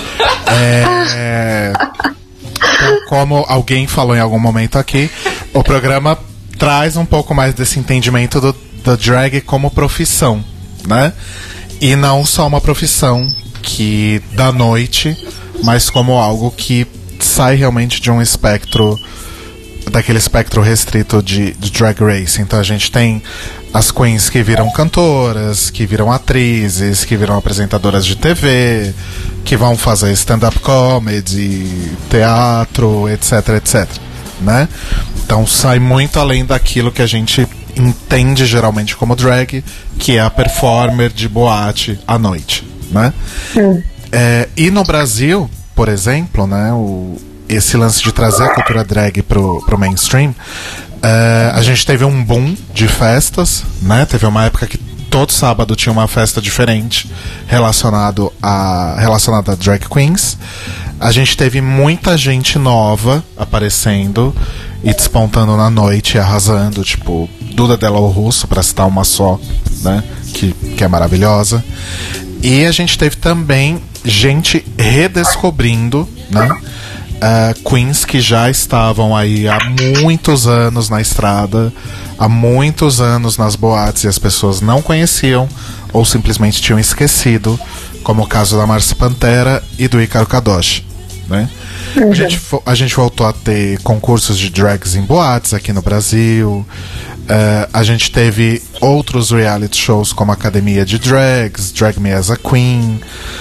É... Então, como alguém falou em algum momento aqui, o programa traz um pouco mais desse entendimento do, do drag como profissão, né? E não só uma profissão que da noite, mas como algo que sai realmente de um espectro, daquele espectro restrito de, de drag race. Então a gente tem as queens que viram cantoras, que viram atrizes, que viram apresentadoras de T V, que vão fazer stand-up comedy, teatro, etc, etc, né? Então sai muito além daquilo que a gente entende geralmente como drag, que é a performer de boate à noite, né? Hum. É, e no Brasil, por exemplo, né, o, esse lance de trazer a cultura drag pro, pro mainstream, é, a gente teve um boom de festas, né? Teve uma época que todo sábado tinha uma festa diferente relacionado a, relacionada a drag queens. A gente teve muita gente nova aparecendo e despontando na noite, arrasando, tipo Duda Della Russo, pra citar uma só, né? Que, que é maravilhosa. E a gente teve também gente redescobrindo, né? Uh, queens que já estavam aí há muitos anos na estrada, há muitos anos nas boates e as pessoas não conheciam ou simplesmente tinham esquecido, como o caso da Marcy Pantera e do Hikaru Kadoshi, né? Uhum. A, gente, a gente voltou a ter concursos de drags em boates aqui no Brasil. Uh, a gente teve outros reality shows como Academia de Drags, Drag Me as a Queen.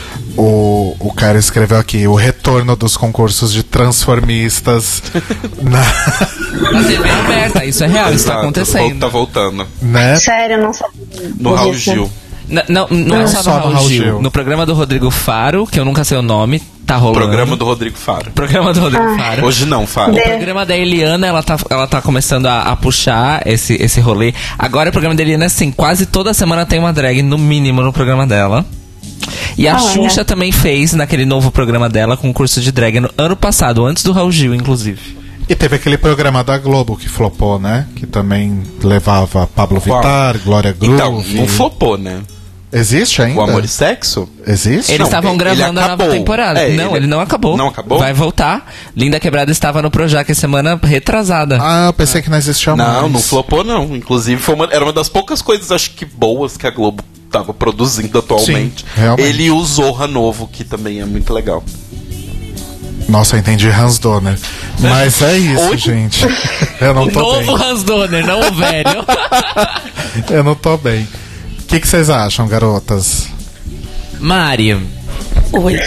O, o cara escreveu aqui o retorno dos concursos de transformistas na... na T V aberta, isso é real, isso tá acontecendo. Tá voltando. Né? Sério, não sabia. No Raul Gil. Não, não, não, não é só, só no Raul, Raul Gil. Gil. No programa do Rodrigo Faro, que eu nunca sei o nome, tá rolando. Programa do Rodrigo Faro. Programa do Rodrigo ah. Faro. Hoje não, Faro. O programa da Eliana, ela tá, ela tá começando a, a puxar esse, esse rolê. Agora o programa da Eliana é assim, quase toda semana tem uma drag, no mínimo, no programa dela. E a ah, Xuxa é. também fez, naquele novo programa dela, concurso de drag no ano passado, antes do Raul Gil, inclusive. E teve aquele programa da Globo que flopou, né? Que também levava Pablo Vittar, Glória Groove. Então, não flopou, né? Existe ainda? O Amor e Sexo? Existe? Eles Não, estavam ele gravando a nova acabou. temporada. É, não, ele- ele não acabou. Não acabou? Vai voltar. Linda Quebrada estava no Projac semana retrasada. Ah, eu pensei que não existia mais. Não, não flopou não. Inclusive, foi uma- era uma das poucas coisas, acho que boas, que a Globo tava produzindo atualmente. Sim, realmente. Ele e o Zorra Novo, que também é muito legal. Nossa, eu entendi Hans Donner. Mas é isso, Oi? gente. Eu não o tô novo bem. Hans Donner, não o velho. Eu não tô bem. O que que vocês acham, garotas? Mari, Oi.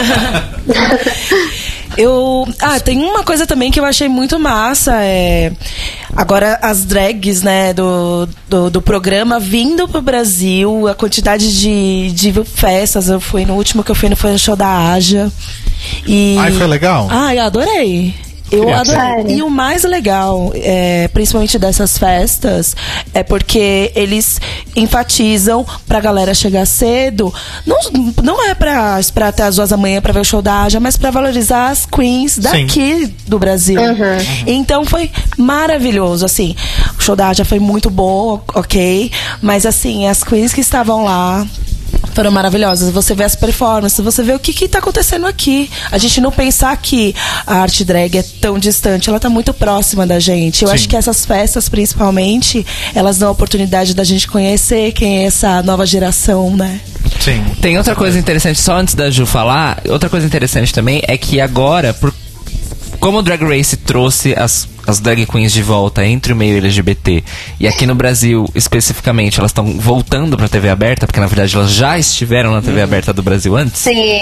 Eu. Ah, tem uma coisa também que eu achei muito massa. É. Agora as drags, né, do, do, do programa vindo pro Brasil, a quantidade de, de festas. Eu fui no último que eu fui, foi no show da Aja. E... Ai, foi legal? Ai, eu adorei. Eu Queria adorei. E o mais legal, é, principalmente dessas festas, é porque eles enfatizam pra galera chegar cedo. Não, não é pra esperar até as duas da manhã pra ver o show da Aja, mas pra valorizar as queens daqui do Brasil. Então foi maravilhoso, assim. O show da Aja foi muito bom, ok? Mas assim, as queens que estavam lá foram maravilhosas. Você vê as performances, você vê o que que tá acontecendo aqui. A gente não pensar que a arte drag é tão distante, ela tá muito próxima da gente. Eu Sim. acho que essas festas, principalmente, elas dão a oportunidade da gente conhecer quem é essa nova geração, né? Sim. tem outra coisa interessante, só antes da Ju falar, outra coisa interessante também é que agora, por, como o Drag Race trouxe as, as drag queens de volta entre o meio L G B T, e aqui no Brasil, especificamente, elas estão voltando pra T V aberta, porque na verdade elas já estiveram na T V aberta do Brasil antes. Sim.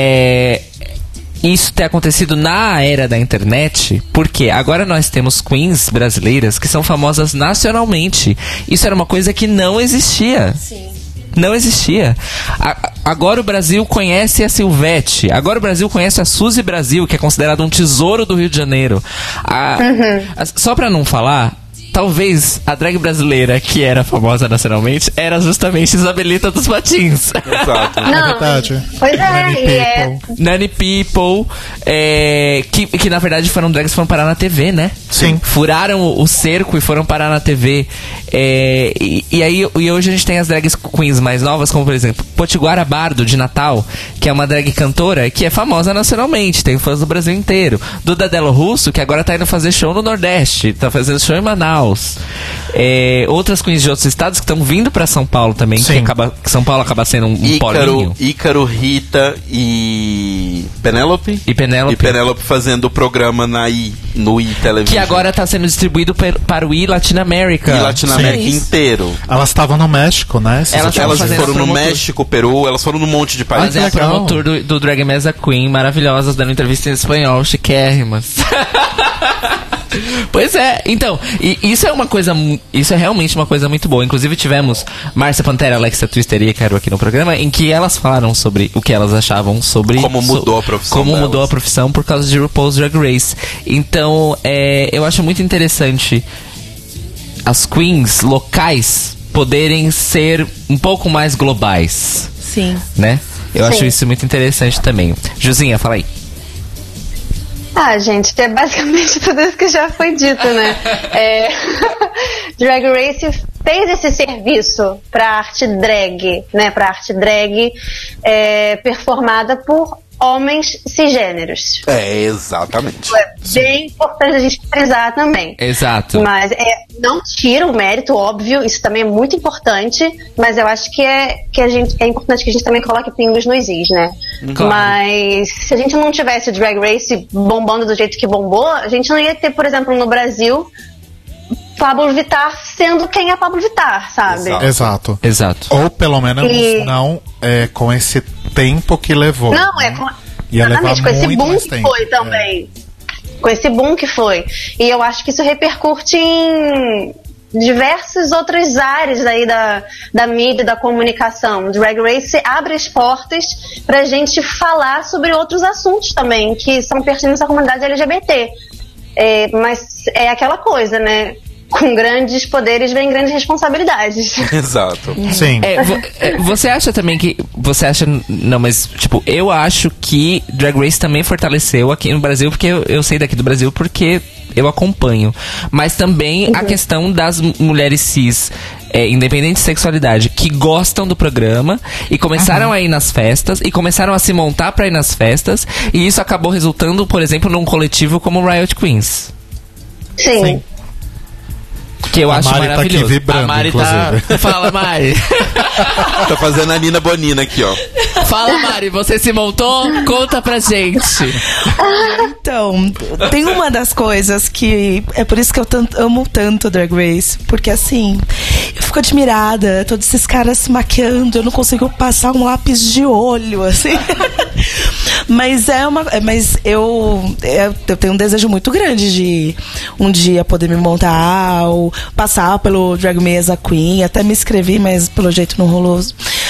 É, isso ter acontecido na era da internet, porque agora nós temos queens brasileiras que são famosas nacionalmente. Isso era uma coisa que não existia. Sim. Não existia. A- agora o Brasil conhece a Silvete. Agora o Brasil conhece a Suzy Brasil, que é considerada um tesouro do Rio de Janeiro. A- a- só pra não falar, talvez a drag brasileira que era famosa nacionalmente era justamente Isabelita dos Patins. Exato. É Não. verdade. Pois é, Many e é. people. Nanny People, é, que, que na verdade foram drags que foram parar na T V, né? Sim. Furaram o, o cerco e foram parar na T V. É, e, e aí e hoje a gente tem as drags queens mais novas, como por exemplo Potiguara Bardo, de Natal, que é uma drag cantora que é famosa nacionalmente, tem fãs do Brasil inteiro. Duda Delo Russo, que agora tá indo fazer show no Nordeste, tá fazendo show em Manaus. É, outras queens de outros estados que estão vindo pra São Paulo também, que, Sim. acaba, que São Paulo acaba sendo um, um Ícaro, polinho. Ícaro, Rita e Penélope. E Penélope. E Penélope fazendo o programa na I, no I Television. Que agora tá sendo distribuído per- para o I Latin America. E Latinoamérica Sim. inteiro. Elas estavam no México, né? esses Elas últimos Elas fazendo dias. foram no promotor. México, Peru, elas foram num monte de países. Fazer a legal. promotor do, do Drag Mesa Queen, maravilhosas, dando entrevista em espanhol, chiquérrimas. Pois é, então, e isso é uma coisa, mu- isso é realmente uma coisa muito boa. Inclusive tivemos Márcia Pantera, Alexa Twister e Caro aqui no programa, em que elas falaram sobre o que elas achavam sobre... Como mudou so- a profissão Como delas. mudou a profissão por causa de RuPaul's Drag Race. Então, é, eu acho muito interessante as queens locais poderem ser um pouco mais globais, Sim. né? Eu Sim. acho isso muito interessante também. Juzinha, fala aí. Ah, gente, é basicamente tudo isso que já foi dito, né? É, Drag Race fez esse serviço para arte drag, né? Para arte drag é, performada por homens cisgêneros. É, exatamente. É bem importante a gente frisar também. Exato. Mas é, não tira o mérito, óbvio, isso também é muito importante, mas eu acho que é, que a gente, é importante que a gente também coloque pingos nos is, né? Claro. Mas se a gente não tivesse o Drag Race bombando do jeito que bombou, a gente não ia ter, por exemplo, no Brasil, Pablo Vittar sendo quem é Pablo Vittar, sabe? Exato. Exato. Exato. Ou pelo menos E- não é, com esse tempo que levou. Não, é com, Ia levar exatamente, com esse muito boom mais que tempo, foi também. Com esse boom que foi. E eu acho que isso repercute em diversas outras áreas aí da, da mídia, da comunicação. O Drag Race abre as portas pra gente falar sobre outros assuntos também, que são pertinentes à comunidade L G B T. É, mas é aquela coisa, né? Com grandes poderes vem grandes responsabilidades. Exato. Sim. É, vo- é, você acha também que. Você acha. Não, mas, tipo, eu acho que Drag Race também fortaleceu aqui no Brasil, porque eu, eu sei daqui do Brasil, porque eu acompanho. Mas também a questão das mulheres cis, é, independente de sexualidade, que gostam do programa e começaram a ir nas festas e começaram a se montar pra ir nas festas, e isso acabou resultando, por exemplo, num coletivo como o Riot Queens. Sim. Sim. Que eu A acho Mari tá maravilhoso. aqui vibrando, a Mari inclusive. tá... Fala, Mari. Tá fazendo a Nina Bonina aqui, ó. Fala, Mari, você se montou? Conta pra gente. Então, tem uma das coisas que é por isso que eu tanto, amo tanto Drag Race, porque assim, eu fico admirada, todos esses caras se maquiando, eu não consigo passar um lápis de olho, assim. Mas é uma, mas eu, eu eu tenho um desejo muito grande de um dia poder me montar ou passar pelo Drag Mesa Queen, até me inscrevi, mas pelo jeito não rolou.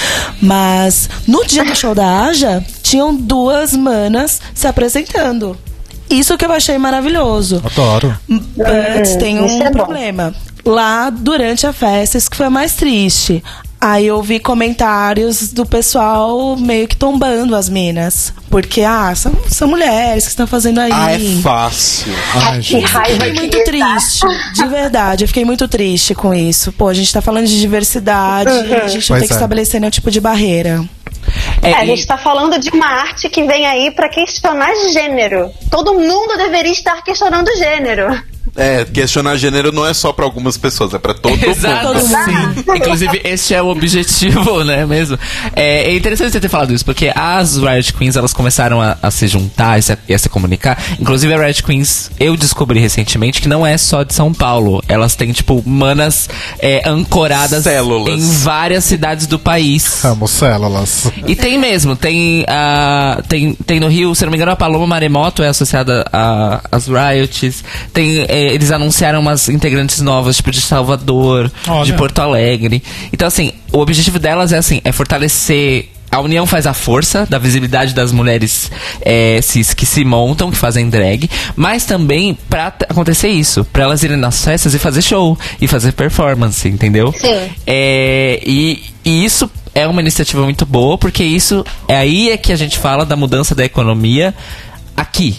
Mas no dia do show da Aja, tinham duas manas se apresentando. Isso que eu achei maravilhoso. Adoro. Antes tem Isso um é bom. problema. Lá, durante a festa, isso que foi mais triste. Aí eu vi comentários do pessoal meio que tombando as minas. Porque, ah, são, são mulheres que estão fazendo aí. Ah, é fácil. Ai, Que gente. Eu raiva fiquei que muito dá. triste, de verdade, eu fiquei muito triste com isso. Pô, a gente tá falando de diversidade, a gente não Pois tem que é. estabelecer nenhum tipo de barreira. É, É, a e- gente tá falando de uma arte que vem aí pra questionar gênero. Todo mundo deveria estar questionando gênero. É, questionar gênero não é só pra algumas pessoas, é pra todo Exato, mundo. sim. Inclusive, este é o objetivo, né, mesmo. É, é interessante você ter falado isso, porque as Riot Queens, elas começaram a, a se juntar e se, e a se comunicar. Inclusive, a Riot Queens, eu descobri recentemente que não é só de São Paulo. Elas têm, tipo, manas é, ancoradas Células. em várias cidades do país. Amo células. E tem mesmo, tem, a tem, tem no Rio, se não me engano, a Paloma Maremoto é associada a- às Riots. Tem, é, eles anunciaram umas integrantes novas, tipo de Salvador, Olha. de Porto Alegre. Então, assim, o objetivo delas é assim, é fortalecer. A união faz a força da visibilidade das mulheres é, cis que se montam, que fazem drag, mas também pra t- acontecer isso, pra elas irem nas festas e fazer show, e fazer performance, entendeu? Sim. É, e, e isso é uma iniciativa muito boa, porque isso é aí é que a gente fala da mudança da economia aqui.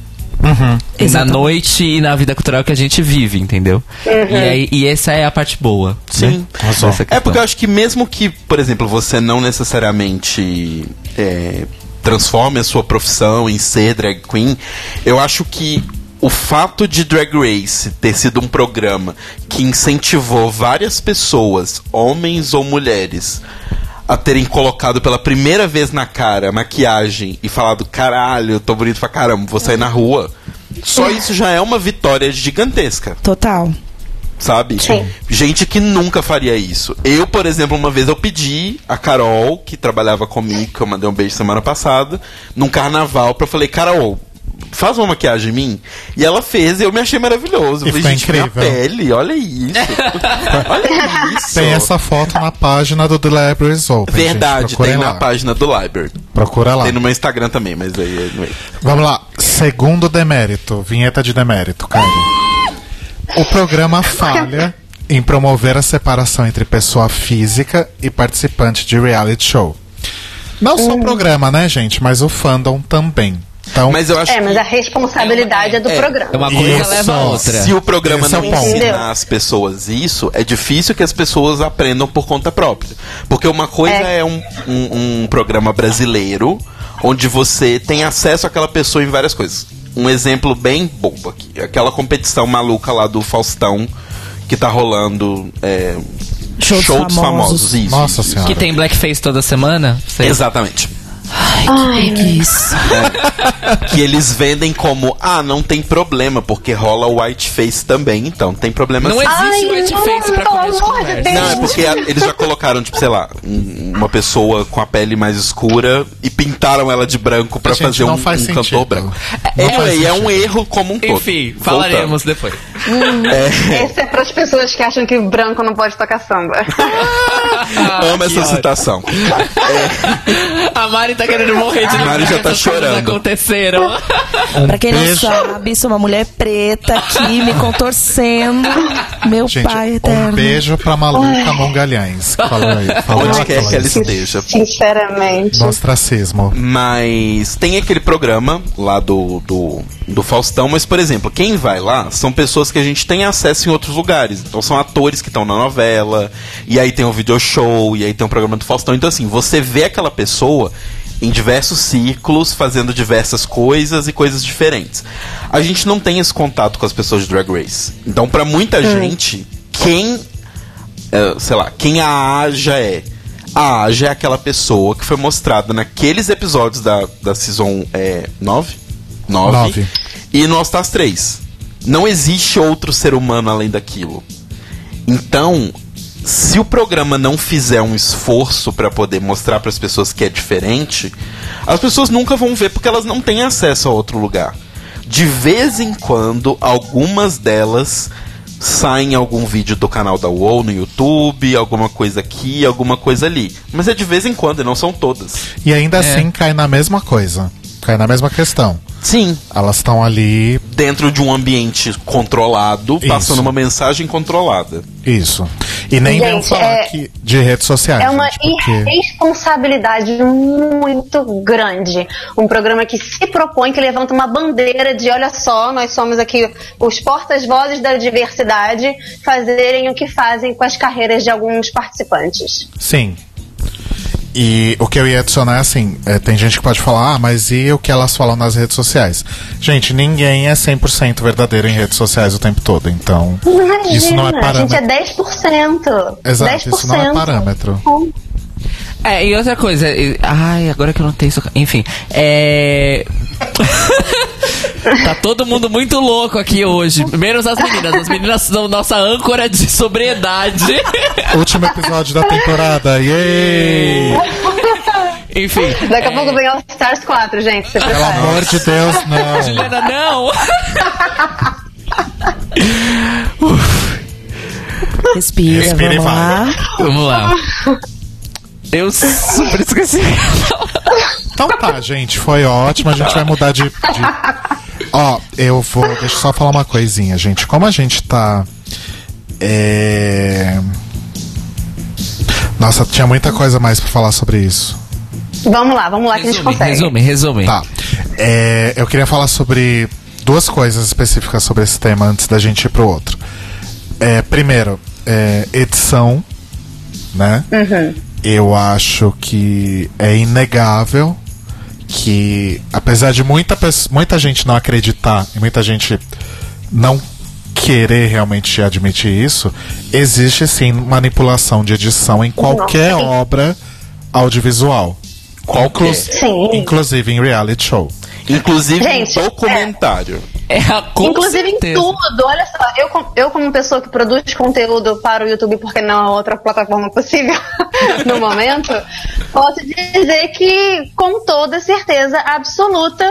Na Exatamente. noite e na vida cultural que a gente vive, entendeu? E, aí, e essa é a parte boa. Sim. Né? Arrasou. Dessa É questão. porque eu acho que mesmo que, por exemplo, você não necessariamente é, transforme a sua profissão em ser drag queen, eu acho que o fato de Drag Race ter sido um programa que incentivou várias pessoas, homens ou mulheres, a terem colocado pela primeira vez na cara maquiagem e falado, caralho, eu tô bonito pra caramba, vou sair na rua. Só isso já é uma vitória gigantesca, Total. sabe? Sim. Gente que nunca faria isso. Eu, por exemplo, uma vez eu pedi a Carol, que trabalhava comigo, que eu mandei um beijo semana passada, num carnaval, pra eu falei, Carol, faz uma maquiagem em mim. E ela fez e eu me achei maravilhoso. Eu E falei, ficou gente, minha incrível. pele, olha isso. Olha isso. Tem essa foto na página do The Libraries Open. Verdade, gente. Procurem tem na lá. página do Library. Procura lá. Tem no meu Instagram também, mas aí... Anyway. Vamos lá. Segundo demérito. Vinheta de demérito, Karen. O programa falha em promover a separação entre pessoa física e participante de reality show. Não só o programa, né, gente? Mas o fandom também. Então, Mas eu acho É, mas que a responsabilidade é, do É, programa. É uma coisa Isso. leva a outra. se o programa Esse é não o ponto. ensinar Entendeu? as pessoas isso, é difícil que as pessoas aprendam por conta própria. Porque uma coisa é, É. um, um, um programa brasileiro, onde você tem acesso àquela pessoa em várias coisas. Um exemplo bem bobo aqui. Aquela competição maluca lá do Faustão, que tá rolando... É, Show dos Show dos Famosos. Famosos. Isso, Nossa isso, Senhora. Que tem blackface toda semana? Sei. Exatamente. Isso. Que eles vendem como, ah, não tem problema, porque rola whiteface também, então tem problema Não sim. existe Ai, whiteface não, pra pelo começo de amor de conversa. Deus. Não, é porque a- eles já colocaram, tipo, sei lá, um- uma pessoa com a pele mais escura e pintaram ela de branco pra Gente, fazer não um, faz um sentido. cantor branco. Não É, faz é um sentido. erro como um todo. Enfim, Voltando. falaremos depois. É. Esse é para as pessoas que acham que branco não pode tocar samba. Amo essa citação. A Mari tá querendo morrer de A Mari já tá essas coisas chorando. Aconteceram. Um Pra quem beijo. não sabe, sou uma mulher preta aqui me contorcendo. Meu Gente, pai um eterno. beijo pra Maluca Mongalhães. Fala aí. Fala Onde ela, quer fala que ela isso. esteja. Sinceramente. No ostracismo. Mas tem aquele programa lá do, do, do Faustão, mas, por exemplo, quem vai lá são pessoas que a gente tem acesso em outros lugares. Então são atores que estão na novela, e aí tem o video show, e aí tem o programa do Faustão. Então, assim, você vê aquela pessoa em diversos ciclos, fazendo diversas coisas e coisas diferentes. A gente não tem esse contato com as pessoas de Drag Race. Então, pra muita gente, quem, é, sei lá, quem a Aja é? A Aja é aquela pessoa que foi mostrada naqueles episódios da, da Season é, nove? nove. Nove. E no All Stars três. Não existe outro ser humano além daquilo. Então, se o programa não fizer um esforço pra poder mostrar para as pessoas que é diferente, as pessoas nunca vão ver porque elas não têm acesso a outro lugar. De vez em quando, algumas delas saem em algum vídeo do canal da U O L no YouTube, alguma coisa aqui, alguma coisa ali. Mas é de vez em quando, e não são todas. E ainda assim cai na mesma coisa. Cai na mesma questão. Sim. Elas estão ali. Dentro de um ambiente controlado, Isso. passando uma mensagem controlada. Isso. E nem Gente, vamos falar é- aqui de redes sociais. É uma gente, porque... irresponsabilidade muito grande. Um programa que se propõe, que levanta uma bandeira de olha só, nós somos aqui os portas-vozes da diversidade, fazerem o que fazem com as carreiras de alguns participantes. Sim. E o que eu ia adicionar é assim, é, tem gente que pode falar, ah, mas e o que elas falam nas redes sociais? Gente, ninguém é cem por cento verdadeiro em redes sociais o tempo todo, então Imagina, isso não é a gente parâmetro. é dez por cento. Exato, dez por cento. isso não é parâmetro. É, e outra coisa, e- ai, agora que eu não tenho isso. Enfim, é. Tá todo mundo muito louco aqui hoje. Menos as meninas. As meninas são nossa âncora de sobriedade. Último episódio da temporada, yay! Enfim. Daqui a pouco vem All Stars quatro, gente. Você Pelo prepara. amor de Deus, não. Juliana, não! Respira, Respira e vamos vai. lá. Vamos lá. Eu super esqueci. Então tá, gente, foi ótimo. A gente vai mudar de. de... Ó, eu vou. Deixa eu só falar uma coisinha, gente. Como a gente tá. É... Nossa, tinha muita coisa mais pra falar sobre isso. Vamos lá, vamos lá que a gente Resume, consegue. resume, resume. Tá. É, eu queria falar sobre duas coisas específicas sobre esse tema antes da gente ir pro outro. É, primeiro, é, edição, né? Eu acho que é inegável que, apesar de muita, pe- muita gente não acreditar e muita gente não querer realmente admitir isso, existe sim manipulação de edição em qualquer Nossa, sim. obra audiovisual. Qualquer. Sim. Inclusive em reality show. Inclusive Gente, um documentário. É, com Inclusive certeza. em tudo, olha só, eu, com- eu como pessoa que produz conteúdo para o YouTube, porque não há outra plataforma possível no momento, posso dizer que com toda certeza absoluta,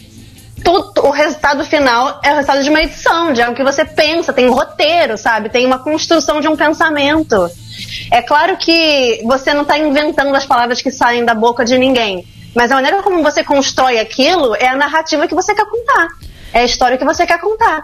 tudo, o resultado final é o resultado de uma edição, de algo que você pensa, tem um roteiro, sabe? Tem uma construção de um pensamento. É claro que você não está inventando as palavras que saem da boca de ninguém, mas a maneira como você constrói aquilo é a narrativa que você quer contar. É a história que você quer contar.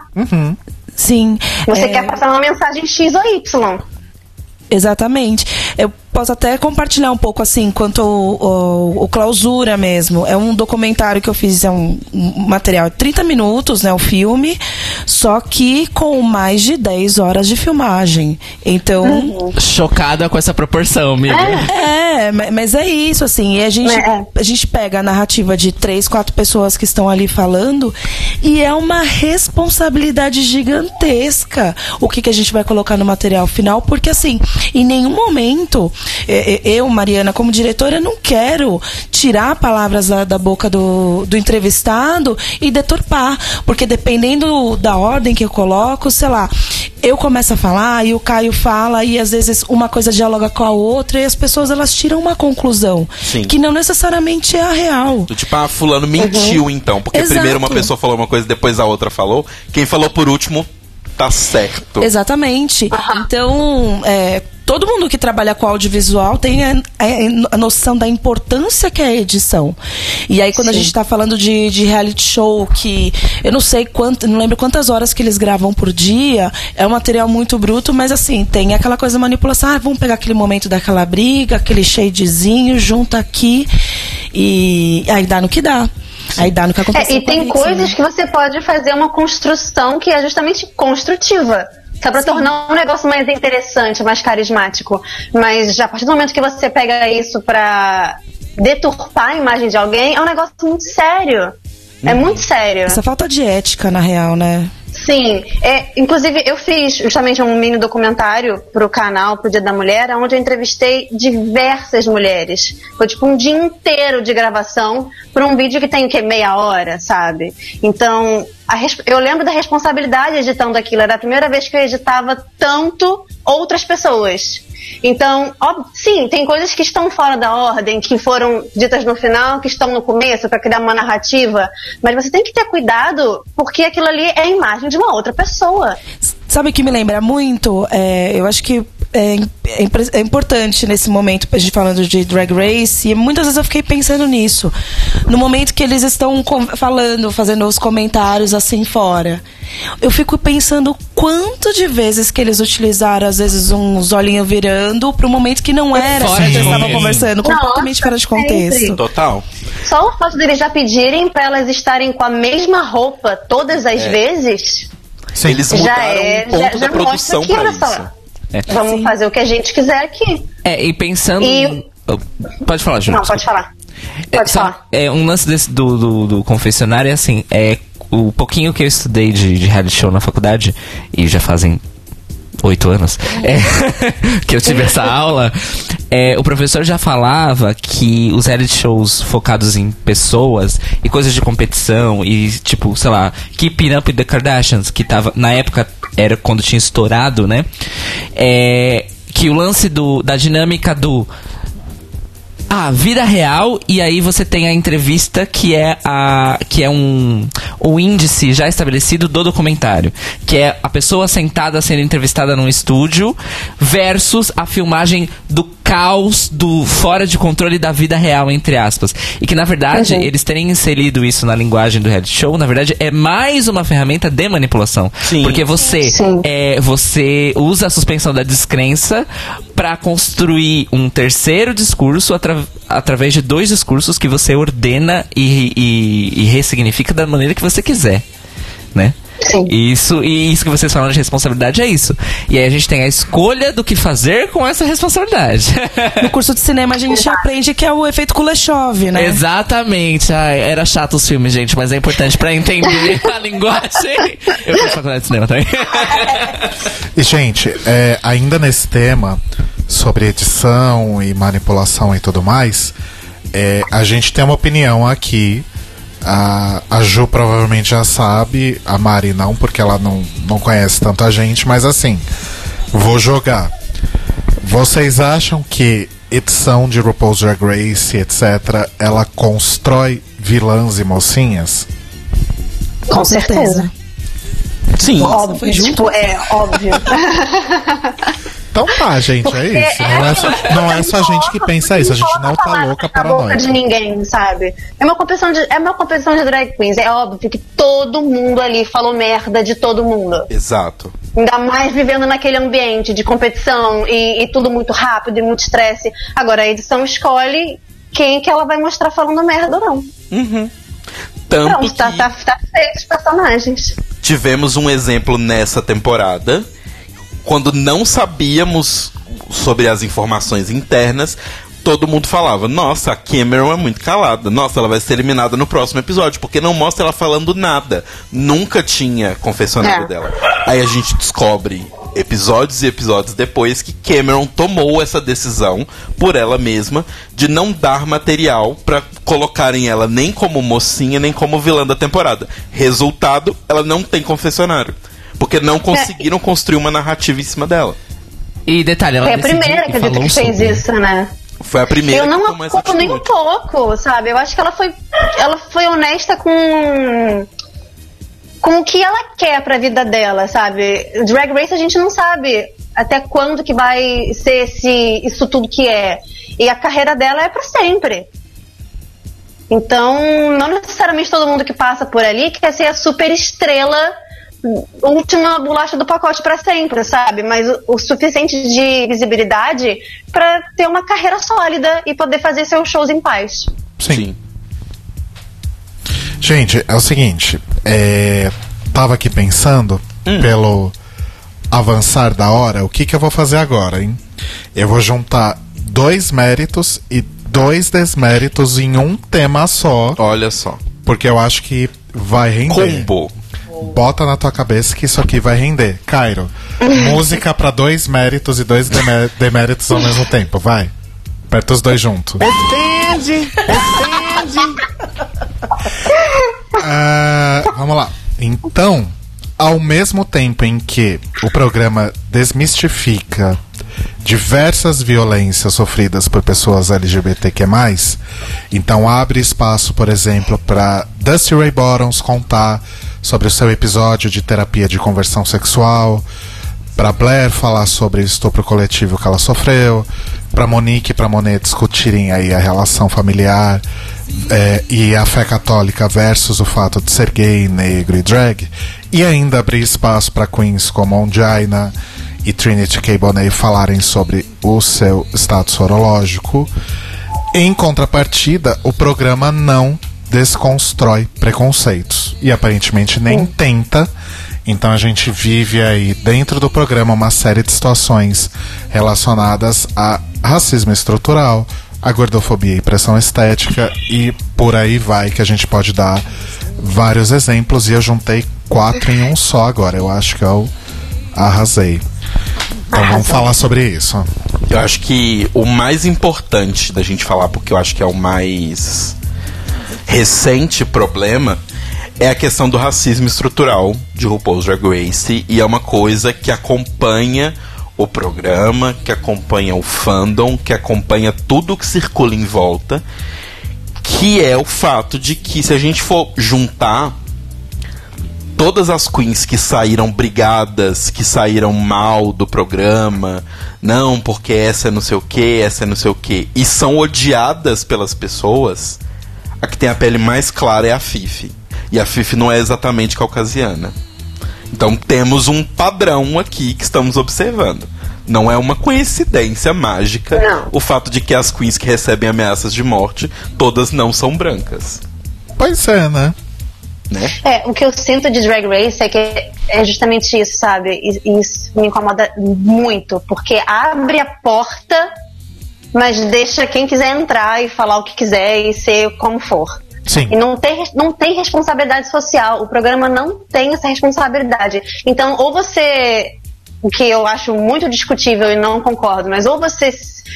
Sim. Você é, quer passar uma mensagem X ou Y. Exatamente. Eu posso até compartilhar um pouco assim, quanto o, o, o Clausura mesmo. É um documentário que eu fiz, é um, um material de trinta minutos, né, o filme, só que com mais de dez horas de filmagem. Então, Chocada com essa proporção, amiga. é, ma- mas é isso, assim. E a gente, É. a gente pega a narrativa de três, quatro pessoas que estão ali falando e é uma responsabilidade gigantesca o que, que a gente vai colocar no material final, porque assim, em nenhum momento, é, é, eu, Mariana, como diretora, não quero tirar palavras da, da boca do, do entrevistado e deturpar, porque dependendo da ordem que eu coloco, sei lá, eu começo a falar e o Caio fala e às vezes uma coisa dialoga com a outra e as pessoas elas tiram uma conclusão Sim. que não necessariamente é a real. Do tipo, ah, fulano mentiu então. Porque Exato. primeiro uma pessoa falou uma coisa, depois a outra falou. Quem falou por último tá certo. Exatamente. Então, é, todo mundo que trabalha com audiovisual tem a, a, a noção da importância que é a edição. E aí, quando Sim. a gente tá falando de, de reality show, que eu não sei quanto, não lembro quantas horas que eles gravam por dia, é um material muito bruto, mas assim, tem aquela coisa da manipulação. Ah, vamos pegar aquele momento daquela briga, aquele shadezinho, junta aqui, e aí dá no que dá. Aí dá no que acontece. É, e tem coisas que você pode fazer uma construção que é justamente construtiva. Só pra Sim. tornar um negócio mais interessante, mais carismático. Mas já a partir do momento que você pega isso pra deturpar a imagem de alguém, é um negócio muito sério. Hum. É muito sério. Essa falta de ética, na real, né? Sim, é, inclusive eu fiz justamente um mini documentário pro canal, pro Dia da Mulher, onde eu entrevistei diversas mulheres. Foi tipo um dia inteiro de gravação por um vídeo que tem o quê? Meia hora, sabe? Então, a, eu lembro da responsabilidade editando aquilo. Era a primeira vez que eu editava tanto outras pessoas. Então, ó, sim, tem coisas que estão fora da ordem, que foram ditas no final, que estão no começo para criar uma narrativa, mas você tem que ter cuidado, porque aquilo ali é a imagem de uma outra pessoa. Sabe o que me lembra muito? É, eu acho que é, é, é importante nesse momento, a gente falando de Drag Race, e muitas vezes eu fiquei pensando nisso. No momento que eles estão falando, fazendo os comentários assim fora, eu fico pensando quanto de vezes que eles utilizaram, às vezes, uns olhinhos virando pro momento que não era que eles estavam conversando, completamente fora de contexto. Total. Só o fato deles já pedirem pra elas estarem com a mesma roupa todas as é. vezes... Sim. Eles mudaram já é, um ponto já, da já produção aqui, pra isso. É. Vamos Sim. fazer o que a gente quiser aqui. É, e pensando... E... Pode falar, Júlia. Não, pode falar. Pode é, falar. É, um lance desse, do, do, do confessionário é assim, é o pouquinho que eu estudei de, de reality show na faculdade, e já fazem oito anos, é, que eu tive essa aula, é, o professor já falava que os reality shows focados em pessoas e coisas de competição e tipo, sei lá, Keeping Up with the Kardashians, que tava, na época era quando tinha estourado, né? É, que o lance do, da dinâmica do Ah, vida real, e aí você tem a entrevista que é a que é um o índice já estabelecido do documentário, que é a pessoa sentada sendo entrevistada num estúdio versus a filmagem do caos do fora de controle da vida real, entre aspas. E que, na verdade, uhum. eles terem inserido isso na linguagem do reality show, na verdade, é mais uma ferramenta de manipulação. Sim. Porque você, é, você usa a suspensão da descrença para construir um terceiro discurso atra- através de dois discursos que você ordena e, e, e ressignifica da maneira que você quiser, né? Sim. Isso, e isso que vocês falam de responsabilidade é isso. E aí a gente tem a escolha do que fazer com essa responsabilidade. No curso de cinema a gente aprende que é o efeito Kuleshov, né? Exatamente. Ai, era chato os filmes, gente, mas é importante pra entender a linguagem. Eu fiz faculdade de cinema também. E, gente, é, ainda nesse tema sobre edição e manipulação e tudo mais, é, a gente tem uma opinião aqui. A, a Ju provavelmente já sabe, a Mari não, porque ela não, não conhece tanta gente, mas assim, vou jogar. Vocês acham que edição de RuPaul's Drag Race, etcétera, ela constrói vilãs e mocinhas? Com certeza. Sim. Óbvio, tipo, é óbvio. Então tá, gente, porque é isso. Não é, só, não é só a gente que pensa isso, a gente não tá louca paranoica. De ninguém, sabe? É uma competição de, é uma competição de drag queens. É óbvio que todo mundo ali falou merda de todo mundo. Exato. Ainda mais vivendo naquele ambiente de competição e, e tudo muito rápido e muito estresse. Agora a edição escolhe quem que ela vai mostrar falando merda ou não. Uhum. Tanto Pronto, que tá, tá, tá feio os personagens. Tivemos um exemplo nessa temporada, quando não sabíamos sobre as informações internas, todo mundo falava, nossa, a Cameron é muito calada, nossa, ela vai ser eliminada no próximo episódio, porque não mostra ela falando nada. Nunca tinha confessionário é. dela. Aí a gente descobre, episódios e episódios depois, que Cameron tomou essa decisão, por ela mesma, de não dar material pra colocarem ela nem como mocinha, nem como vilã da temporada. Resultado, ela não tem confessionário. Porque não conseguiram é. construir uma narrativa em cima dela. E detalhe, ela é a primeira que, que fez isso, né? Foi a primeira eu que não a culpo nem um pouco, sabe? Eu acho que ela foi, ela foi honesta com, com o que ela quer pra vida dela, sabe? Drag Race a gente não sabe até quando que vai ser esse, isso tudo que é. E a carreira dela é pra sempre. Então, não necessariamente todo mundo que passa por ali quer ser a super estrela, última bolacha do pacote pra sempre, sabe? Mas o, o suficiente de visibilidade pra ter uma carreira sólida e poder fazer seus shows em paz. Sim. Sim. Gente, é o seguinte, é, tava aqui pensando, hum. pelo avançar da hora, o que que eu vou fazer agora, hein? Eu vou juntar dois méritos e dois desméritos em um tema só. Olha só. Porque eu acho que vai render. Combo. Bota na tua cabeça que isso aqui vai render. Cairo, música pra dois méritos e dois demé- deméritos ao mesmo tempo, vai. Aperta os dois juntos. Defende! Defende! Uh, vamos lá. Então, ao mesmo tempo em que o programa desmistifica diversas violências sofridas por pessoas L G B T Q mais, então abre espaço, por exemplo, para Dusty Ray Bottoms contar sobre o seu episódio de terapia de conversão sexual, para Blair falar sobre o estupro coletivo que ela sofreu, para Monique e para Monet discutirem aí a relação familiar é, e a fé católica versus o fato de ser gay, negro e drag, e ainda abrir espaço para queens como Ongina e Trinity K. Bonet falarem sobre o seu status sorológico. Em contrapartida, o programa não desconstrói preconceitos e aparentemente nem tenta. Então a gente vive aí dentro do programa uma série de situações relacionadas a racismo estrutural, a gordofobia e pressão estética, e por aí vai, que a gente pode dar vários exemplos, e eu juntei quatro em um só agora. Eu acho que eu arrasei. Então Arrasou. Vamos falar sobre isso. Eu acho que o mais importante da gente falar, porque eu acho que é o mais recente problema, é a questão do racismo estrutural de RuPaul's Drag Race, e é uma coisa que acompanha o programa, que acompanha o fandom, que acompanha tudo que circula em volta, que é o fato de que, se a gente for juntar todas as queens que saíram brigadas, que saíram mal do programa, não, porque essa é não sei o que, essa é não sei o que, e são odiadas pelas pessoas, a que tem a pele mais clara é a Fifi. E a Fifi não é exatamente caucasiana. Então temos um padrão aqui que estamos observando. Não é uma coincidência mágica não. O fato de que as queens que recebem ameaças de morte, todas não são brancas. Pois é, né? Né? É, o que eu sinto de Drag Race é que é justamente isso, sabe? E isso me incomoda muito, porque abre a porta, mas deixa quem quiser entrar e falar o que quiser e ser como for. Sim. E não tem, não tem responsabilidade social. O programa não tem essa responsabilidade. Então, ou você, o que eu acho muito discutível e não concordo, mas ou você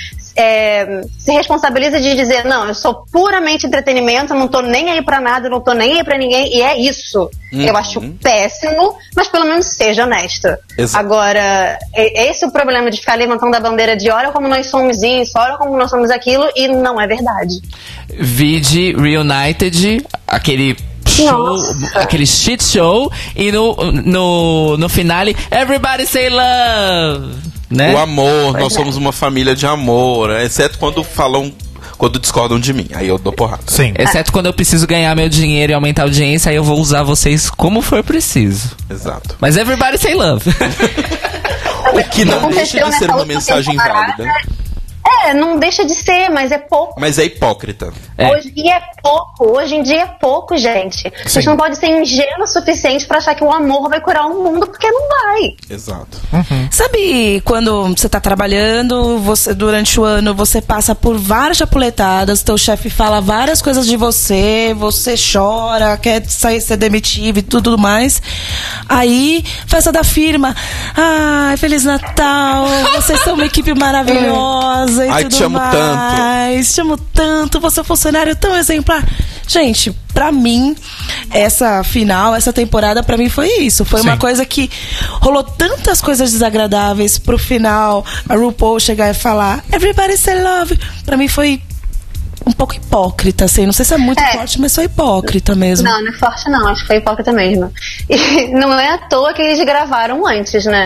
é, se responsabiliza de dizer, não, eu sou puramente entretenimento, eu não tô nem aí pra nada, eu não tô nem aí pra ninguém, e é isso. Uhum. Eu acho péssimo, mas pelo menos seja honesto. Exato. Agora, é, esse é o problema de ficar levantando a bandeira de olha como nós somos isso, olha como nós somos aquilo, e não é verdade. Vide Reunited, aquele show, Nossa. aquele shit show, e no, no, no finale, everybody say love, né? O amor, Pois nós é. somos uma família de amor, né? Exceto quando falam, quando discordam de mim, aí eu dou porrada. Sim. Exceto quando eu preciso ganhar meu dinheiro e aumentar a audiência, aí eu vou usar vocês como for preciso. Exato. Mas everybody say love. O que não Aconteceu deixa de nessa ser uma última mensagem temporada. válida. É, não deixa de ser, mas é pouco. Mas é hipócrita. É. Hoje em dia é pouco, hoje em dia é pouco, gente. A gente não pode ser ingênuo o suficiente pra achar que o amor vai curar o mundo, porque não vai. Exato. Sabe quando você tá trabalhando, você durante o ano você passa por várias chapuletadas, teu chefe fala várias coisas de você, você chora, quer sair, ser demitido e tudo mais. Aí, festa da firma, ai, Feliz Natal, vocês são uma equipe maravilhosa e Ai, tudo te amo mais. Te amo tanto, você é um funcionário tão exemplar. Gente, pra mim, essa final, essa temporada, pra mim foi isso. Foi Sim. uma coisa que rolou tantas coisas desagradáveis pro final, a RuPaul chegar e falar Everybody say love. Pra mim foi um pouco hipócrita, assim. Não sei se é muito É. forte, mas foi hipócrita mesmo. Não, não é forte não, acho que foi hipócrita mesmo. E não é à toa que eles gravaram antes, né?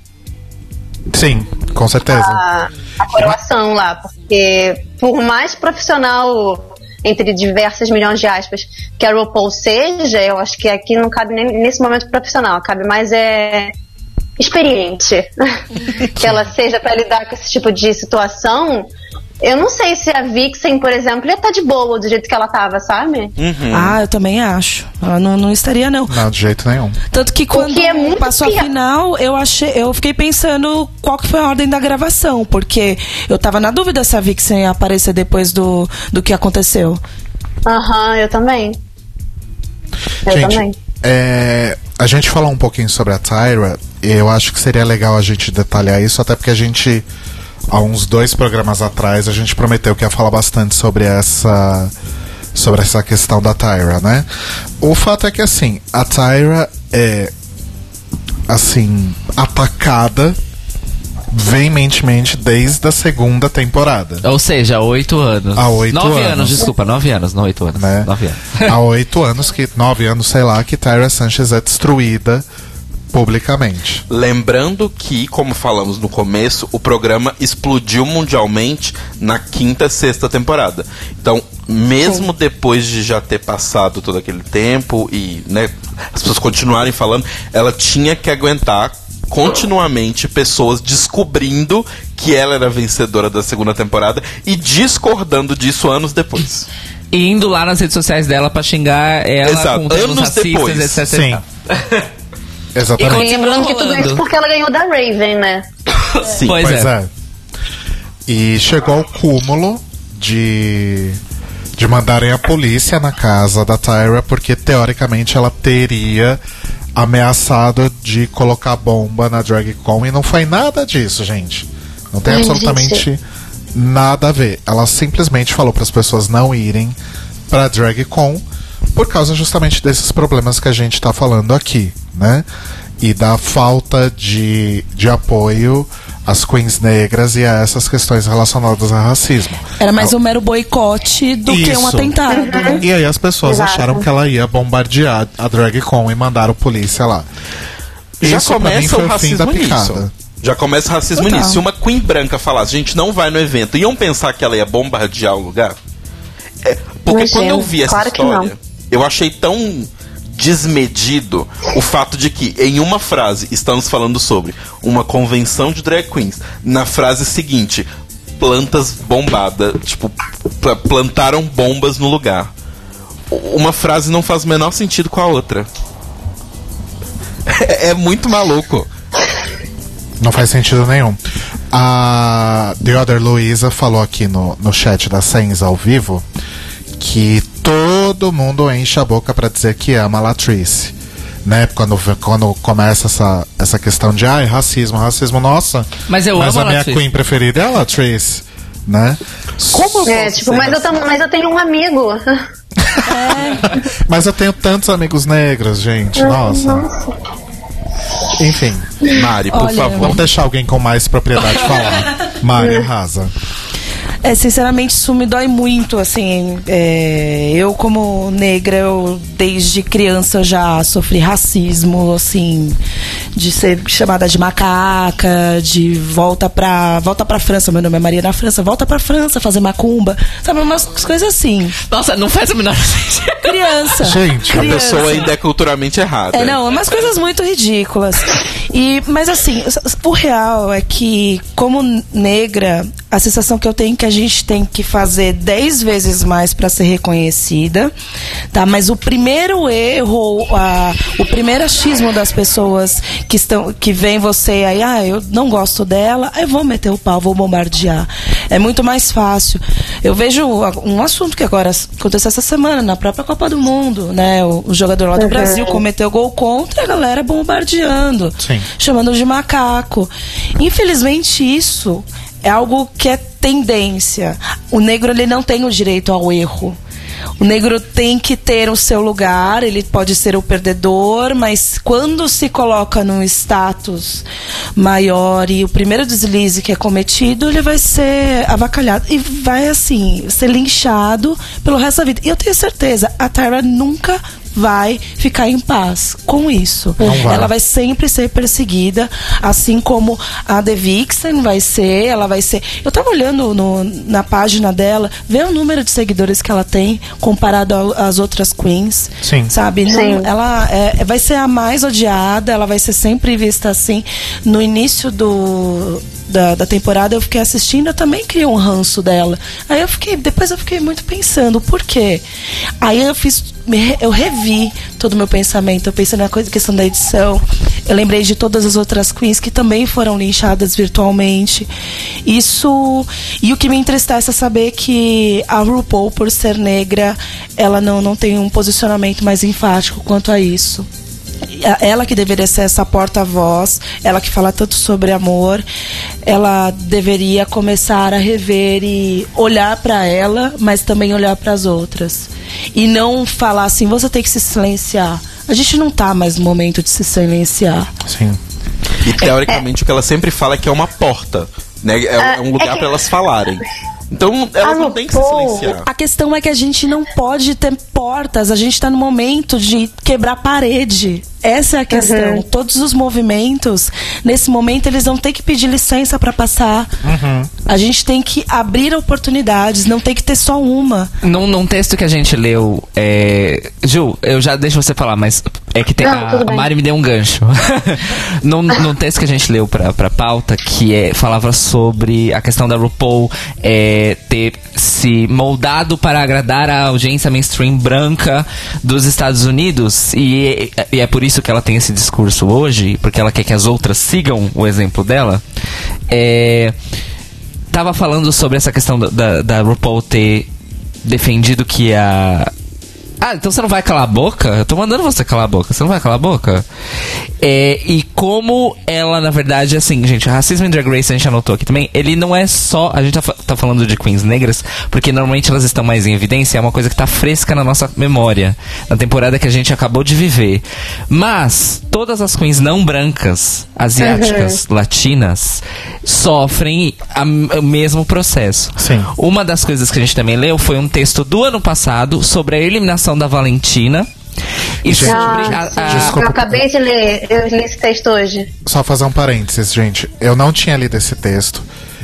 Sim, com certeza. A, a coroação lá, porque por mais profissional, entre diversas milhões de aspas, que a RuPaul seja, eu acho que aqui não cabe nem nesse momento profissional, cabe mais é experiente que ela seja para lidar com esse tipo de situação. Eu não sei se a Vixen, por exemplo, ia estar de boa do jeito que ela tava, sabe? Uhum. Ah, eu também acho. Ela não, não estaria, não. Não, de jeito nenhum. Tanto que quando que é muito passou a pior. final, eu achei, eu fiquei pensando qual que foi a ordem da gravação, porque eu tava na dúvida se a Vixen ia aparecer depois do, do que aconteceu. Aham, eu também. Eu Gente, também. é, a gente falou um pouquinho sobre a Tyra. Eu acho que seria legal a gente detalhar isso, até porque a gente, há uns dois programas atrás, a gente prometeu que ia falar bastante sobre essa sobre essa questão da Tyra, né? O fato é que, assim, a Tyra é, assim, atacada veementemente desde a segunda temporada. Ou seja, há oito anos. Há oito nove anos. anos, desculpa, nove anos, não oito anos. Né? Nove anos. Há oito anos, que nove anos, sei lá, que Tyra Sanchez é destruída publicamente. Lembrando que, como falamos no começo, o programa explodiu mundialmente na quinta, sexta temporada. Então, mesmo depois de já ter passado todo aquele tempo e, né, as pessoas continuarem falando, ela tinha que aguentar continuamente pessoas descobrindo que ela era vencedora da segunda temporada e discordando disso anos depois. E indo lá nas redes sociais dela pra xingar ela Exato, com termos anos racistas, depois. etc. Sim. E Exatamente. E lembrando que tudo rolando. isso porque ela ganhou da Raven, né? Sim. Pois Pois é. é. E chegou ao cúmulo de de mandarem a polícia na casa da Tyra porque teoricamente ela teria ameaçado de colocar bomba na DragCon e não foi nada disso, gente. Não tem Ai, absolutamente gente. nada a ver. Ela simplesmente falou para as pessoas não irem para DragCon por causa justamente desses problemas que a gente está falando aqui, né? E da falta de, de apoio às queens negras e a essas questões relacionadas a racismo. Era mais um mero boicote do que um Isso. atentado. E aí as pessoas Exato. acharam que ela ia bombardear a DragCon e mandaram polícia lá. Já Isso, pra mim, começa foi o o fim da racismo picada. nisso. Já começa o racismo Total. nisso. Se uma queen branca falasse, a gente não vai no evento, iam pensar que ela ia bombardear o lugar? É, porque Mas quando é, eu vi essa claro que história, não. eu achei tão desmedido o fato de que em uma frase estamos falando sobre uma convenção de drag queens, na frase seguinte, plantas bombadas, tipo, pla- plantaram bombas no lugar. Uma frase não faz o menor sentido com a outra. É, é muito maluco. Não faz sentido nenhum. A The Other Luisa falou aqui no, no chat da Sens ao vivo que todo mundo enche a boca pra dizer que ama a Latrice, né? Quando, quando começa essa, essa questão de ai, racismo, racismo, nossa. Mas eu mas amo a a minha Latrice. queen preferida é a Latrice, né? Como eu É, posso tipo, ser mas eu, tam- mas eu tenho um amigo. Mas eu tenho tantos amigos negros, gente. Nossa. Enfim, Mari, por Olha, favor. vamos deixar alguém com mais propriedade falar. Mari, arrasa. É, sinceramente, isso me dói muito, assim, é, eu como negra, eu desde criança já sofri racismo, assim, de ser chamada de macaca, de volta pra, volta pra França, meu nome é Maria na França, volta pra França fazer macumba, sabe, umas coisas assim, Nossa, não faz o menor sentido. criança. Gente, A criança. pessoa ainda é culturalmente errada. É, não, umas coisas muito ridículas. E, mas assim, o real é que, como negra, a sensação que eu tenho é que a gente tem que fazer dez vezes mais para ser reconhecida, tá? Mas o primeiro erro, a, o primeiro achismo das pessoas que estão, que vem você aí, ah, eu não gosto dela, eu vou meter o pau, vou bombardear. É muito mais fácil. Eu vejo um assunto que agora aconteceu essa semana, na própria Copa do Mundo, né? O, o jogador lá do Brasil cometeu gol contra, a galera bombardeando, Sim. chamando de macaco. Infelizmente, isso é algo que é tendência. O negro, ele não tem o direito ao erro. O negro tem que ter o seu lugar, ele pode ser o perdedor, mas quando se coloca num status maior e o primeiro deslize que é cometido, ele vai ser avacalhado e vai, assim, ser linchado pelo resto da vida. E eu tenho certeza, a Tyra nunca vai ficar em paz com isso. Vai. Ela vai sempre ser perseguida, assim como a The Vixen vai ser, ela vai ser... Eu tava olhando no, na página dela, ver o número de seguidores que ela tem comparado ao- às outras queens. Sim. Sabe? Não- Sim. ela é- vai ser a mais odiada, ela vai ser sempre vista assim. No início do... Da, da temporada eu fiquei assistindo, eu também criei um ranço dela. Aí eu fiquei, depois eu fiquei muito pensando, por quê? Aí eu fiz, me re- eu revi todo o meu pensamento, eu pensei na coisa, questão da edição. Eu lembrei de todas as outras queens que também foram linchadas virtualmente. Isso, e o que me entristece é saber que a RuPaul, por ser negra, ela não, não tem um posicionamento mais enfático quanto a isso. Ela que deveria ser essa porta-voz, ela que fala tanto sobre amor, ela deveria começar a rever e olhar para ela, mas também olhar para as outras. E não falar assim, você tem que se silenciar. A gente não tá mais no momento de se silenciar. Sim. E teoricamente o que ela sempre fala é que é uma porta, né? É, é um lugar pra elas falarem. Então elas Ah, não têm que se RuPaul. silenciar. A questão é que a gente não pode ter portas, a gente tá no momento de quebrar parede. Essa é a questão. Uhum. Todos os movimentos, nesse momento, eles vão ter que pedir licença para passar. A gente tem que abrir oportunidades, não tem que ter só uma. Num, num texto que a gente leu, é... Ju, eu já deixo você falar, mas é que tem Não, a, tudo a bem. Mari me deu um gancho. num, num texto que a gente leu pra, pra pauta, que é, falava sobre a questão da RuPaul é, ter se moldado para agradar a audiência mainstream branca dos Estados Unidos, e, e é por isso que ela tem esse discurso hoje, porque ela quer que as outras sigam o exemplo dela. É... Tava falando sobre essa questão da, da, da RuPaul ter defendido que a... Ah, então você não vai calar a boca? Eu tô mandando você calar a boca. Você não vai calar a boca? É, e como ela, na verdade, assim, gente, o racismo em Drag Race, a gente anotou aqui também, ele não é só... A gente tá, fa- tá falando de queens negras, porque normalmente elas estão mais em evidência, é uma coisa que tá fresca na nossa memória, na temporada que a gente acabou de viver. Mas todas as queens não brancas, asiáticas, latinas, sofrem a- o mesmo processo. Sim. Uma das coisas que a gente também leu foi um texto do ano passado sobre a eliminação da Valentina. E sobre Ah, a, a- sim. Desculpa. Eu acabei de ler, eu li esse texto hoje. Só fazer um parênteses, gente. Eu não tinha lido esse texto.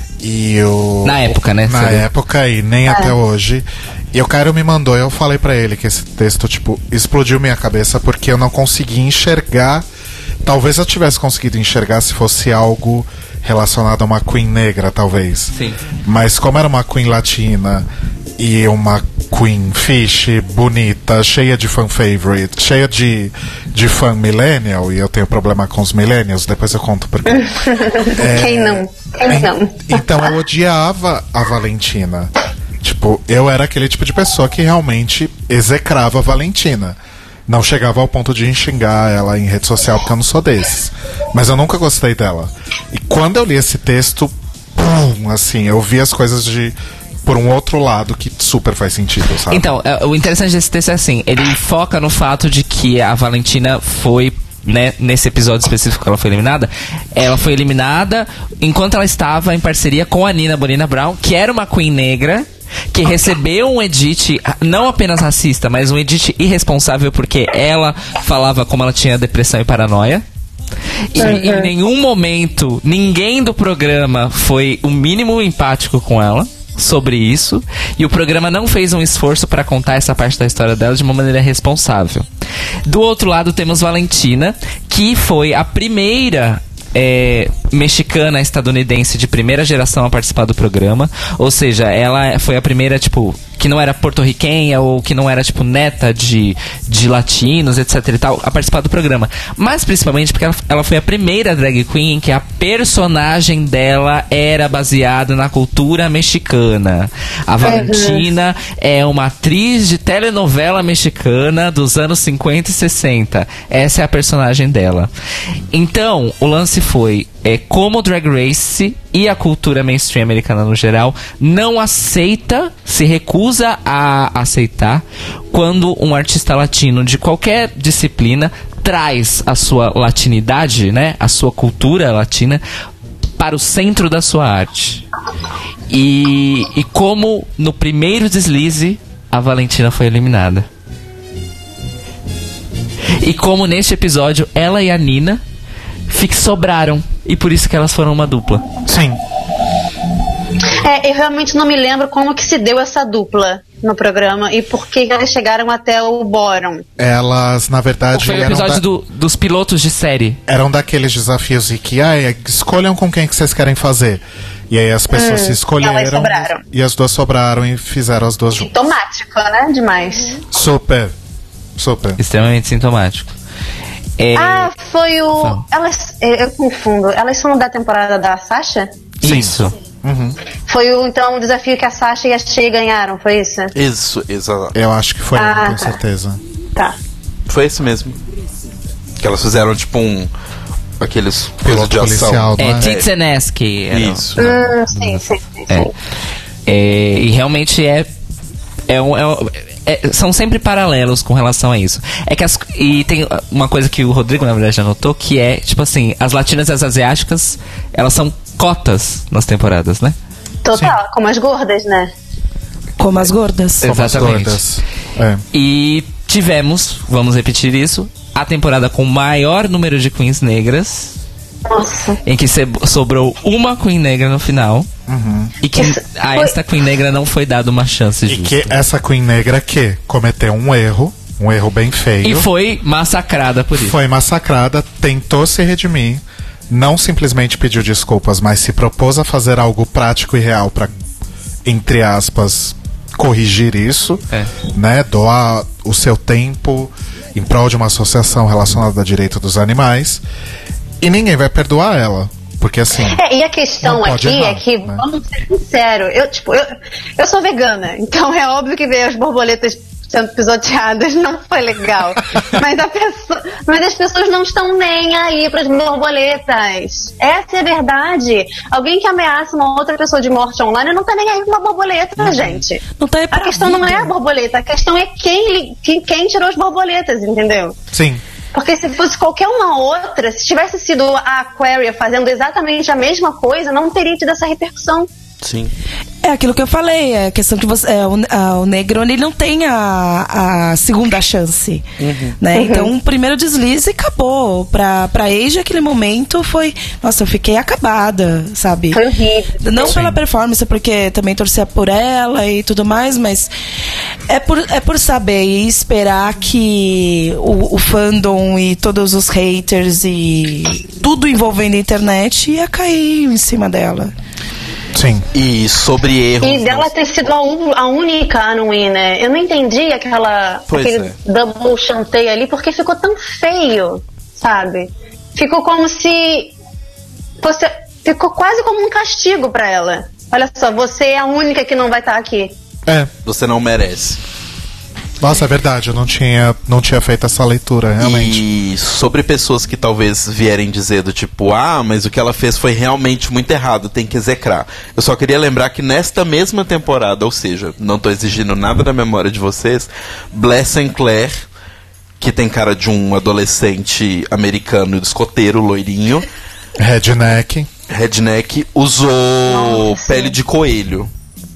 E eu. Na época, né? Na Você leu. época e nem até hoje. E o Cairo me mandou, eu falei pra ele que esse texto, tipo, explodiu minha cabeça porque eu não consegui enxergar. Talvez eu tivesse conseguido enxergar se fosse algo relacionado a uma queen negra, talvez. Sim. Mas como era uma queen latina e uma queen fish, bonita, cheia de fan favorite, cheia de, de fan millennial, e eu tenho problema com os millennials, depois eu conto porque. Quem não? Quem não? Então eu odiava a Valentina. Tipo, eu era aquele tipo de pessoa que realmente execrava a Valentina. Não chegava ao ponto de xingar ela em rede social, porque eu não sou desses. Mas eu nunca gostei dela. E quando eu li esse texto, pum, assim, eu vi as coisas de por um outro lado que super faz sentido, sabe? Então, é, o interessante desse texto é assim, ele foca no fato de que a Valentina foi, né, nesse episódio específico que ela foi eliminada, ela foi eliminada enquanto ela estava em parceria com a Nina Bonina Brown, que era uma queen negra, que recebeu um edit não apenas racista, mas um edit irresponsável, porque ela falava como ela tinha depressão e paranoia. E em nenhum momento ninguém do programa foi o mínimo empático com ela sobre isso, e o programa não fez um esforço para contar essa parte da história dela de uma maneira responsável. Do outro lado temos Valentina, que foi a primeira é, mexicana estadunidense de primeira geração a participar do programa, ou seja, ela foi a primeira, tipo, que não era porto-riquenha ou que não era, tipo, neta de, de latinos, etc e tal, a participar do programa. Mas principalmente porque ela, ela foi a primeira drag queen em que a personagem dela era baseada na cultura mexicana. A Valentina é uma atriz de telenovela mexicana dos anos cinquenta e sessenta. Essa é a personagem dela. Então, o lance foi é, como o Drag Race e a cultura mainstream americana no geral não aceita, se recusa recusa a aceitar quando um artista latino de qualquer disciplina traz a sua latinidade, né, a sua cultura latina para o centro da sua arte. E, e como no primeiro deslize a Valentina foi eliminada. E como neste episódio ela e a Nina fi- sobraram. E por isso que elas foram uma dupla. Sim. É, eu realmente não me lembro como que se deu essa dupla no programa e por que elas chegaram até o bórum. Elas, na verdade, Foi o eram, episódio da- do, dos pilotos de série. eram daqueles desafios em que ah, é, escolham com quem que vocês querem fazer. E aí as pessoas se escolheram elas sobraram. e as duas sobraram e fizeram as duas juntas. Sintomático, né? Demais. Super. Super. Extremamente sintomático. É, Ah, foi o. Fala. Elas. Eu, eu confundo. Elas são da temporada da Sasha? isso. Foi o, então, o desafio que a Sasha e a Shea ganharam, foi isso? Isso, exato. Eu acho que foi, Ah, com tá. certeza. Tá. Foi esse mesmo. Que elas fizeram tipo um. Aqueles coisas Piloto de ação. policial, não É, é? Titseneski. era o- Isso. Hum, sim, sim, sim. É. sim. É, e realmente é, é, um- é um- é- são sempre paralelos com relação a isso. É que as, e tem uma coisa que o Rodrigo na verdade já notou, que é tipo assim, as latinas e as asiáticas, elas são cotas nas temporadas, né? Total, como as gordas, né? Como as gordas. É. Como as Exatamente. gordas. É. E tivemos, vamos repetir isso, a temporada com o maior número de queens negras, Nossa. em que se- sobrou uma queen negra no final. E que Isso a foi- esta queen negra não foi dada uma chance E justa. que essa Queen Negra que cometeu um erro, um erro bem feio. E foi massacrada por isso. Foi massacrada, tentou se redimir, não simplesmente pediu desculpas, mas se propôs a fazer algo prático e real para, entre aspas, corrigir isso, É. né? Doar o seu tempo em prol de uma associação relacionada a direito dos animais. E ninguém vai perdoar ela. Porque assim. É, e a questão Não pode aqui errar, é que, né? vamos ser sinceros, eu, tipo, eu, eu sou vegana, então é óbvio que ver as borboletas sendo pisoteadas não foi legal. mas, a pessoa, mas as pessoas não estão nem aí para as borboletas. Essa é a verdade. Alguém que ameaça uma outra pessoa de morte online não tá nem aí com uma borboleta, gente. Não tá aí A pra questão não é vida. a borboleta, a questão é quem, li- quem, quem tirou as borboletas, entendeu? Sim. Porque se fosse qualquer uma outra, se tivesse sido a Aquaria fazendo exatamente a mesma coisa, não teria tido essa repercussão. Sim. É aquilo que eu falei, é a questão que você, é, o, a- o negro ele não tem a, a segunda chance, né? Então o primeiro deslize acabou. Pra, pra Asia, aquele momento foi, nossa, eu fiquei acabada, sabe? Foi horrível. Não pela performance, porque também torcia por ela e tudo mais, mas é por, é por saber e esperar que o, o fandom e todos os haters e tudo envolvendo a internet ia cair em cima dela. Sim. E sobre erros. E dela ter sido a, un- a única a não ir, né? Eu não entendi aquela, Pois aquele é. double chanteio ali, porque ficou tão feio, sabe? Ficou como se fosse, ficou quase como um castigo pra ela. Olha só, você é a única que não vai estar aqui. É. Você não merece. Nossa, é verdade, eu não tinha, não tinha feito essa leitura, realmente. E sobre pessoas que talvez vierem dizer do tipo, ah, mas o que ela fez foi realmente muito errado, tem que execrar. Eu só queria lembrar que nesta mesma temporada, ou seja, não tô exigindo nada da memória de vocês, Blair Sinclair, que tem cara de um adolescente americano de escoteiro, loirinho, Redneck. redneck, usou Nossa. pele de coelho.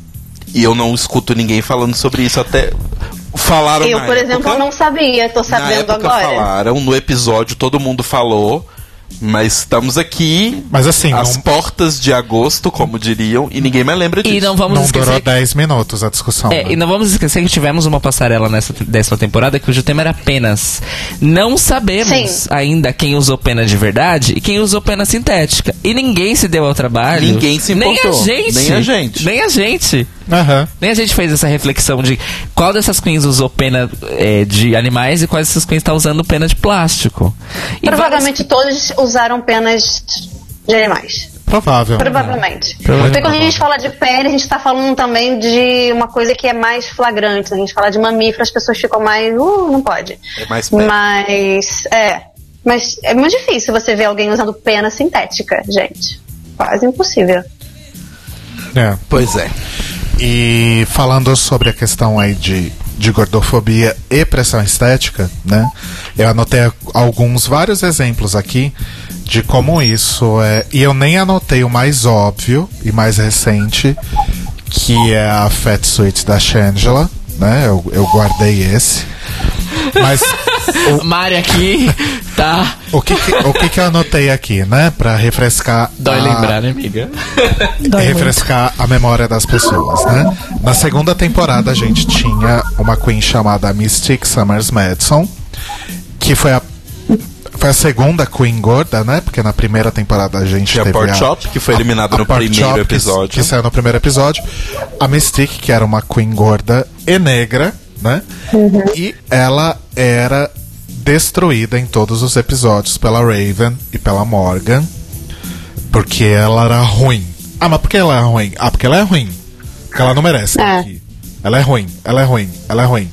E eu não escuto ninguém falando sobre isso até... Falaram Eu, na por exemplo, época, não sabia, tô Na sabendo época agora. falaram, no episódio todo mundo falou, mas estamos aqui Mas assim, às não, portas de agosto, como diriam, e ninguém mais lembra disso. E não vamos não esquecer durou que- dez minutos a discussão. É, né? e não vamos esquecer que tivemos uma passarela nessa décima temporada cujo tema era penas. Não sabemos Sim. ainda quem usou pena de verdade e quem usou pena sintética. E ninguém se deu ao trabalho. Ninguém se Nem a importou. gente. Nem a gente. Nem a gente. Aham. Nem a gente fez essa reflexão de qual dessas queens usou pena é, de animais e quais dessas queens está usando pena de plástico. E Provavelmente todos usaram penas de animais. Provável. Provavelmente. Provavelmente. Porque quando a gente fala de pele, a gente tá falando também de uma coisa que é mais flagrante. A gente fala de mamífero, as pessoas ficam mais. Uh, não pode. É mais pele. Mas. É. Mas é muito difícil você ver alguém usando pena sintética, gente. Quase impossível. É. Pois é. E falando sobre a questão aí de, de gordofobia e pressão estética, né? Eu anotei alguns, vários exemplos aqui de como isso é. E eu nem anotei o mais óbvio e mais recente, que é a Fat Suite da Shangela, né? Eu, eu guardei esse. Mas o Mari aqui tá. O que, que, o que que eu anotei aqui, né? Pra refrescar. Dói a... lembrar, né, amiga? Dói refrescar muito a memória das pessoas, né? Na segunda temporada a gente tinha uma queen chamada Mystique Summers Madison, que foi a foi a segunda queen gorda, né? Porque na primeira temporada a gente que teve a Pork a, Chop, que foi eliminada no primeiro episódio. Que, que saiu no primeiro episódio. A Mystique, que era uma queen gorda e negra, né? Uhum. E ela era destruída em todos os episódios pela Raven e pela Morgan, porque ela era ruim. Ah, mas por que ela é ruim? Ah, porque ela é ruim. Porque ela não merece é. aqui. Ela é ruim, ela é ruim, ela é ruim.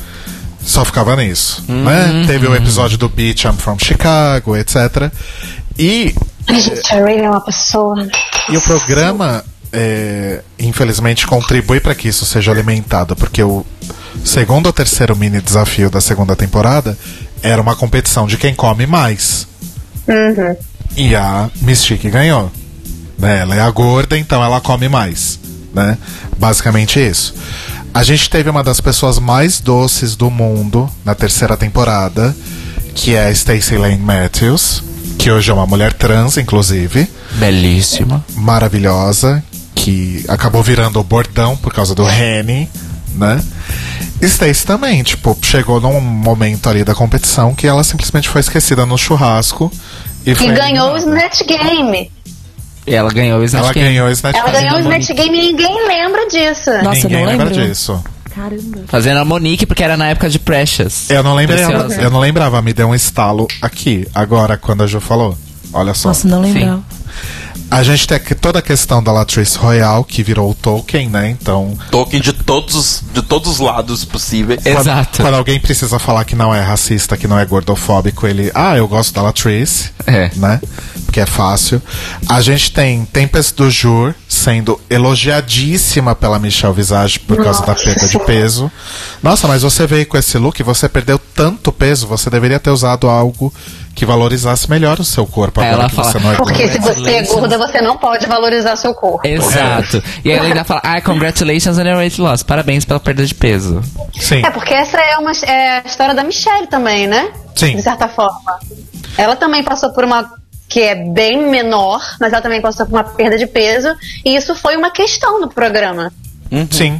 Só ficava nisso, uhum. né? Teve o episódio do Beach, I'm from Chicago, etcétera. E... Gente, a Raven é uma pessoa... E o programa, é, infelizmente, contribui para que isso seja alimentado, porque o segundo ou terceiro mini desafio da segunda temporada era uma competição de quem come mais. Uhum. E a Mystique ganhou. Né? Ela é a gorda, então ela come mais. Né? Basicamente isso. A gente teve uma das pessoas mais doces do mundo na terceira temporada, que é a Stacey Lane Matthews, que hoje é uma mulher trans, inclusive. Belíssima. Maravilhosa, que acabou virando o bordão por causa do Reni, né? Stacey também, tipo, chegou num momento ali da competição que ela simplesmente foi esquecida no churrasco. E, e foi ganhou o Snatch Game. E ela ganhou o Snatch ela Game. Ganhou o Snatch ela Game. ganhou o Snatch Game e ninguém lembra disso. Nossa, ninguém não lembra lembro. disso. Caramba. Fazendo a Monique, porque era na época de Precious. Eu não lembrava, Preciosa. eu não lembrava, me deu um estalo aqui, agora, quando a Ju falou. Olha só. Nossa, não lembrava. A gente tem aqui toda a questão da Latrice Royale, que virou o Tolkien, né? Então. Tolkien de todos os, de todos os lados possíveis. Exato. Quando, quando alguém precisa falar que não é racista, que não é gordofóbico, ele. Ah, eu gosto da Latrice. É. Né? Porque é fácil. A gente tem Tempest du Jour sendo elogiadíssima pela Michelle Visage por causa Nossa. da perda de peso. Nossa, mas você veio com esse look, você perdeu tanto peso, você deveria ter usado algo que valorizasse melhor o seu corpo. Aí Agora ela que fala, você não é Porque se gorda. você é gorda, você não pode valorizar seu corpo. Exato. E aí ela ainda fala, ah, congratulations on your weight loss. Parabéns pela perda de peso. Sim. É, porque essa é, uma, é a história da Michelle também, né? Sim. De certa forma. Ela também passou por uma que é bem menor, mas ela também passou por uma perda de peso. E isso foi uma questão do programa. Uhum. Sim.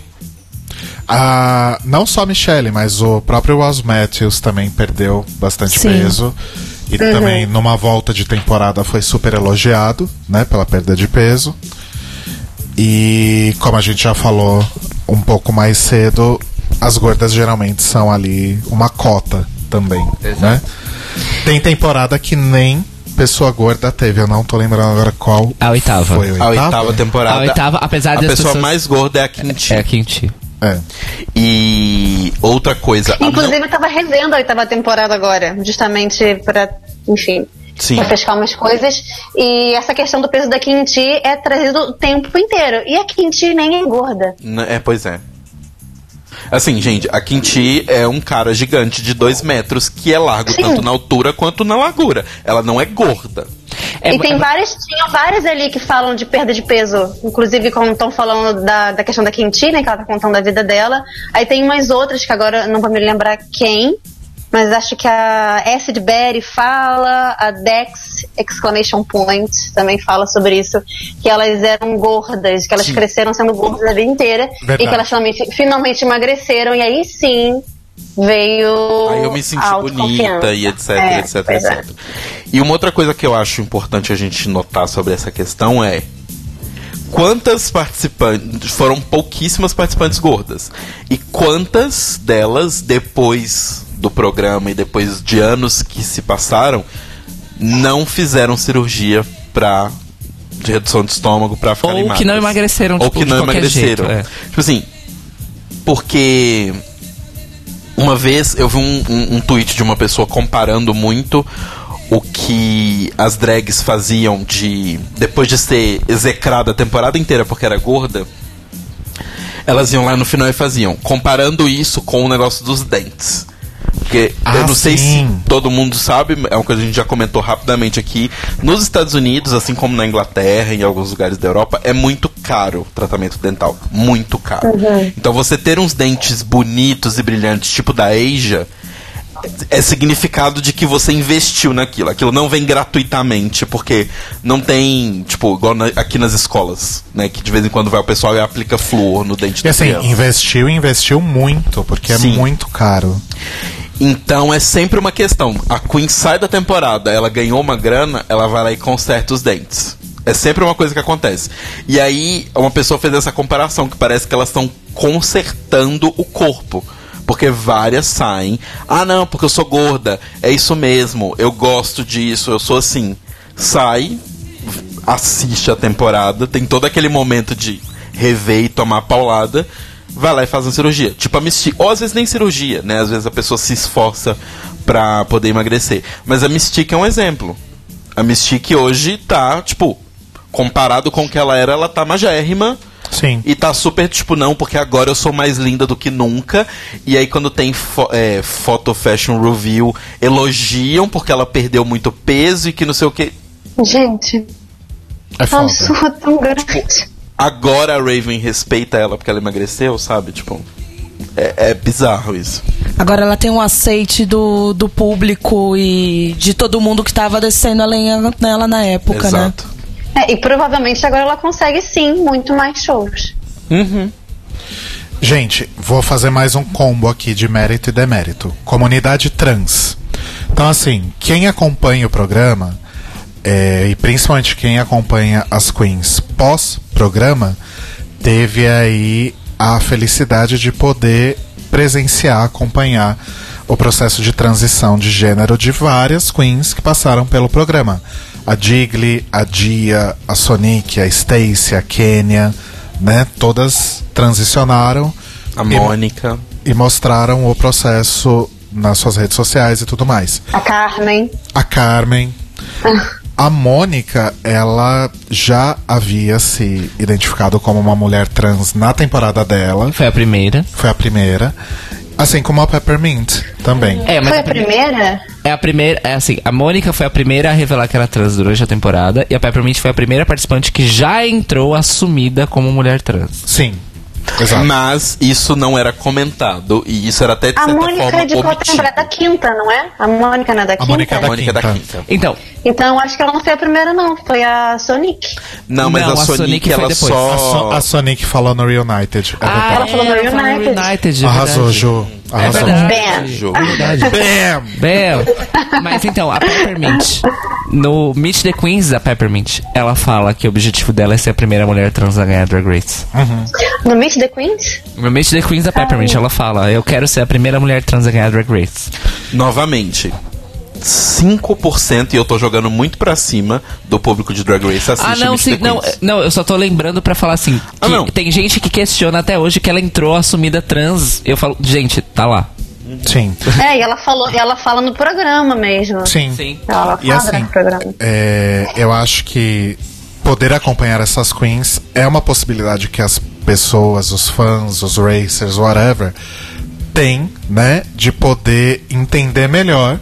Ah, não só a Michelle, mas o próprio Ross Matthews também perdeu bastante Sim. peso. E Uhum. também numa volta de temporada foi super elogiado, né, pela perda de peso. E como a gente já falou um pouco mais cedo, as gordas geralmente são ali uma cota também, né? Tem temporada que nem pessoa gorda teve, eu não tô lembrando agora qual A oitava. foi a oitava. A oitava temporada. A oitava, apesar a das pessoa pessoas... mais gorda é a Kimchi. É a Kimchi. É. E outra coisa. a Inclusive, não- eu tava revendo a oitava temporada agora, justamente pra, enfim, Sim. pra pescar umas coisas. E essa questão do peso da Kimchi é trazida o tempo inteiro. E a Kimchi nem é gorda. N- É, pois é. Assim, gente, a Kimchi é um cara gigante de dois metros que é largo Sim. tanto na altura quanto na largura. Ela não é gorda. É, e tem é- várias, tinham várias ali que falam de perda de peso. Inclusive, quando estão falando da, da questão da Kimchi, né? Que ela tá contando a vida dela. Aí tem umas outras que agora não vou me lembrar quem. Mas acho que a Acid Berry fala, a Dex Exclamation Point também fala sobre isso, que elas eram gordas, que elas Sim. cresceram sendo gordas a vida inteira. Verdade. E que elas finalmente, finalmente emagreceram, e aí sim veio Aí eu me senti a autoconfiança. bonita e etc, É, etc, pois é. etcétera. E uma outra coisa que eu acho importante a gente notar sobre essa questão é quantas participantes, foram pouquíssimas participantes gordas, e quantas delas, depois do programa e depois de anos que se passaram, não fizeram cirurgia pra, de redução de estômago pra ficarem Ou que não magras. emagreceram, Ou tipo, que de não qualquer emagreceram. jeito, é. Tipo assim, porque uma vez eu vi um, um, um tweet de uma pessoa comparando muito o que as drags faziam de depois de ser execrada a temporada inteira porque era gorda. Elas iam lá no final e faziam, comparando isso com o negócio dos dentes. Porque Ah, eu não sei sim. se todo mundo sabe, é uma coisa que a gente já comentou rapidamente aqui. Nos Estados Unidos, assim como na Inglaterra e em alguns lugares da Europa, é muito caro o tratamento dental. Muito caro. Então você ter uns dentes bonitos e brilhantes, tipo da Asia, é significado de que você investiu naquilo. Aquilo não vem gratuitamente, porque não tem, tipo, igual na, aqui nas escolas, né? Que de vez em quando vai o pessoal e aplica flúor no dente E da assim, criança. investiu, investiu muito, porque é Sim. muito caro. Então é sempre uma questão. A Queen sai da temporada, ela ganhou uma grana, ela vai lá e conserta os dentes. É sempre uma coisa que acontece. E aí, uma pessoa fez essa comparação, que parece que elas estão consertando o corpo. Porque várias saem. Ah, não, porque eu sou gorda. É isso mesmo, eu gosto disso, eu sou assim. Sai, assiste a temporada, tem todo aquele momento de rever e tomar paulada, vai lá e faz uma cirurgia. Tipo a Mystique. Ou às vezes nem cirurgia, né? Às vezes a pessoa se esforça pra poder emagrecer. Mas a Mystique é um exemplo. A Mystique hoje tá, tipo, comparado com o que ela era, ela tá magérrima. Sim. E tá super, tipo, não, porque agora eu sou mais linda do que nunca. E aí quando tem fo é, Photo Fashion Review, elogiam porque ela perdeu muito peso e que não sei o que. Gente, É é um foda. absurdo tão grande. Agora a Raven respeita ela porque ela emagreceu, sabe? Tipo, é, é bizarro isso. Agora ela tem um aceite do, do público e de todo mundo que tava descendo a lenha nela na época, né? Exato. É, e provavelmente agora ela consegue sim muito mais shows. Uhum. Gente, vou fazer mais um combo aqui de mérito e demérito. Comunidade trans. Então, assim, quem acompanha o programa, é, e principalmente quem acompanha as queens pós-programa, teve aí a felicidade de poder presenciar, acompanhar o processo de transição de gênero de várias queens que passaram pelo programa. A Jiggly, a Dia, a Sonic, a Stacy, a Kenya, né? Todas transicionaram A e- Mônica. e mostraram o processo nas suas redes sociais e tudo mais. A Carmen. A Carmen. A Mônica, ela já havia se identificado como uma mulher trans na temporada dela. Foi a primeira. Foi a primeira. Assim como a Peppermint também. É, mas Foi a primeira? É a primeira, é assim, a Mônica foi a primeira a revelar que era trans durante a temporada e a Peppermint foi a primeira participante que já entrou assumida como mulher trans. Sim. Exato. Mas isso não era comentado e isso era até de A certa Mônica forma é de qual omitido. temporada? Da quinta, não é? A Mônica não é da A quinta? Mônica é A da Mônica da quinta. quinta. Então, Então acho que ela não foi a primeira, não. Foi a Sonic. Não, mas Não, a a Sonic, Sonic foi ela depois. A, So- só... a Sonic falou no Reunited. É verdade. Ela falou no ela falou no United. United, é Arrasou, verdade. Ju. É Arrasou. verdade. Bam. Jogo. Bam! Bem, mas então, a Peppermint, no Meet the Queens da Peppermint, ela fala que o objetivo dela é ser a primeira mulher trans a ganhar Drag Race. No Meet the Queens? No Meet the Queens da Peppermint, ela fala, eu quero ser a primeira mulher trans a ganhar Drag Race. Novamente, cinco por cento, e eu tô jogando muito pra cima do público de Drag Race assiste Ah, não, Meet sim, the não, Queens. não, eu só tô lembrando pra falar assim, que Ah, não. tem gente que questiona até hoje que ela entrou assumida trans. Eu falo, gente, tá lá. Sim. É, e ela falou, ela fala no programa mesmo. Sim. Sim. Ela E fala assim, no programa. é, eu acho que poder acompanhar essas queens é uma possibilidade que as pessoas, os fãs, os racers, whatever, têm, né, de poder entender melhor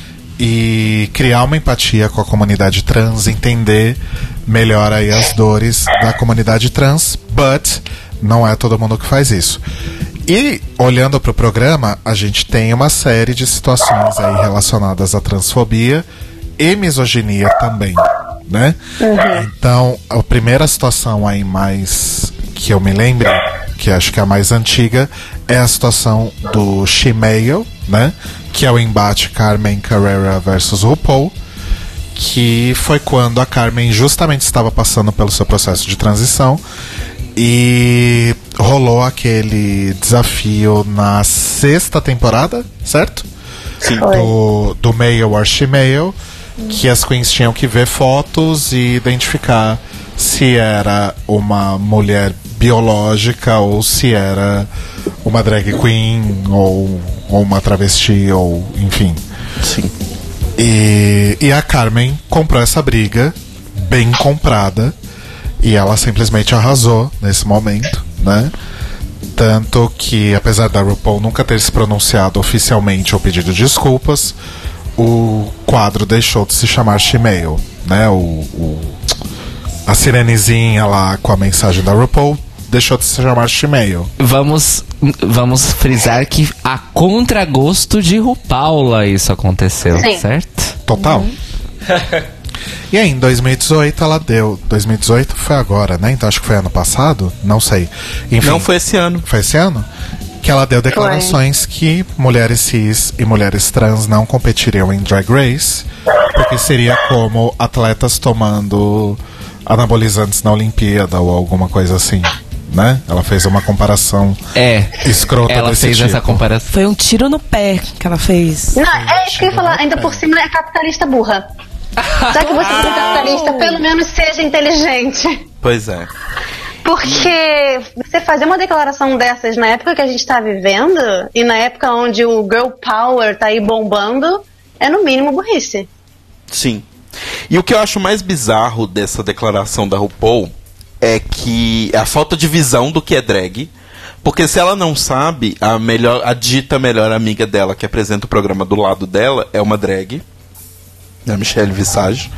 e criar uma empatia com a comunidade trans, entender melhor aí as dores da comunidade trans, but não é todo mundo que faz isso. E olhando para o programa, a gente tem uma série de situações aí relacionadas à transfobia e misoginia também, né? Então, a primeira situação aí mais que eu me lembro, que acho que é a mais antiga, é a situação do She-Male, né? Que é o embate Carmen Carrera versus RuPaul, que foi quando a Carmen justamente estava passando pelo seu processo de transição e rolou aquele desafio na sexta temporada, certo? Sim. Do, do Male or She-Male, que as queens tinham que ver fotos e identificar se era uma mulher biológica ou se era uma drag queen ou, ou uma travesti ou enfim. Sim. E, e a Carmen comprou essa briga, bem comprada, e ela simplesmente arrasou nesse momento, né? Tanto que, apesar da RuPaul nunca ter se pronunciado oficialmente ou pedido desculpas, o quadro deixou de se chamar She-Mail, né? O, o, a sirenezinha lá com a mensagem da RuPaul deixou de se chamar She-Mail. Vamos, vamos frisar que a contragosto de RuPaula isso aconteceu, Sim. certo? Total. Uhum. E aí, em dois mil e dezoito, ela deu... dois mil e dezoito foi agora, né? Então acho que foi ano passado? Não sei. Enfim, Não, foi esse ano. Foi esse ano? Que ela deu declarações foi. que mulheres cis e mulheres trans não competiriam em Drag Race, porque seria como atletas tomando anabolizantes na Olimpíada ou alguma coisa assim, né? Ela fez uma comparação é, escrota ela desse fez tipo. essa comparação. Foi um tiro no pé que ela fez. Não, é isso que eu ia falar. Ainda por cima é capitalista burra. Já que você é capitalista, pelo menos seja inteligente. Pois é. Porque você fazer uma declaração dessas na época que a gente tá vivendo, e na época onde o girl power tá aí bombando, é no mínimo burrice. Sim. E o que eu acho mais bizarro dessa declaração da RuPaul é que a falta de visão do que é drag. Porque se ela não sabe, a, melhor, a dita melhor amiga dela, que apresenta o programa do lado dela, é uma drag, a Michelle Visage.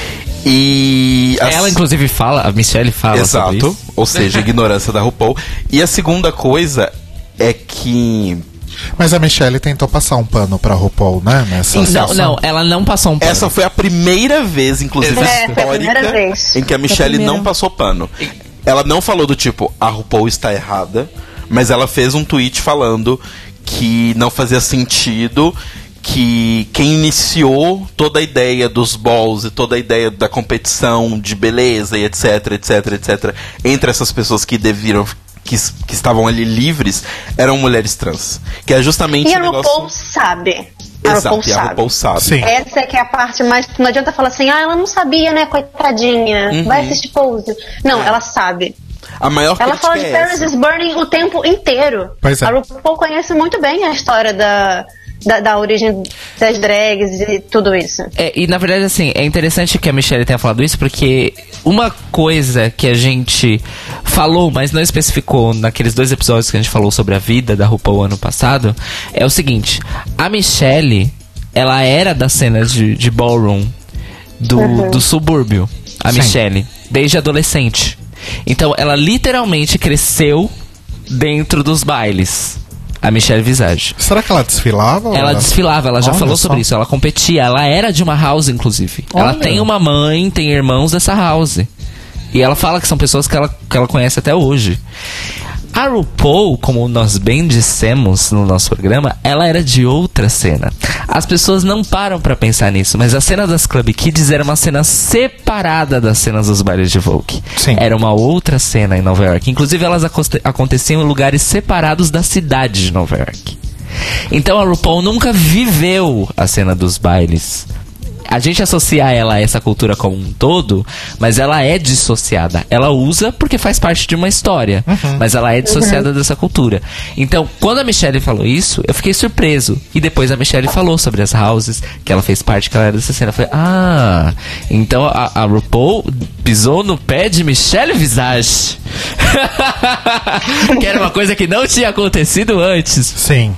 E a... Ela, inclusive, fala, a Michelle fala Exato, sobre isso. Ou seja, ignorância da RuPaul. E a segunda coisa é que... Mas a Michelle tentou passar um pano pra RuPaul, né? Nessa Não, situação. não, ela não passou um pano. Essa foi a primeira vez, inclusive, É, foi a primeira histórica, vez. em que a Michelle não passou pano. Ela não falou do tipo, a RuPaul está errada, mas ela fez um tweet falando que não fazia sentido, que quem iniciou toda a ideia dos balls e toda a ideia da competição de beleza e etc, etc, etc, entre essas pessoas que deviam, que, que estavam ali livres, eram mulheres trans. Que é justamente E o a negócio... RuPaul sabe. A Exato, RuPaul e a sabe. RuPaul sabe. Sim. Essa é que é a parte mais... Não adianta falar assim, ah, ela não sabia, né, coitadinha. Uhum. Vai assistir Pose. Não, É. ela sabe. A maior Ela crítica fala de é Paris essa. is Burning o tempo inteiro. Pois é. A RuPaul conhece muito bem a história da, da, da origem das drags e tudo isso. É, e na verdade, assim, é interessante que a Michelle tenha falado isso, porque uma coisa que a gente falou, mas não especificou naqueles dois episódios que a gente falou sobre a vida da RuPaul ano passado, é o seguinte: a Michelle, ela era da cena de, de ballroom do, Uhum. do subúrbio, a Sim. Michelle, desde adolescente. Então, ela literalmente cresceu dentro dos bailes, a Michelle Visage. Será que ela desfilava? Ela desfilava, ela já Olha falou só. sobre isso, ela competia, ela era de uma house, inclusive. Ela Olha. tem uma mãe, tem irmãos dessa house. E ela fala que são pessoas que ela, que ela conhece até hoje. A RuPaul, como nós bem dissemos no nosso programa, ela era de outra cena. As pessoas não param pra pensar nisso, mas a cena das Club Kids era uma cena separada das cenas dos bailes de Vogue. Sim. Era uma outra cena em Nova York. Inclusive, elas acoste- aconteciam em lugares separados da cidade de Nova York. Então a RuPaul nunca viveu a cena dos bailes. A gente associa ela a essa cultura como um todo, mas ela é dissociada. Ela usa porque faz parte de uma história, mas ela é dissociada dessa cultura. Então, quando a Michelle falou isso, eu fiquei surpreso. E depois a Michelle falou sobre as houses, que ela fez parte, que ela era dessa cena. Eu falei, ah, então a, a RuPaul pisou no pé de Michelle Visage. Que era uma coisa que não tinha acontecido antes. Sim.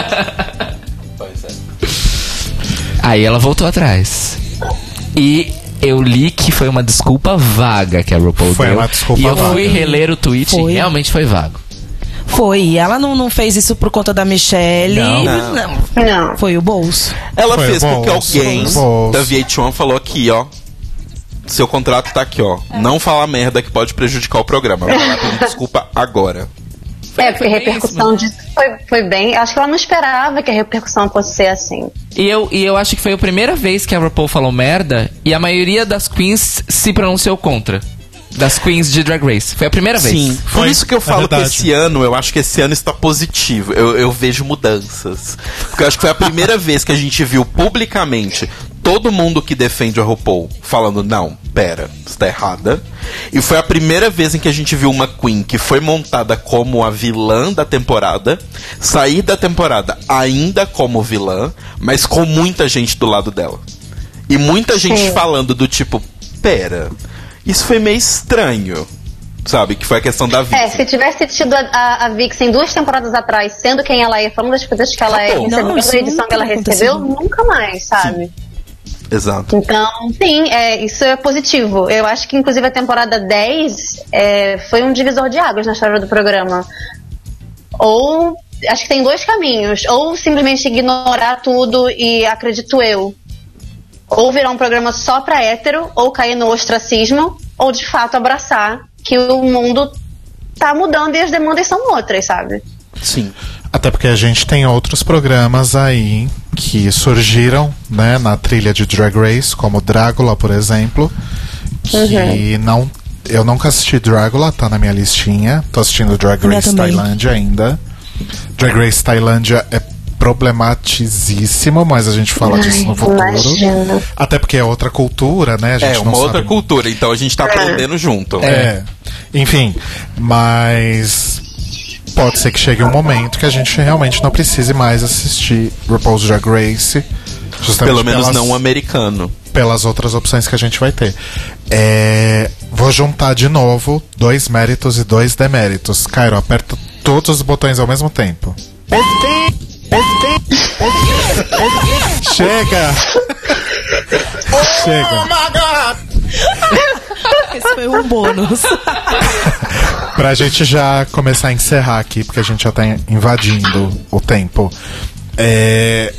Aí ela voltou atrás. E eu li que foi uma desculpa vaga que a RuPaul Foi deu. uma desculpa e eu vaga. fui reler o tweet Foi. e realmente foi vago. Foi, e ela não, não fez isso por conta da Michelle. Não. Não. Não. Foi o bolso. Ela Foi fez bom, porque alguém foi bom. da V H um falou aqui, ó. Seu contrato tá aqui, ó. Não falar merda que pode prejudicar o programa. Vai lá pedir desculpa agora. É, porque a Foi repercussão disso foi, foi bem... Acho que ela não esperava que a repercussão fosse ser assim. E eu, e eu acho que foi a primeira vez que a RuPaul falou merda e a maioria das queens se pronunciou contra. Das queens de Drag Race. Foi a primeira vez. Sim, por Foi, isso que eu é falo que verdade. esse ano, eu acho que esse ano está positivo. Eu, eu vejo mudanças. Porque eu acho que foi a primeira vez que a gente viu publicamente todo mundo que defende a RuPaul falando, não, pera, está errada. E foi a primeira vez em que a gente viu uma queen que foi montada como a vilã da temporada, sair da temporada ainda como vilã, mas com muita gente do lado dela. E muita gente Sim. falando do tipo, pera, isso foi meio estranho. sabe? Que foi a questão da Vixen. É, se tivesse tido a, a, a Vixen duas temporadas atrás, sendo quem ela é, falando das coisas que ela é, Acabou. recebendo Não, isso a edição que ela nunca recebeu, aconteceu. nunca mais, sabe? Exato. Então, sim, é, isso é positivo. Eu acho que, inclusive, a temporada dez é, foi um divisor de águas na história do programa. Ou, acho que tem dois caminhos. Ou simplesmente ignorar tudo e, acredito eu, ou virar um programa só pra hétero, ou cair no ostracismo, ou, de fato, abraçar que o mundo tá mudando e as demandas são outras, sabe? Sim. Até porque a gente tem outros programas aí que surgiram, né, na trilha de Drag Race, como Drácula, por exemplo, que Uhum. não, eu nunca assisti Drácula, tá na minha listinha. Tô assistindo Drag Eu Race também. Tailândia ainda. Drag Race Tailândia é problematicíssimo, mas a gente fala disso no futuro. Imagina. Até porque é outra cultura, né? A gente É, não uma outra sabe. cultura, então a gente tá aprendendo junto. É, enfim, mas pode ser que chegue um momento que a gente realmente não precise mais assistir RuPaul's Drag Race, justamente Pelo menos pelas, não um americano. pelas outras opções que a gente vai ter. É, vou juntar de novo dois méritos e dois deméritos. Cairo, aperta todos os botões ao mesmo tempo. Chega! Chega! Esse foi um bônus. Pra gente já começar a encerrar aqui, porque a gente já tá invadindo o tempo. É...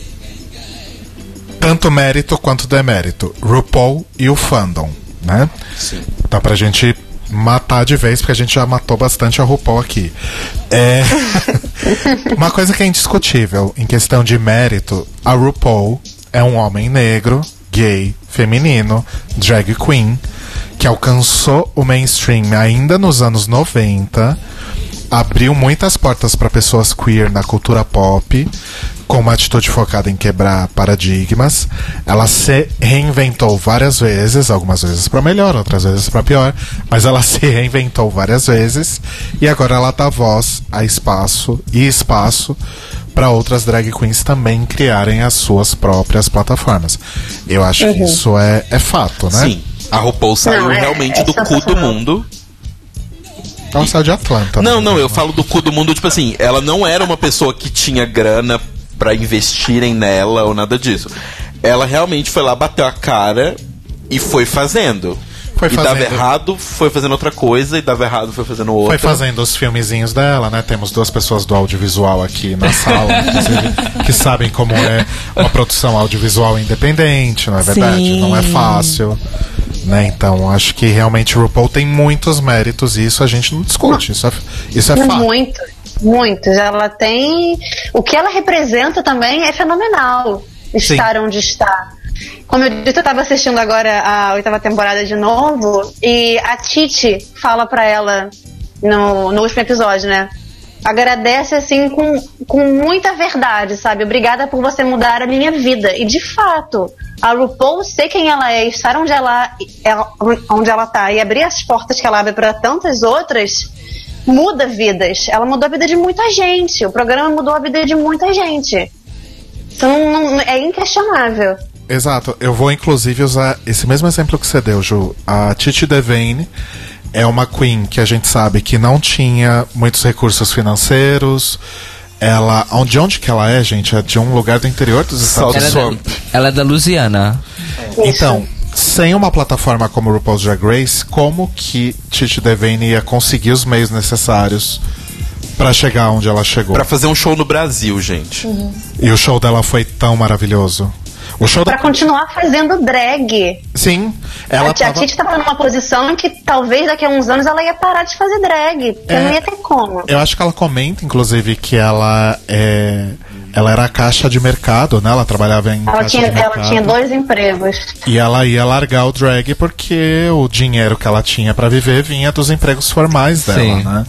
Tanto mérito quanto demérito. RuPaul e o fandom, né? Sim. Dá pra gente matar de vez, porque a gente já matou bastante a RuPaul aqui. É... Uma coisa que é indiscutível, em questão de mérito, a RuPaul é um homem negro, gay, feminino, drag queen, que alcançou o mainstream ainda nos anos noventa, abriu muitas portas para pessoas queer na cultura pop, com uma atitude focada em quebrar paradigmas. Ela se reinventou várias vezes, algumas vezes para melhor, outras vezes para pior, mas ela se reinventou várias vezes e agora ela dá voz a espaço e espaço para outras drag queens também criarem as suas próprias plataformas. Eu acho que isso é, é fato, né? Sim. A RuPaul saiu Não, é- realmente é do cu do sensacional. mundo. Ela saiu de Atlanta. Não, né? não, eu falo do cu do mundo, tipo assim, ela não era uma pessoa que tinha grana pra investirem nela ou nada disso. Ela realmente foi lá, bateu a cara e foi fazendo. Foi e dava fazendo. errado, foi fazendo outra coisa, e dava errado, foi fazendo outra. Foi fazendo os filmezinhos dela, né? Temos duas pessoas do audiovisual aqui na sala, inclusive, que sabem como é uma produção audiovisual independente, não é verdade? Sim. Não é fácil. Né? Então, acho que realmente o RuPaul tem muitos méritos e isso a gente não discute. Isso é, isso é fato. Muitos, muitos. Ela tem. O que ela representa também é fenomenal. Estar onde está. Como eu disse, eu estava assistindo agora a oitava temporada de novo e a Titi fala pra ela no, no último episódio, né? Agradece assim com, com muita verdade, sabe? Obrigada por você mudar a minha vida. E de fato, a RuPaul ser quem ela é, estar onde ela, ela, onde ela tá e abrir as portas que ela abre para tantas outras, muda vidas. Ela mudou a vida de muita gente. O programa mudou a vida de muita gente. Então não, é inquestionável. Exato. Eu vou inclusive usar esse mesmo exemplo que você deu, Ju. A Titi Devane é uma queen que a gente sabe que não tinha muitos recursos financeiros. Ela, de onde que ela é, gente? É de um lugar do interior dos Estados Ela é, Unidos. da, ela é da Louisiana. Então, sem uma plataforma como o RuPaul's Drag Race, como que Titi Devane ia conseguir os meios necessários pra chegar onde ela chegou? Pra fazer um show no Brasil, gente. E o show dela foi tão maravilhoso. O show Pra da... continuar fazendo drag. Sim, ela a, tava... a Titi tava numa posição em que talvez daqui a uns anos ela ia parar de fazer drag. Porque É. não ia ter como. Eu acho que ela comenta, inclusive, que ela é... Ela era a caixa de mercado, né? Ela trabalhava em Ela caixa tinha, de ela mercado. tinha dois empregos. E ela ia largar o drag porque o dinheiro que ela tinha pra viver vinha dos empregos formais dela, Sim. né?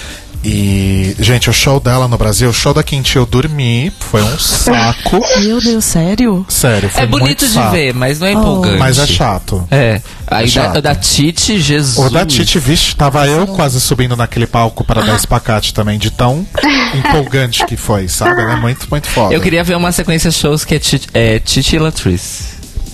E, gente, o show dela no Brasil, o show da Quinty eu dormi, foi um saco. Meu Deus, sério? Sério, foi É bonito muito de saco. ver, mas não é Oh. empolgante. Mas é chato. É. Aí chato. da, da Titi, Jesus. O da Titi, vixe, tava eu quase subindo naquele palco para dar espacate também, de tão empolgante que foi, sabe? Ela é muito, muito foda. Eu queria ver uma sequência de shows que é Titi, é Titi e Latrice.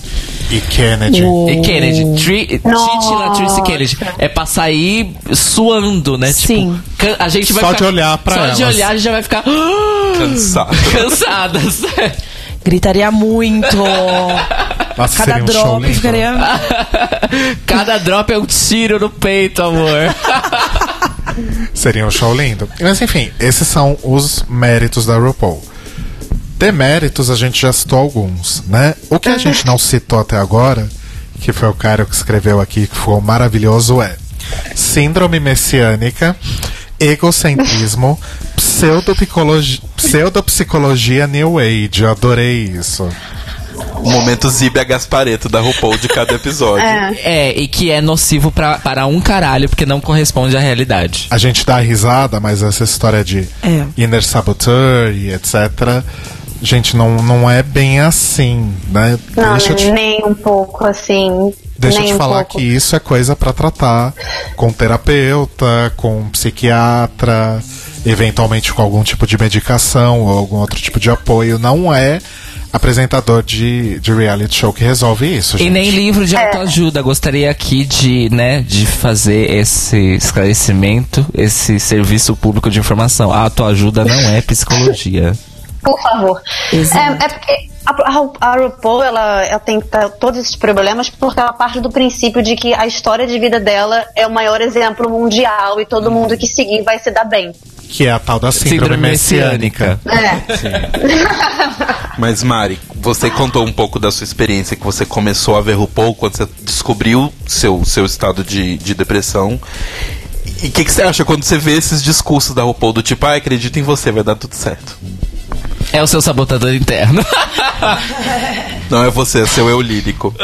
E Kennedy. O- E Kennedy, Tri, Titi Latrice Kennedy. É pra sair suando, né? Sim. Tipo, can- a gente vai Só ficar, de olhar pra Só elas. de olhar a gente já vai ficar Cansado. cansadas. Gritaria muito. Nossa, Cada seria um show drop lindo. ficaria. Cada drop é um tiro no peito, amor. Seria um show lindo. Mas enfim, esses são os méritos da RuPaul. Deméritos a gente já citou alguns, né? O que a gente não citou até agora, que foi o cara que escreveu aqui, que foi maravilhoso, é síndrome messiânica, egocentrismo, pseudopsicologia, pseudopsicologia New Age. Eu adorei isso. O momento Zíbia Gaspareto da RuPaul de cada episódio. É. É, e que é nocivo pra, para um caralho, porque não corresponde à realidade. A gente dá risada, mas essa história de É. inner saboteur e etcétera, gente, não, não é bem assim, né? Não, Deixa eu te, nem um pouco, assim. deixa eu nem te um falar pouco. que isso é coisa pra tratar com terapeuta, com psiquiatra, eventualmente com algum tipo de medicação ou algum outro tipo de apoio. Não é apresentador de, de reality show que resolve isso, E gente. nem livro de autoajuda. Gostaria aqui de, né, de fazer esse esclarecimento, esse serviço público de informação. A autoajuda não é psicologia. Por favor. Exato. É, é porque a, a, a RuPaul, ela, ela tem tá, todos esses problemas porque ela parte do princípio de que a história de vida dela é o maior exemplo mundial e todo mundo que seguir vai se dar bem. Que é a tal da síndrome, messiânica. É. Mas Mari, você contou um pouco da sua experiência, que você começou a ver RuPaul quando você descobriu seu, seu estado de, de depressão. E o que, que você acha quando você vê esses discursos da RuPaul do tipo, ah, acredito em você, vai dar tudo certo? É o seu sabotador interno. Não é você, é seu eu lírico.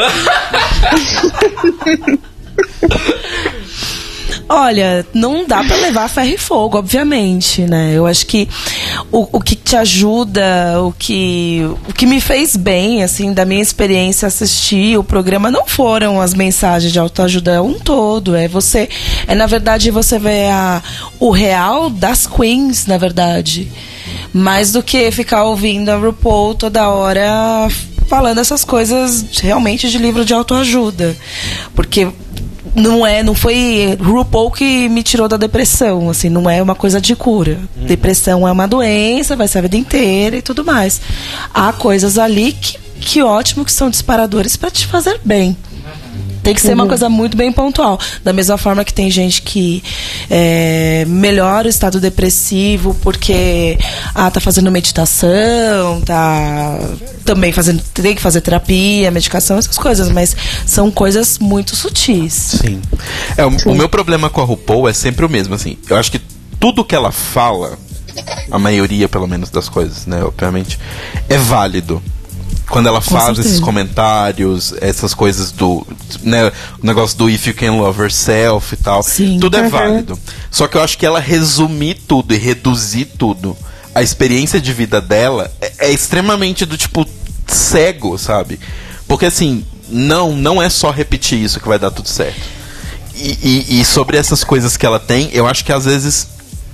Olha, não dá pra levar ferro e fogo, obviamente, né? Eu acho que o, o que te ajuda, o que, o que me fez bem, assim, da minha experiência assistir o programa não foram as mensagens de autoajuda, é um todo. É você, é na verdade você ver a, o real das queens, na verdade. Mais do que ficar ouvindo a RuPaul toda hora falando essas coisas realmente de livro de autoajuda. Porque não é, não foi RuPaul que me tirou da depressão, assim, não é uma coisa de cura. Hum. Depressão é uma doença, vai ser a vida inteira e tudo mais. Há coisas ali que, que ótimo que são disparadores para te fazer bem. Tem que ser uma coisa muito bem pontual. Da mesma forma que tem gente que é, melhora o estado depressivo porque ah, tá fazendo meditação, tá também fazendo, tem que fazer terapia, medicação, essas coisas, mas são coisas muito sutis. Sim. É, o, o meu problema com a RuPaul é sempre o mesmo, assim. Eu acho que tudo que ela fala, a maioria, pelo menos, das coisas, né, obviamente, é válido. Quando ela Com faz certeza. esses comentários, essas coisas do, né, o negócio do if you can love yourself e tal, Sim. tudo é Uhum. válido. Só que eu acho que ela resumir tudo e reduzir tudo, a experiência de vida dela é, é extremamente do tipo cego, sabe? Porque assim, não, não é só repetir isso que vai dar tudo certo. E, e, e sobre essas coisas que ela tem, eu acho que às vezes,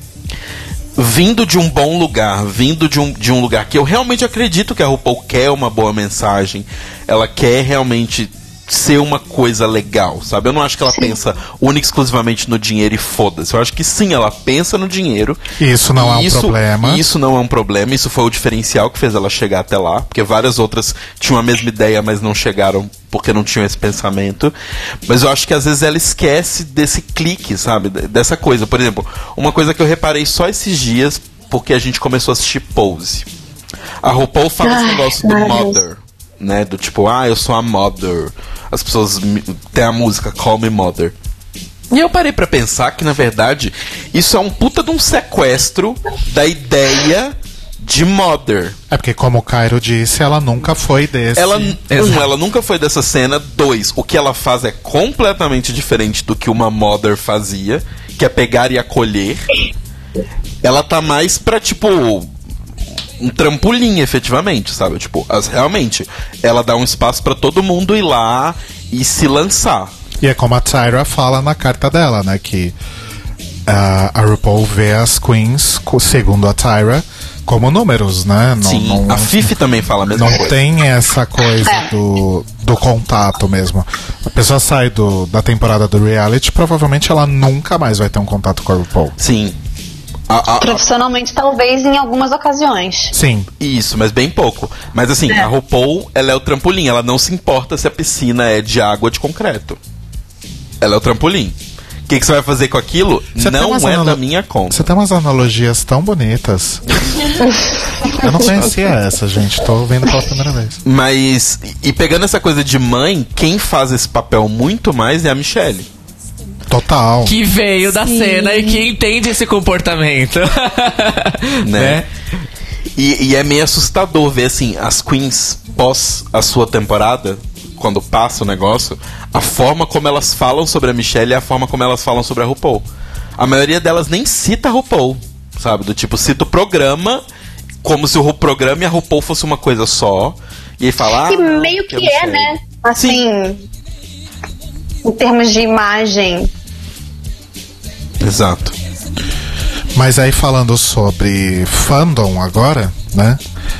vindo de um bom lugar, vindo de um, de um lugar que eu realmente acredito que a RuPaul quer uma boa mensagem, ela quer realmente ser uma coisa legal, sabe? Eu não acho que ela sim. pensa única e exclusivamente no dinheiro e foda-se. Eu acho que sim, ela pensa no dinheiro. Isso não é um isso, problema. Isso não é um problema, isso foi o diferencial que fez ela chegar até lá, porque várias outras tinham a mesma ideia, mas não chegaram porque não tinham esse pensamento. Mas eu acho que às vezes ela esquece desse clique, sabe? Dessa coisa. Por exemplo, uma coisa que eu reparei só esses dias, porque a gente começou a assistir Pose. A RuPaul fala Ai, esse negócio do mother, né? Do tipo, ah, eu sou a mother. As pessoas têm a música Call Me Mother. E eu parei pra pensar que, na verdade, isso é um puta de um sequestro da ideia de mother. É porque, como o Cairo disse, ela nunca foi desse. Ela, um, ela nunca foi dessa cena. Dois, o que ela faz é completamente diferente do que uma mother fazia, que é pegar e acolher. Ela tá mais pra, tipo, um trampolim, efetivamente, sabe? Tipo, as, realmente, ela dá um espaço pra todo mundo ir lá e se lançar. E é como a Tyra fala na carta dela, né? Que uh, a RuPaul vê as queens, segundo a Tyra, como números, né? Não, Sim, não, a Fifi também fala a mesma não coisa. tem essa coisa É. do, do contato mesmo. A pessoa sai do, da temporada do reality, provavelmente ela nunca mais vai ter um contato com a RuPaul. Sim. A, a, Profissionalmente, talvez, em algumas ocasiões. Sim. Isso, mas bem pouco. Mas assim, É. a RuPaul, ela é o trampolim. Ela não se importa se a piscina é de água ou de concreto. Ela é o trampolim. O que, que você vai fazer com aquilo? Você tem não umas é analo- da minha conta. Você tem umas analogias tão bonitas. Eu não conhecia essa, gente. Tô ouvindo pela primeira vez. Mas, e pegando essa coisa de mãe, quem faz esse papel muito mais é a Michelle. Total. Que veio da Sim. cena e que entende esse comportamento. Né? E, e é meio assustador ver, assim, as queens pós a sua temporada, quando passa o negócio, a forma como elas falam sobre a Michelle e a forma como elas falam sobre a RuPaul. A maioria delas nem cita a RuPaul, sabe? Do tipo, cita o programa como se o programa e a RuPaul fosse uma coisa só. E aí fala... Que ah, não, meio que que a é, Michelle. né? Assim, em termos de imagem. Exato. Mas aí falando sobre fandom agora, né?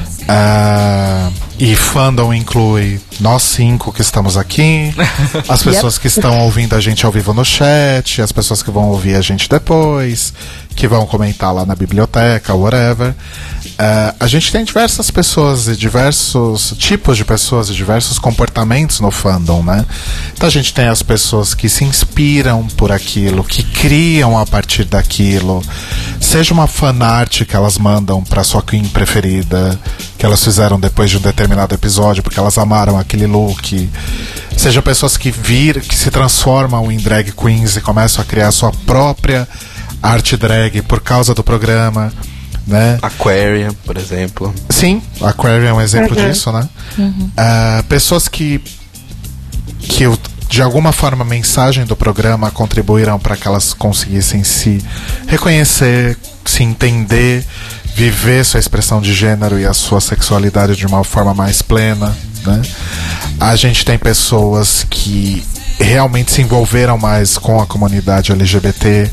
Ah, e fandom inclui nós cinco que estamos aqui, as pessoas que estão ouvindo a gente ao vivo no chat, as pessoas que vão ouvir a gente depois, que vão comentar lá na biblioteca, whatever. Ah, a gente tem diversas pessoas e diversos tipos de pessoas e diversos comportamentos no fandom, né? Então a gente tem as pessoas que se inspiram por aquilo, que criam a partir daquilo, seja uma fanart que elas mandam pra sua queen preferida, que elas fizeram depois de um determinado episódio porque elas amaram aquele look, seja pessoas que vir, que se transformam em drag queens e começam a criar sua própria arte drag por causa do programa, né? Aquarium, por exemplo. Sim, Aquarium é um exemplo disso, né? Ah, pessoas que que o- de alguma forma a mensagem do programa contribuíram para que elas conseguissem se reconhecer, se entender, viver sua expressão de gênero e a sua sexualidade de uma forma mais plena, né? A gente tem pessoas que realmente se envolveram mais com a comunidade L G B T,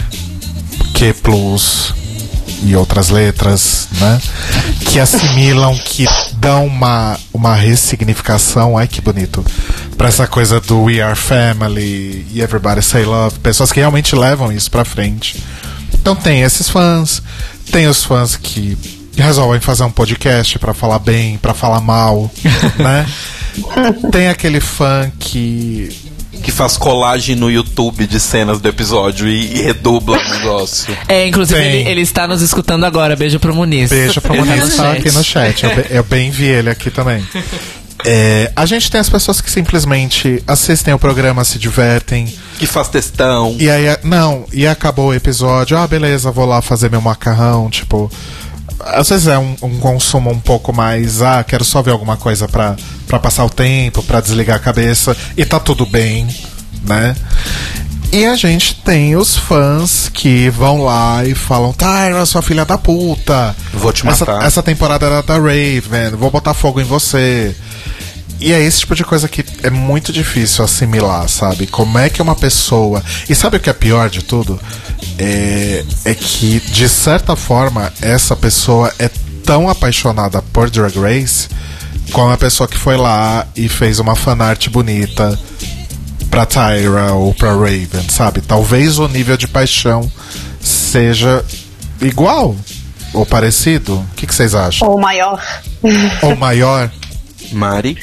Q plus e outras letras, né? Que assimilam, que dão uma, uma ressignificação, ai que bonito, pra essa coisa do We Are Family e Everybody Say Love, pessoas que realmente levam isso pra frente. Então tem esses fãs, tem os fãs que resolvem fazer um podcast pra falar bem, pra falar mal, né? Tem aquele fã que Que faz colagem no YouTube de cenas do episódio e, e redubla o negócio. É, inclusive Tem. ele, ele está nos escutando agora. Beijo pro Muniz. Beijo pro Ele tá Muniz, no tá chat. aqui no chat. Eu, be- eu bem vi ele aqui também. É, a gente tem as pessoas que simplesmente assistem o programa, se divertem. Que faz textão. E aí, não, e acabou o episódio. Ah, beleza, vou lá fazer meu macarrão. Tipo, às vezes é um, um consumo um pouco mais. Ah, quero só ver alguma coisa pra, pra passar o tempo, pra desligar a cabeça. E tá tudo bem, né? E a gente tem os fãs que vão lá e falam: Tyra, sua filha da puta. Vou te Essa, matar. essa temporada era da Raven, vou botar fogo em você. E é esse tipo de coisa que é muito difícil assimilar, sabe? Como é que uma pessoa. E sabe o que é pior de tudo? É, é que, de certa forma, essa pessoa é tão apaixonada por Drag Race como a pessoa que foi lá e fez uma fanart bonita pra Tyra ou pra Raven, sabe? Talvez o nível de paixão seja igual ou parecido. O que, que vocês acham? Ou maior. Ou maior? Mari.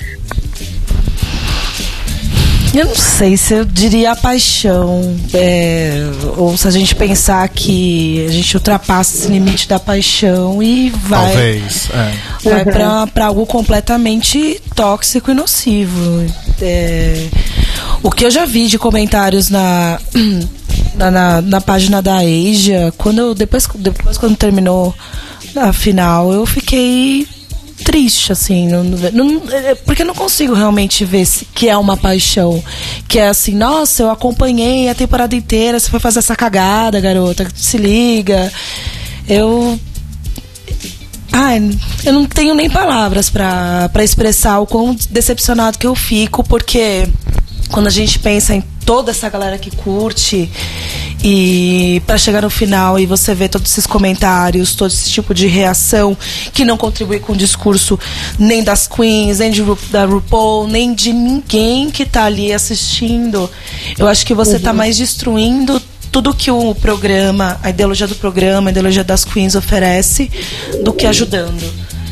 Eu não sei se eu diria a paixão, é, ou se a gente pensar que a gente ultrapassa esse limite da paixão e vai, Talvez. É. vai pra, pra algo completamente tóxico e nocivo. É, o que eu já vi de comentários na, na, na, na página da Asia, quando eu, depois, depois quando terminou a final, eu fiquei triste, assim, não, não, porque eu não consigo realmente ver se, que é uma paixão, que é assim, nossa, eu acompanhei a temporada inteira, você foi fazer essa cagada, garota, se liga. Eu ai, eu não tenho nem palavras pra, pra expressar o quão decepcionado que eu fico, porque quando a gente pensa em toda essa galera que curte E para chegar no final e você ver todos esses comentários, todo esse tipo de reação que não contribui com o discurso nem das queens, nem de Ru, da RuPaul, nem de ninguém que tá ali assistindo, eu acho que você uhum. tá mais destruindo tudo que o programa, a ideologia do programa, a ideologia das queens oferece, do que ajudando.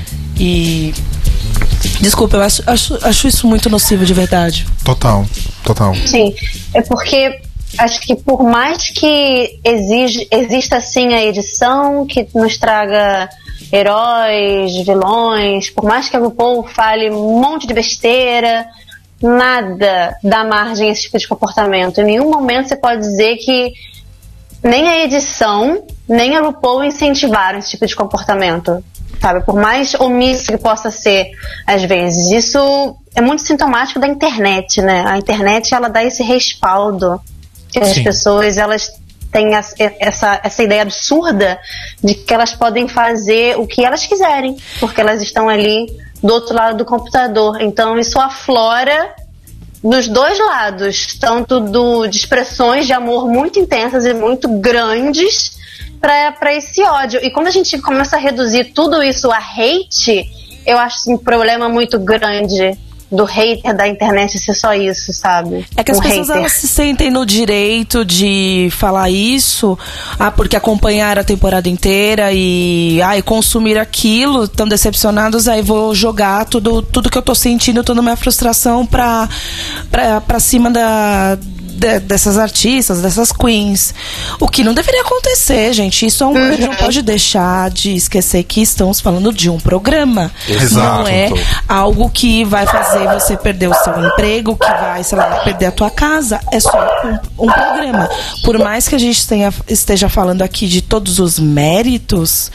E desculpa, eu acho, acho, acho isso muito nocivo de verdade. Total, total. Sim, é porque acho que por mais que exige, exista assim a edição que nos traga heróis, vilões, por mais que a RuPaul fale um monte de besteira, nada dá margem a esse tipo de comportamento. Em nenhum momento você pode dizer que nem a edição, nem a RuPaul incentivaram esse tipo de comportamento. Sabe? Por mais omisso que possa ser, às vezes. Isso é muito sintomático da internet, né? A internet, ela dá esse respaldo. Que as pessoas, elas têm essa, essa ideia absurda de que elas podem fazer o que elas quiserem, porque elas estão ali do outro lado do computador. Então, isso aflora dos dois lados, tanto do, de expressões de amor muito intensas e muito grandes para esse ódio. E quando a gente começa a reduzir tudo isso a hate, eu acho um problema muito grande do hater da internet ser só isso, sabe? É que as o pessoas elas se sentem no direito de falar isso, ah, porque acompanharam a temporada inteira e, ah, e consumir aquilo, tão decepcionados, aí vou jogar tudo, tudo que eu tô sentindo, toda a minha frustração pra, pra, pra cima da... dessas artistas, dessas queens. O que não deveria acontecer, gente. Isso é um, a gente não pode deixar de esquecer que estamos falando de um programa. Exato. Não é algo que vai fazer você perder o seu emprego, que vai, sei lá, perder a tua casa. É só um, um programa. Por mais que a gente tenha, esteja falando aqui de todos os méritos,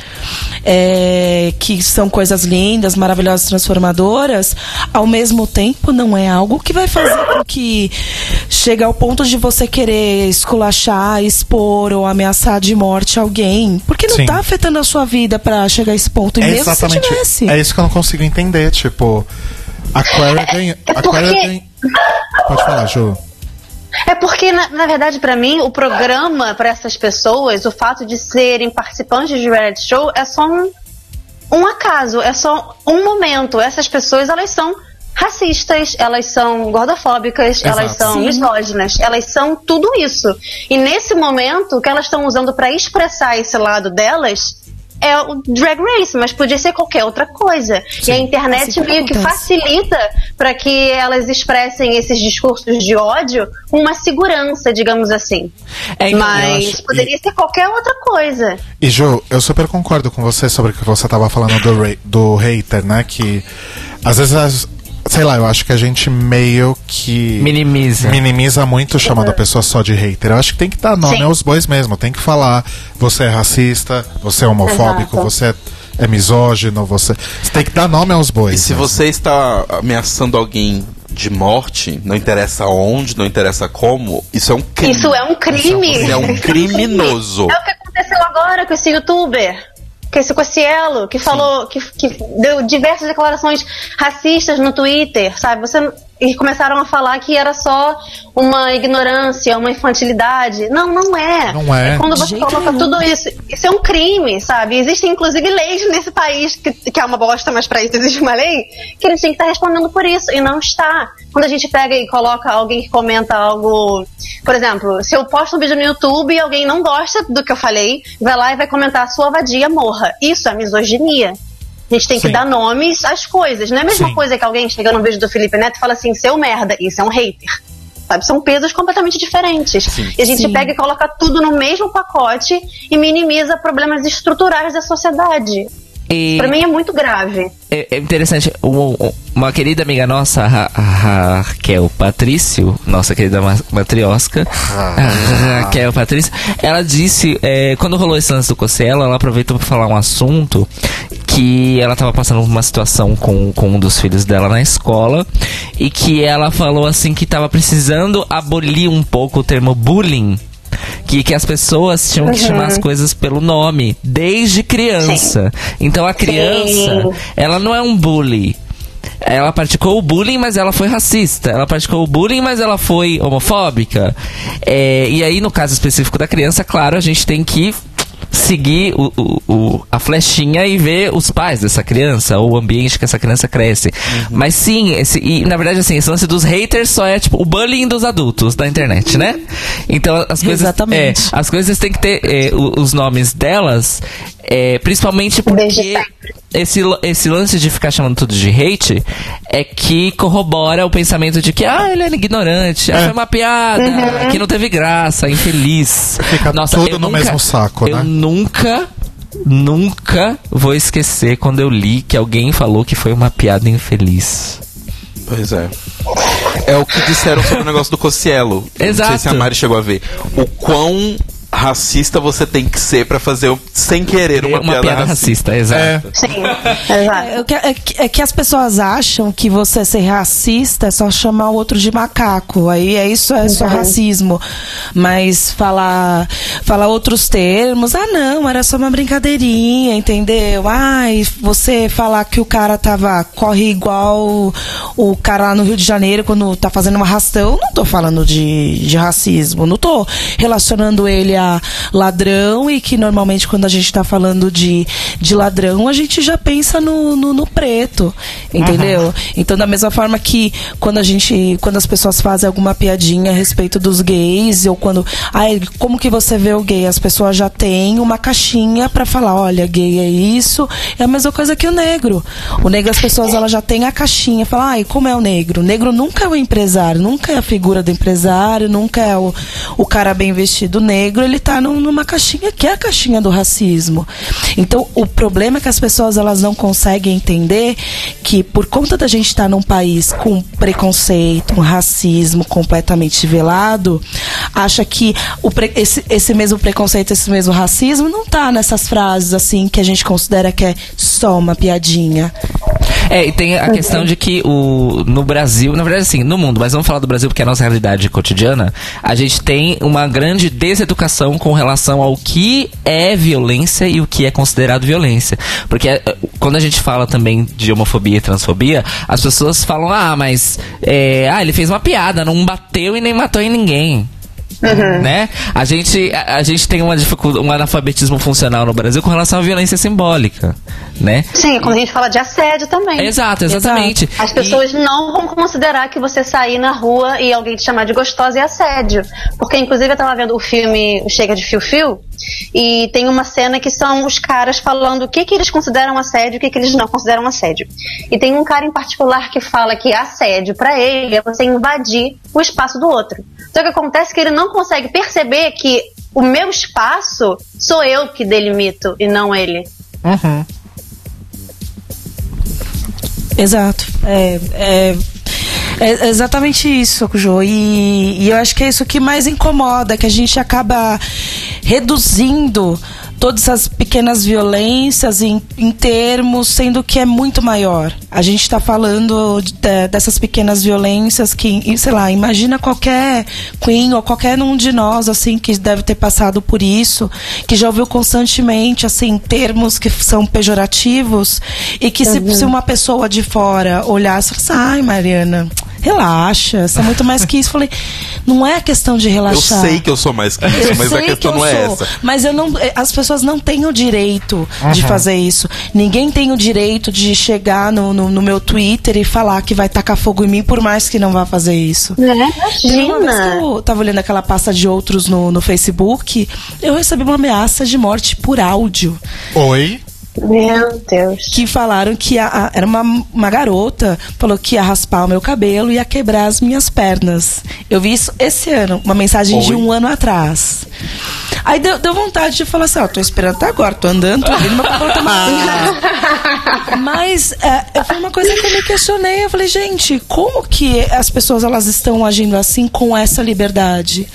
é, que são coisas lindas, maravilhosas, transformadoras, ao mesmo tempo não é algo que vai fazer com que chegue ao ponto de você querer esculachar, expor ou ameaçar de morte alguém, porque não Sim. tá afetando a sua vida pra chegar a esse ponto. E é mesmo exatamente, se tivesse. É isso que eu não consigo entender, tipo, a Aquaria ganha, é porque... ganha... Pode falar, Ju. É porque, na, na verdade, pra mim, o programa para essas pessoas, o fato de serem participantes de reality show é só um, um acaso, é só um momento. Essas pessoas, elas são racistas, elas são gordofóbicas, Exato. elas são Sim. misóginas, elas são tudo isso. E nesse momento, o que elas estão usando para expressar esse lado delas é o Drag Race, mas podia ser qualquer outra coisa. Sim. E a internet assim meio que, que facilita para que elas expressem esses discursos de ódio com uma segurança, digamos assim. É, então, mas acho... poderia e... ser qualquer outra coisa. E Ju, eu super concordo com você sobre o que você estava falando do, ra- do hater, né? Que às vezes as sei lá, eu acho que a gente meio que minimiza minimiza muito chamando a pessoa só de hater. Eu acho que tem que dar nome Sim. aos bois mesmo. Tem que falar, você é racista, você é homofóbico, Exato. você é misógino, você... você tem que dar nome aos bois. E se mesmo. você está ameaçando alguém de morte, não interessa onde, não interessa como, isso é um crime. Isso é um crime. Isso é um criminoso. É o que aconteceu agora com esse youtuber. Que esse Cossielo, que falou, que, que deu diversas declarações racistas no Twitter, sabe? Você, e começaram a falar que era só uma ignorância, uma infantilidade. Não, não é. Não é. É quando você coloca nenhum. tudo isso. Isso é um crime, sabe? Existem, inclusive, leis nesse país, que, que é uma bosta, mas pra isso existe uma lei, que ele tinha que estar respondendo por isso, e não está. Quando a gente pega e coloca alguém que comenta algo... Por exemplo, se eu posto um vídeo no YouTube e alguém não gosta do que eu falei, vai lá e vai comentar, sua vadia morra. Isso é misoginia. A gente tem Sim. que dar nomes às coisas. Não é a mesma Sim. coisa que alguém chega no vídeo do Felipe Neto e fala assim, seu merda, isso é um hater. Sabe? São pesos completamente diferentes. Sim. E a gente Sim. pega e coloca tudo no mesmo pacote e minimiza problemas estruturais da sociedade. E pra mim é muito grave. É, é interessante, uma, uma querida amiga nossa, a, a Raquel Patrício, nossa querida matriosca, ah. a Raquel Patrício, ela disse, é, quando rolou esse lance do Cossielo, ela aproveitou para falar um assunto que ela estava passando por uma situação com, com um dos filhos dela na escola, e que ela falou assim que estava precisando abolir um pouco o termo bullying. Que, que as pessoas tinham que uhum. chamar as coisas pelo nome, desde criança. Sim. Então a criança, Sim. ela não é um bully. ela praticou o bullying, mas ela foi racista. Ela praticou o bullying, mas ela foi homofóbica. É, e aí, no caso específico da criança, claro, a gente tem que seguir o, o, o, a flechinha e ver os pais dessa criança, ou o ambiente que essa criança cresce. Uhum. Mas sim, esse, e na verdade assim, esse lance dos haters só é tipo o bullying dos adultos da internet, né? Então as coisas, Exatamente. É, as coisas têm que ter é, os nomes delas, é, principalmente porque esse, esse lance de ficar chamando tudo de hate é que corrobora o pensamento de que ah, ele é ignorante, ah, foi uma piada, uhum. que não teve graça, infeliz. Fica Nossa, tudo eu no nunca, mesmo saco, eu né? nunca, nunca vou esquecer quando eu li que alguém falou que foi uma piada infeliz. Pois é. É o que disseram sobre o negócio do Cossielo. Exato. Não sei se a Mari chegou a ver. O quão racista você tem que ser pra fazer, sem querer, uma, uma piada, piada racista. racista. Exato. É. Sim, exato. É, que- é que- é que as pessoas acham que você ser racista é só chamar o outro de macaco. Aí é isso, é só racismo. Mas falar, falar outros termos, ah não, era só uma brincadeirinha, entendeu? Ai, você falar que o cara tava, corre igual o, o cara lá no Rio de Janeiro quando tá fazendo uma arrastão, não tô falando de, de racismo, não tô relacionando ele a ladrão, e que normalmente quando a gente tá falando de, de ladrão, a gente já pensa no, no, no preto, entendeu? Uhum. Então, da mesma forma que quando a gente, quando as pessoas fazem alguma piadinha a respeito dos gays, ou quando, ai, como que você vê o gay? As pessoas já têm uma caixinha pra falar, olha, gay é isso, é a mesma coisa que o negro. O negro, as pessoas, elas já têm a caixinha, falam, ai, como é o negro? O negro nunca é o empresário, nunca é a figura do empresário, nunca é o, o cara bem vestido. Negro, ele tá num, numa caixinha que é a caixinha do racismo. Então, o problema é que as pessoas, elas não conseguem entender que, por conta da gente estar num país com preconceito, um racismo completamente velado, acha que o pre- esse, esse mesmo preconceito, esse mesmo racismo não tá nessas frases assim que a gente considera que é só uma piadinha. É, e tem a questão de que o, no Brasil, na verdade assim, no mundo, mas vamos falar do Brasil porque é a nossa realidade cotidiana, a gente tem uma grande deseducação com relação ao que é violência e o que é considerado violência. Porque é, quando a gente fala também de homofobia e transfobia, as pessoas falam, ah, mas é, ah, ele fez uma piada, não bateu e nem matou em ninguém. Uhum. Né? A gente, a, a gente tem uma dificuldade, um analfabetismo funcional no Brasil com relação à violência simbólica, né? Sim, quando a gente fala de assédio também. Exato, exatamente. As pessoas e... não vão considerar que você sair na rua e alguém te chamar de gostosa é assédio. Porque, inclusive, eu tava vendo o filme O Chega de Fio Fio, e tem uma cena que são os caras falando o que, que eles consideram assédio e o que, que eles não consideram assédio. E tem um cara em particular que fala que assédio, pra ele, é você invadir o espaço do outro. Só que acontece que ele não consegue perceber que o meu espaço sou eu que delimito e não ele. Uhum. Exato. É, é, é exatamente isso, Jô. E, e eu acho que é isso que mais incomoda, que a gente acaba reduzindo todas essas pequenas violências em, em termos, sendo que é muito maior. A gente está falando de, dessas pequenas violências que, sei lá, imagina qualquer Queen ou qualquer um de nós, assim, que deve ter passado por isso, que já ouviu constantemente, assim, termos que são pejorativos, e que se, uhum. se uma pessoa de fora olhasse e falasse, ai, Mariana, relaxa, você é muito mais que isso. Eu falei, não é questão de relaxar. Eu sei que eu sou mais que isso, eu mas a questão que não é sou, essa. Mas eu não, as pessoas não têm o direito uhum. de fazer isso. Ninguém tem o direito de chegar no, no, no meu Twitter e falar que vai tacar fogo em mim, por mais que não vá fazer isso. É, Tem uma vez que eu tava olhando aquela pasta de outros no, no Facebook, eu recebi uma ameaça de morte por áudio. Oi? Meu Deus. Que falaram que a, a, era uma, uma garota, falou que ia raspar o meu cabelo e ia quebrar as minhas pernas. Eu vi isso esse ano, uma mensagem Oi. de um ano atrás. Aí deu, deu vontade de falar assim, ó, tô esperando até agora, tô andando, tô ouvindo, meu cabelo tá mal. Mas é, foi uma coisa que eu me questionei, eu falei, gente, como que as pessoas elas estão agindo assim com essa liberdade?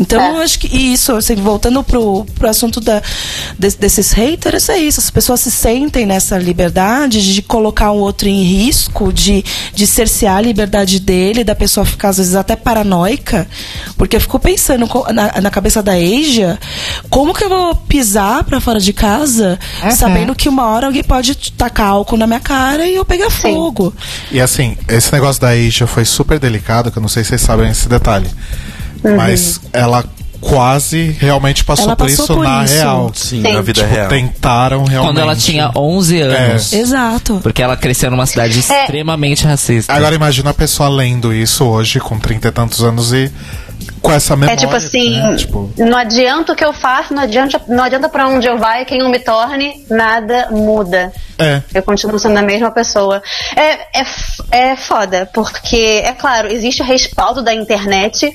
Então, É. eu acho que isso, assim, voltando pro, pro assunto da, des- desses haters, é isso. As pessoas se sentem nessa liberdade de colocar um outro em risco, de, de cercear a liberdade dele, da pessoa ficar, às vezes, até paranoica. Porque eu fico pensando co- na, na cabeça da Asia, como que eu vou pisar pra fora de casa, sabendo que uma hora alguém pode tacar álcool na minha cara e eu pegar fogo. E assim, esse negócio da Asia foi super delicado, que eu não sei se vocês sabem esse detalhe. Mas ela quase realmente passou Ela por passou isso por na isso. real. Sim, Sim. na vida Tipo, real. tentaram realmente. Quando ela tinha onze anos. É. Exato. Porque ela cresceu numa cidade extremamente racista. Agora imagina a pessoa lendo isso hoje, com trinta e tantos anos e com essa memória. É tipo assim, né? Tipo, não adianta o que eu faço, não adianta, não adianta pra onde eu vá e quem eu me torne, nada muda. é. Eu continuo sendo a mesma pessoa. É, é, f- é foda, porque, é claro, existe o respaldo da internet,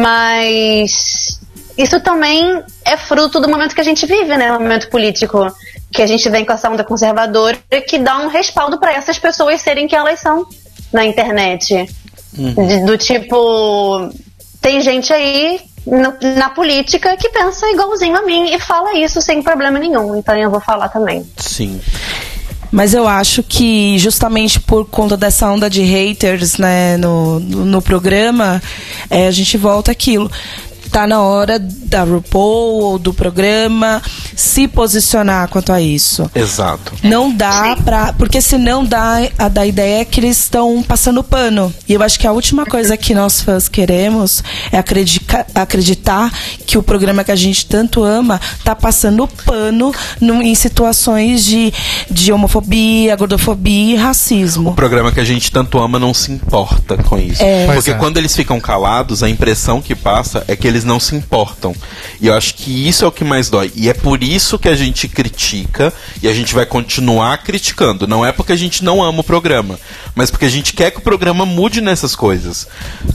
mas isso também é fruto do momento que a gente vive, né? O momento político, que a gente vem com essa onda conservadora, que dá um respaldo pra essas pessoas serem quem elas são na internet. De- do tipo, tem gente aí no- na política que pensa igualzinho a mim e fala isso sem problema nenhum. Então eu vou falar também. Sim. Mas eu acho que justamente por conta dessa onda de haters, né, no, no, no programa, é, a gente volta àquilo. Tá na hora da RuPaul ou do programa se posicionar quanto a isso. Exato. Não dá pra. Porque senão dá a da ideia que eles estão passando pano. E eu acho que a última coisa que nós fãs queremos é acreditar, acreditar que o programa que a gente tanto ama tá passando pano no, em situações de, de homofobia, gordofobia e racismo. O programa que a gente tanto ama não se importa com isso. É. Pois Porque é. quando eles ficam calados, a impressão que passa é que eles não se importam. E eu acho que isso é o que mais dói. E é por isso que a gente critica e a gente vai continuar criticando. Não é porque a gente não ama o programa, mas porque a gente quer que o programa mude nessas coisas.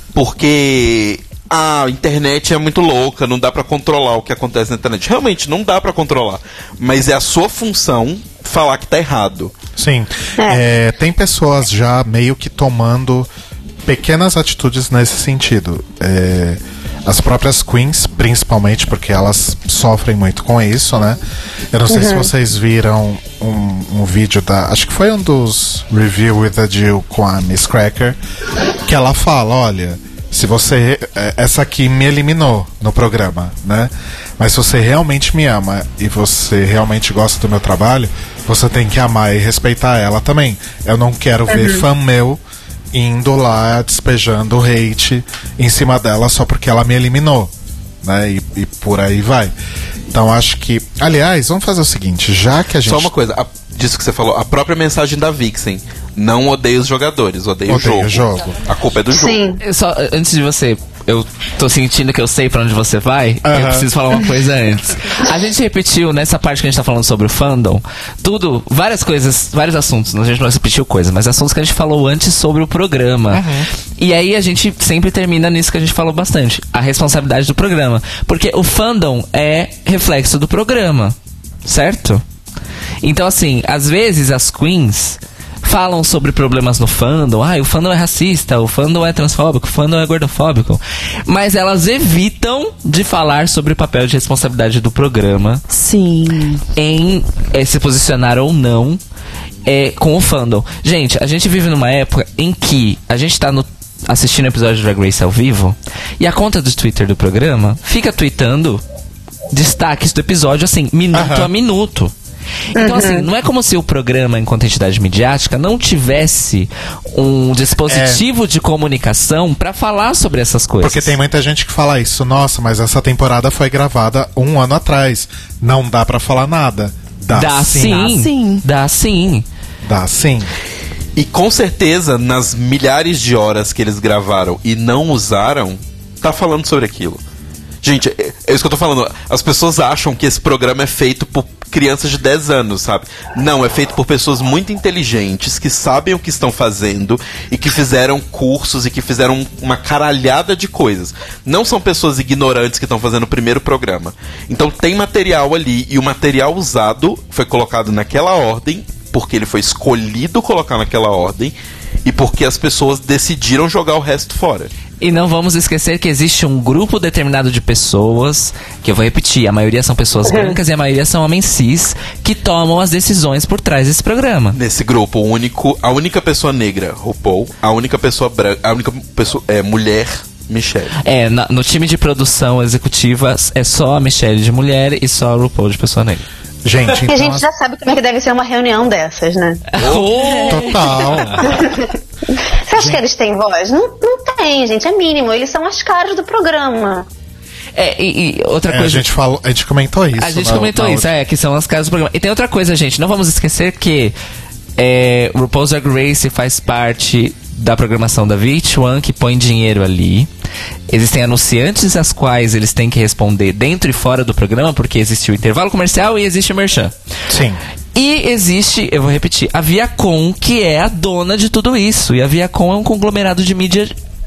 Porque a internet é muito louca, não dá pra controlar o que acontece na internet. Realmente, não dá pra controlar. Mas é a sua função falar que tá errado. Sim. É, tem pessoas já meio que tomando pequenas atitudes nesse sentido. É, as próprias queens, principalmente, porque elas sofrem muito com isso, né? Eu não sei se vocês viram um, um vídeo da... Acho que foi um dos Review with a Jill com a Miss Cracker, que ela fala, olha... Se você... Essa aqui me eliminou no programa, né? Mas se você realmente me ama e você realmente gosta do meu trabalho, você tem que amar e respeitar ela também. Eu não quero ver fã meu indo lá despejando hate em cima dela só porque ela me eliminou, né? E, e por aí vai. Então acho que... Aliás, vamos fazer o seguinte, já que a gente... Só uma coisa, a, disso que você falou, a própria mensagem da Vixen. Não odeia os jogadores, odeia, Odeia o o jogo. jogo. A culpa é do jogo. Sim. Eu Só, antes de você, eu tô sentindo que eu sei pra onde você vai. Eu Aham. preciso falar uma coisa antes. A gente repetiu nessa parte que a gente tá falando sobre o fandom, tudo, várias coisas, vários assuntos. A gente não repetiu coisas, mas assuntos que a gente falou antes sobre o programa. E aí a gente sempre termina nisso que a gente falou bastante: a responsabilidade do programa. Porque o fandom é reflexo do programa, certo? Então, assim, às vezes as queens falam sobre problemas no fandom. Ah, o fandom é racista, o fandom é transfóbico, o fandom é gordofóbico. Mas elas evitam de falar sobre o papel de responsabilidade do programa Sim. em eh, se posicionar ou não eh, com o fandom. Gente, a gente vive numa época em que a gente tá no, assistindo o episódio de Drag Race ao vivo e a conta do Twitter do programa fica tweetando destaques do episódio, assim, minuto Aham. a minuto. Então, assim, não é como se o programa, enquanto entidade midiática, não tivesse um dispositivo de comunicação pra falar sobre essas coisas. Porque tem muita gente que fala isso. Nossa, mas essa temporada foi gravada um ano atrás. Não dá pra falar nada. Dá, Dá sim. sim. Dá sim. Dá sim. Dá sim. E com certeza, nas milhares de horas que eles gravaram e não usaram, tá falando sobre aquilo. Gente, é, é isso que eu tô falando. As pessoas acham que esse programa é feito por crianças de dez anos, sabe? Não, é feito por pessoas muito inteligentes, que sabem o que estão fazendo e que fizeram cursos e que fizeram uma caralhada de coisas. Não são pessoas ignorantes que estão fazendo o primeiro programa. Então tem material ali, e o material usado foi colocado naquela ordem, porque ele foi escolhido colocar naquela ordem, e porque as pessoas decidiram jogar o resto fora. E não vamos esquecer que existe um grupo determinado de pessoas, que eu vou repetir, a maioria são pessoas brancas e a maioria são homens cis, que tomam as decisões por trás desse programa. Nesse grupo, o único, a única pessoa negra, RuPaul, a única pessoa branca, a única pessoa, é, mulher, Michelle. É, na, no time de produção executiva é só a Michelle de mulher e só a RuPaul de pessoa negra. Gente, Porque então... a gente já sabe como é que deve ser uma reunião dessas, né? Total. Você acha que eles têm voz? Não, não tem, gente, é mínimo. Eles são as caras do programa. É, e, e outra É, coisa... a gente falou, a gente comentou isso. A gente na- comentou na isso, outra- é, que são as caras do programa. E tem outra coisa, gente, não vamos esquecer que é, RuPaul's Drag Race faz parte da programação da V H um, que põe dinheiro ali. Existem anunciantes às quais eles têm que responder dentro e fora do programa, porque existe o intervalo comercial e existe o merchan. Sim. E existe, eu vou repetir, a Viacom, que é a dona de tudo isso. E a Viacom é um conglomerado de mídia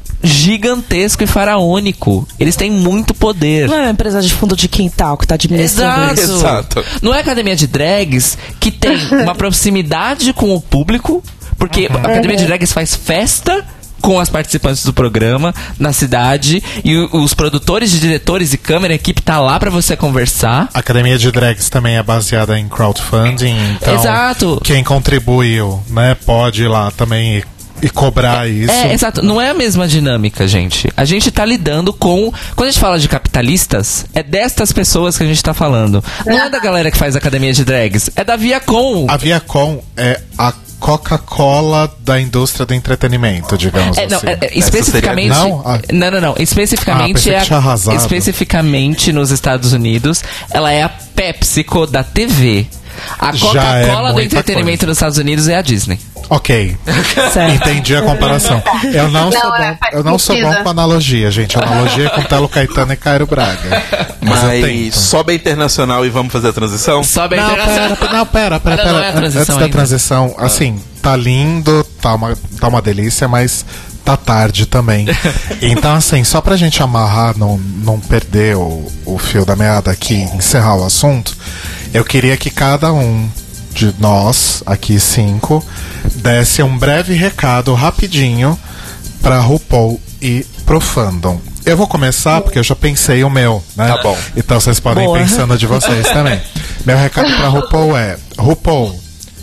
gigantesco e faraônico. Eles têm muito poder. Não é uma empresa de fundo de quintal que tá administrando Exato. isso. Exato. Não é academia de drags que tem uma proximidade com o público, porque a academia de drags faz festa com as participantes do programa na cidade e o- os produtores, de diretores e câmera, a equipe tá lá pra você conversar. A Academia de Drags também é baseada em crowdfunding, então Exato. quem contribuiu, né, pode ir lá também e, e cobrar isso. É, exato. Não é a mesma dinâmica, gente. A gente tá lidando com... Quando a gente fala de capitalistas, é destas pessoas que a gente tá falando. Não é da galera que faz academia de drags. É da Viacom. A Viacom é a Coca-Cola da indústria do entretenimento, digamos É, não, assim. é, é, especificamente. seria- Não? Ah. não, não, não. Especificamente Ah, pensei é que tinha a, arrasado. especificamente nos Estados Unidos, ela é a PepsiCo da T V. A Já Coca-Cola é do muita entretenimento coisa. nos Estados Unidos é a Disney. Ok, Certo. entendi a comparação. Eu não, Não, sou é, bom, faz eu não sou bom sentido. com analogia, gente. Analogia é com Telo Caetano e Cairo Braga. Mas, eu Mas tento. sobe a internacional e vamos fazer a transição? Sobe a Não, internacional. pera, não, pera, pera, Ah, não, pera. não é a transição Antes da ainda. transição, assim, tá lindo, tá uma, tá uma delícia, mas tá tarde também. Então, assim, só pra gente amarrar, não, não perder o, o fio da meada aqui, encerrar o assunto, eu queria que cada um de nós, aqui cinco, desse um breve recado rapidinho pra RuPaul e pro fandom. Eu vou começar porque eu já pensei o meu, né? Tá bom. Então vocês podem ir Boa. pensando de vocês também. Meu recado pra RuPaul é: RuPaul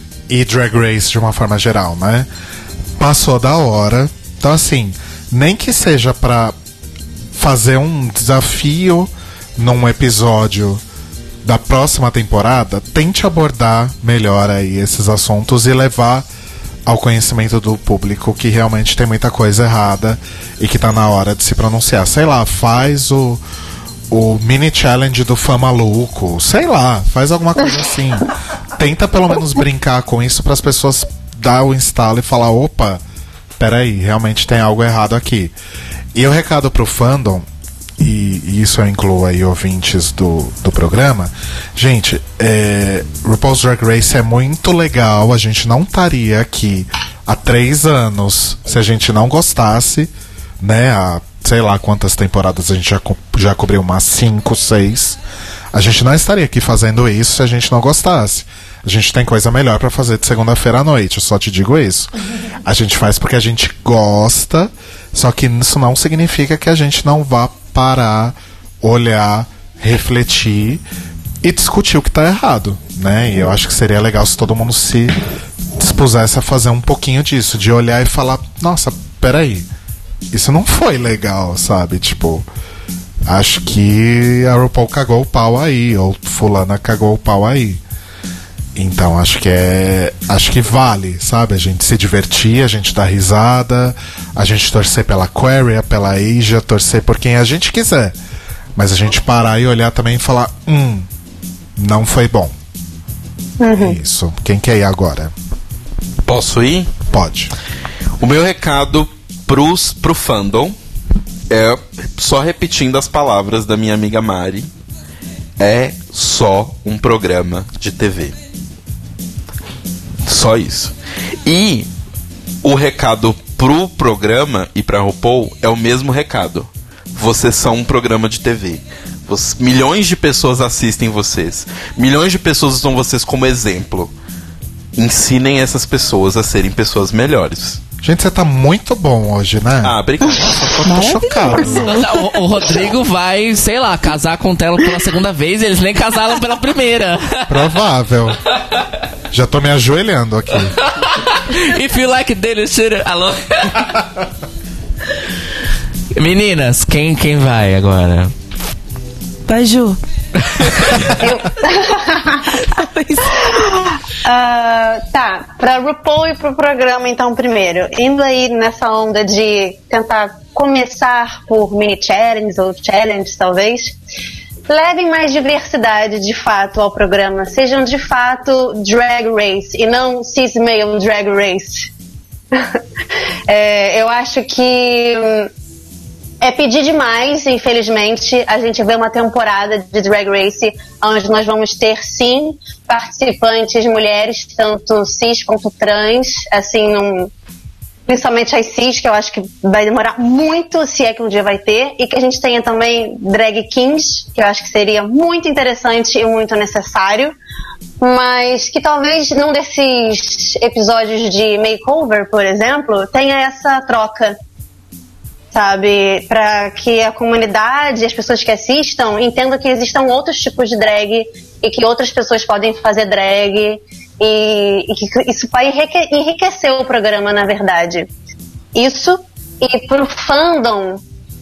e Drag Race de uma forma geral, né? Passou da hora. Então, assim, nem que seja pra fazer um desafio num episódio da próxima temporada, tente abordar melhor aí esses assuntos e levar ao conhecimento do público que realmente tem muita coisa errada e que tá na hora de se pronunciar. Sei lá, faz o, o mini challenge do fã maluco, sei lá, faz alguma coisa assim. Tenta pelo menos brincar com isso para as pessoas dar o instalo e falar: opa, peraí, realmente tem algo errado aqui. E o recado pro fandom, e, e isso eu incluo aí ouvintes do, do programa, gente, é, RuPaul's Drag Race é muito legal, a gente não estaria aqui há três anos se a gente não gostasse, né, há sei lá quantas temporadas a gente já, co- já cobriu, umas cinco, seis. A gente não estaria aqui fazendo isso se a gente não gostasse. A gente tem coisa melhor pra fazer de segunda-feira à noite, eu só te digo isso. A gente faz porque a gente gosta, só que isso não significa que a gente não vá parar, olhar, refletir e discutir o que tá errado, né? E eu acho que seria legal se todo mundo se dispusesse a fazer um pouquinho disso, de olhar e falar: nossa, peraí, isso não foi legal, sabe? Tipo, acho que a RuPaul cagou o pau aí, ou fulana cagou o pau aí. Então acho que é. Acho que vale, sabe? A gente se divertir, a gente dar risada, a gente torcer pela Aquaria, pela Asia, torcer por quem a gente quiser. Mas a gente parar e olhar também e falar: hum, não foi bom. É isso. Quem quer ir agora? Posso ir? Pode. O meu recado pros, pro fandom é, só repetindo as palavras da minha amiga Mari, é só um programa de T V. Só isso. E o recado pro programa e pra RuPaul é o mesmo recado. Vocês são um programa de T V. Vocês, milhões de pessoas assistem vocês. Milhões de pessoas usam vocês como exemplo. Ensinem essas pessoas a serem pessoas melhores. Gente, você tá muito bom hoje, né? Ah, obrigado. Eu tô chocado. O, o Rodrigo vai, sei lá, casar com o Telo pela segunda vez e eles nem casaram pela primeira. Provável. Já tô me ajoelhando aqui. If you like Daily Shooter, alô? Meninas, quem, quem vai agora? Vai, Ju. uh, tá, pra RuPaul e pro programa então primeiro. Indo aí nessa onda de tentar começar por mini challenges ou challenges talvez, levem mais diversidade de fato ao programa. Sejam de fato drag race e não cis-male drag race. é, eu acho que é pedir demais, infelizmente. A gente vê uma temporada de Drag Race onde nós vamos ter, sim, participantes mulheres, tanto cis quanto trans, assim, um, principalmente as cis, que eu acho que vai demorar muito, se é que um dia vai ter, e que a gente tenha também drag kings, que eu acho que seria muito interessante e muito necessário, mas que talvez num desses episódios de makeover, por exemplo, tenha essa troca, sabe, para que a comunidade e as pessoas que assistam entendam que existam outros tipos de drag e que outras pessoas podem fazer drag e, e que isso vai enrique, enriquecer o programa, na verdade. Isso, e pro fandom,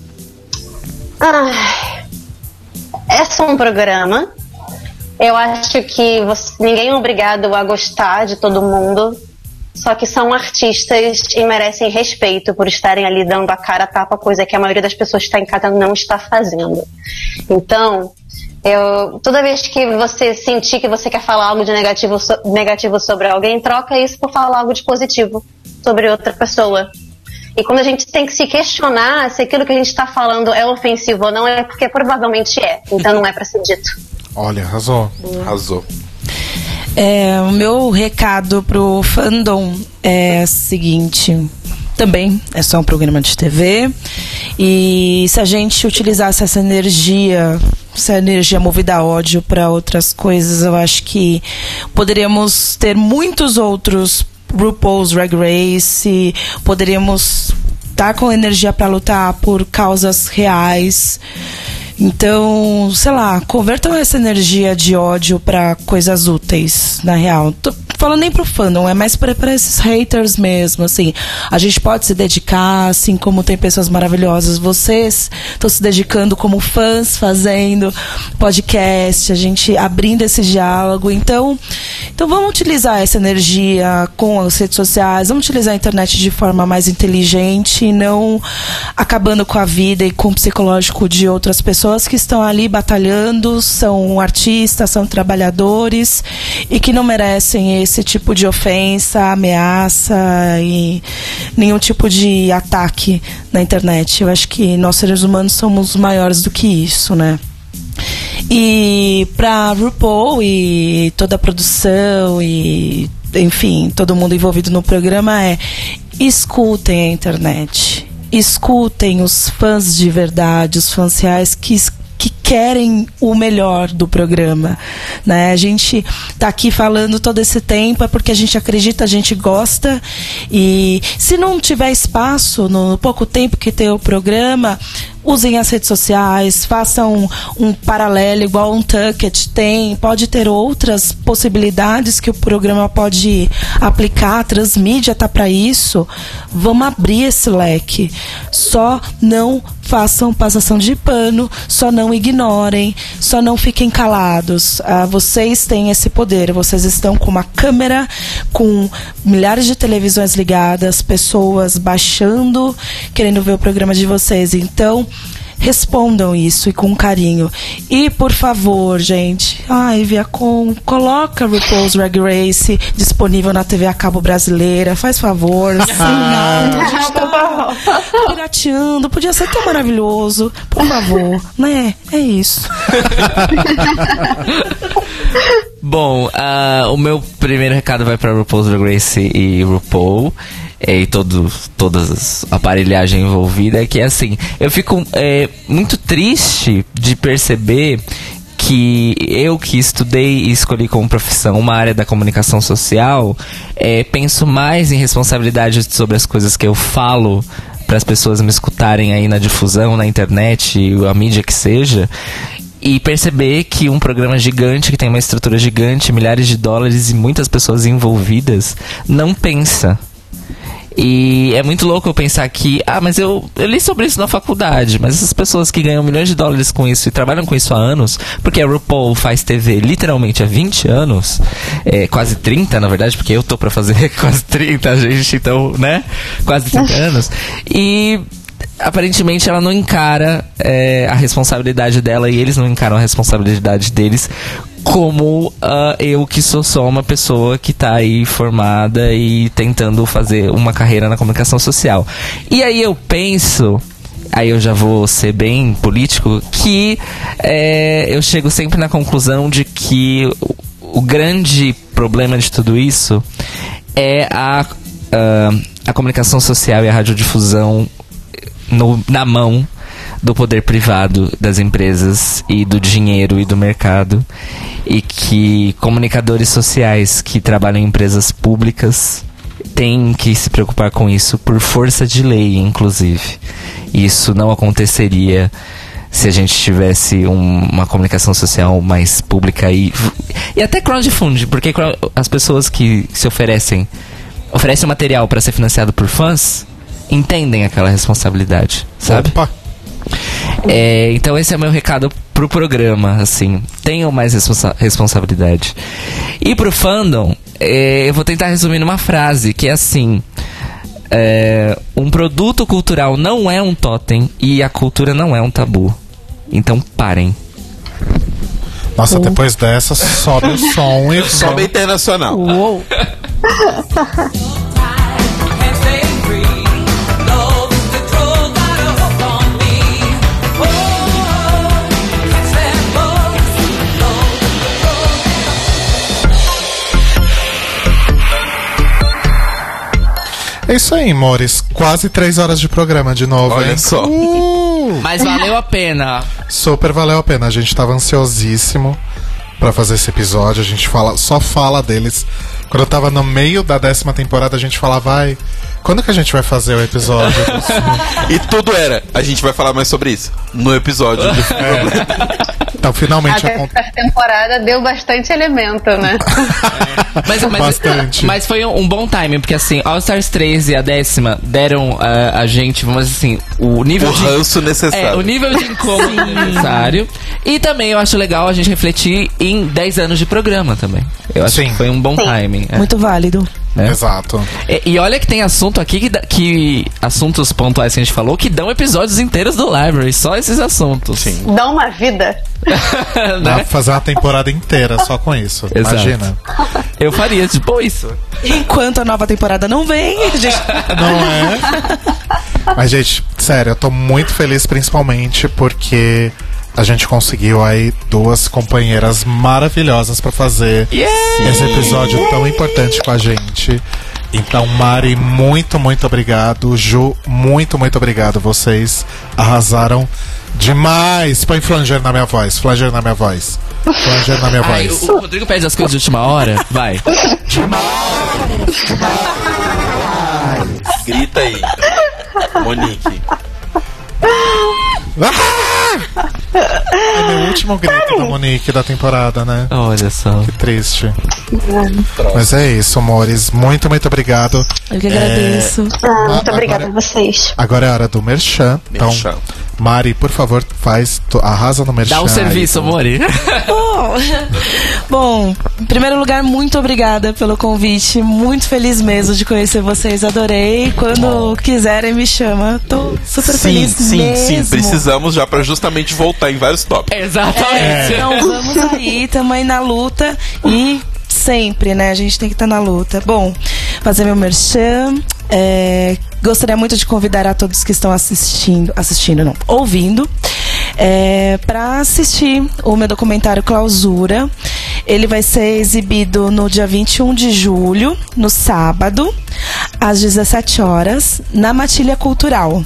ah, é só um programa. Eu acho que você, ninguém é obrigado a gostar de todo mundo. Só que são artistas e merecem respeito por estarem ali dando a cara a tapa, coisa que a maioria das pessoas que está em casa não está fazendo. Então, eu, toda vez que você sentir que você quer falar algo de negativo, so, negativo sobre alguém, troca isso por falar algo de positivo sobre outra pessoa. E quando a gente tem que se questionar se aquilo que a gente está falando é ofensivo ou não, é porque provavelmente é. Então não é para ser dito. Olha, arrasou. Arrasou. É, o meu recado pro fandom é o seguinte: também é só um programa de T V, e se a gente utilizasse essa energia, essa energia movida a ódio para outras coisas, eu acho que poderíamos ter muitos outros RuPaul's Drag Race, poderíamos estar com energia para lutar por causas reais. Então, sei lá, convertam essa energia de ódio pra coisas úteis, na real. Tô falando nem pro fandom, é mais pra, pra esses haters mesmo, assim. A gente pode se dedicar, assim como tem pessoas maravilhosas. Vocês estão se dedicando como fãs, fazendo podcast, a gente abrindo esse diálogo. Então, então vamos utilizar essa energia com as redes sociais, vamos utilizar a internet de forma mais inteligente e não acabando com a vida e com o psicológico de outras pessoas que estão ali batalhando, são artistas, são trabalhadores e que não merecem esse tipo de ofensa, ameaça e nenhum tipo de ataque na internet. Eu acho que nós seres humanos somos maiores do que isso, né? E pra RuPaul e toda a produção e, enfim, todo mundo envolvido no programa é: escutem a internet. Escutem os fãs de verdade, os fãs reais que, que querem o melhor do programa, né? A gente tá aqui falando todo esse tempo é porque a gente acredita, a gente gosta, e se não tiver espaço no pouco tempo que tem o programa, usem as redes sociais, façam um, um paralelo igual um Tucket tem, pode ter outras possibilidades que o programa pode aplicar, a Transmídia tá para isso. Vamos abrir esse leque. Só não façam passação de pano, só não ignorem, só não fiquem calados. Ah, vocês têm esse poder, vocês estão com uma câmera, com milhares de televisões ligadas, pessoas baixando, querendo ver o programa de vocês. Então, respondam isso e com carinho. E, por favor, gente, ai, Viacom, coloca RuPaul's Drag Race disponível na T V a cabo brasileira, faz favor. Assim, não, a gente tá pirateando, podia ser tão maravilhoso, por favor, né? É isso. Bom, uh, o meu primeiro recado vai para RuPaul's Drag Race e RuPaul. E todos, todas a aparelhagem envolvida, é que assim, eu fico é, muito triste de perceber que eu que estudei e escolhi como profissão uma área da comunicação social, é, penso mais em responsabilidade sobre as coisas que eu falo para as pessoas me escutarem aí na difusão, na internet, a mídia que seja, e perceber que um programa gigante, que tem uma estrutura gigante, milhares de dólares e muitas pessoas envolvidas, não pensa. E é muito louco eu pensar que, ah, mas eu, eu li sobre isso na faculdade, mas essas pessoas que ganham milhões de dólares com isso e trabalham com isso há anos, porque a RuPaul faz T V literalmente há vinte anos, é, quase trinta na verdade, porque eu tô pra fazer quase trinta, gente, então, né, quase trinta anos, e aparentemente ela não encara é, a responsabilidade dela e eles não encaram a responsabilidade deles como uh, eu que sou só uma pessoa que tá aí formada e tentando fazer uma carreira na comunicação social. E aí eu penso, aí eu já vou ser bem político, que é, eu chego sempre na conclusão de que o, o grande problema de tudo isso é a, uh, a comunicação social e a radiodifusão no, na mão do poder privado, das empresas e do dinheiro e do mercado, e que comunicadores sociais que trabalham em empresas públicas têm que se preocupar com isso por força de lei, inclusive. Isso não aconteceria se a gente tivesse um, uma comunicação social mais pública e, e até crowdfunding, porque as pessoas que se oferecem oferecem material para ser financiado por fãs entendem aquela responsabilidade, sabe? Opa. É, então esse é o meu recado pro programa, assim, tenham mais responsa- responsabilidade. E pro fandom, é, eu vou tentar resumir numa frase, que é assim: é, um produto cultural não é um totem e a cultura não é um tabu. Então parem. Nossa, depois dessa, sobe o som e Sobe internacional. Uou. É isso aí, amores. Quase três horas de programa de novo, Olha hein? só. Uh! Mas valeu a pena. Super valeu a pena. A gente tava ansiosíssimo pra fazer esse episódio. A gente fala, só fala deles. Quando eu tava no meio da décima temporada, a gente falava, vai, quando que a gente vai fazer o episódio? E tudo era, a gente vai falar mais sobre isso no episódio. De... É. Então, finalmente... A acon- terceira temporada deu bastante elemento, né? Mas, mas, Bastante. mas foi um, um bom timing, porque assim, All Stars três e a décima deram uh, a gente, vamos dizer assim, o nível O de... ranço necessário. É, o nível de incômodo necessário. E também eu acho legal a gente refletir em dez anos de programa também. Eu acho Sim. que foi um bom Sim. timing. é. Muito válido. Né? Exato. E, e olha que tem assunto aqui que, dá- que assuntos pontuais que a gente falou que dão episódios inteiros do Library, só esses assuntos. Sim. Dá uma vida. Dá Né? pra fazer uma temporada inteira só com isso. Exato. Imagina. Eu faria, tipo, isso. Enquanto a nova temporada não vem, a gente... Não é? Mas, gente, sério, eu tô muito feliz, principalmente porque a gente conseguiu aí duas companheiras maravilhosas pra fazer esse episódio tão importante com a gente. Então, Mari, muito, muito obrigado. Ju, muito, muito obrigado. Vocês arrasaram demais. Põe flanger na minha voz, flanger na minha voz. Flanger na minha Ai, voz. o, o Rodrigo pede as coisas de última hora. Vai. Grita aí, Monique. Ah! É meu último grito da Monique da temporada, né? Olha só. Que triste. Mas é isso, amores. Muito, muito obrigado. Eu que agradeço. Ah, muito agora- obrigada a vocês. Agora é a hora do merchan. Então, Merchan. Mari, por favor, faz, tu- arrasa no merchan. Dá o serviço, aí. Mori. Bom, bom, em primeiro lugar, muito obrigada pelo convite. Muito feliz mesmo de conhecer vocês. Adorei. Quando quiserem, me chama. Tô super Sim, feliz sim, mesmo. sim. Precisamos já pra justamente voltar em vários tópicos. Exatamente. Então vamos aí, tamo aí na luta e sempre, né? A gente tem que estar na luta. Bom, fazer meu merchan. É, gostaria muito de convidar a todos que estão assistindo, assistindo não, ouvindo, é, para assistir o meu documentário Clausura. Ele vai ser exibido no dia vinte e um de julho, no sábado, às dezessete horas, na Matilha Cultural.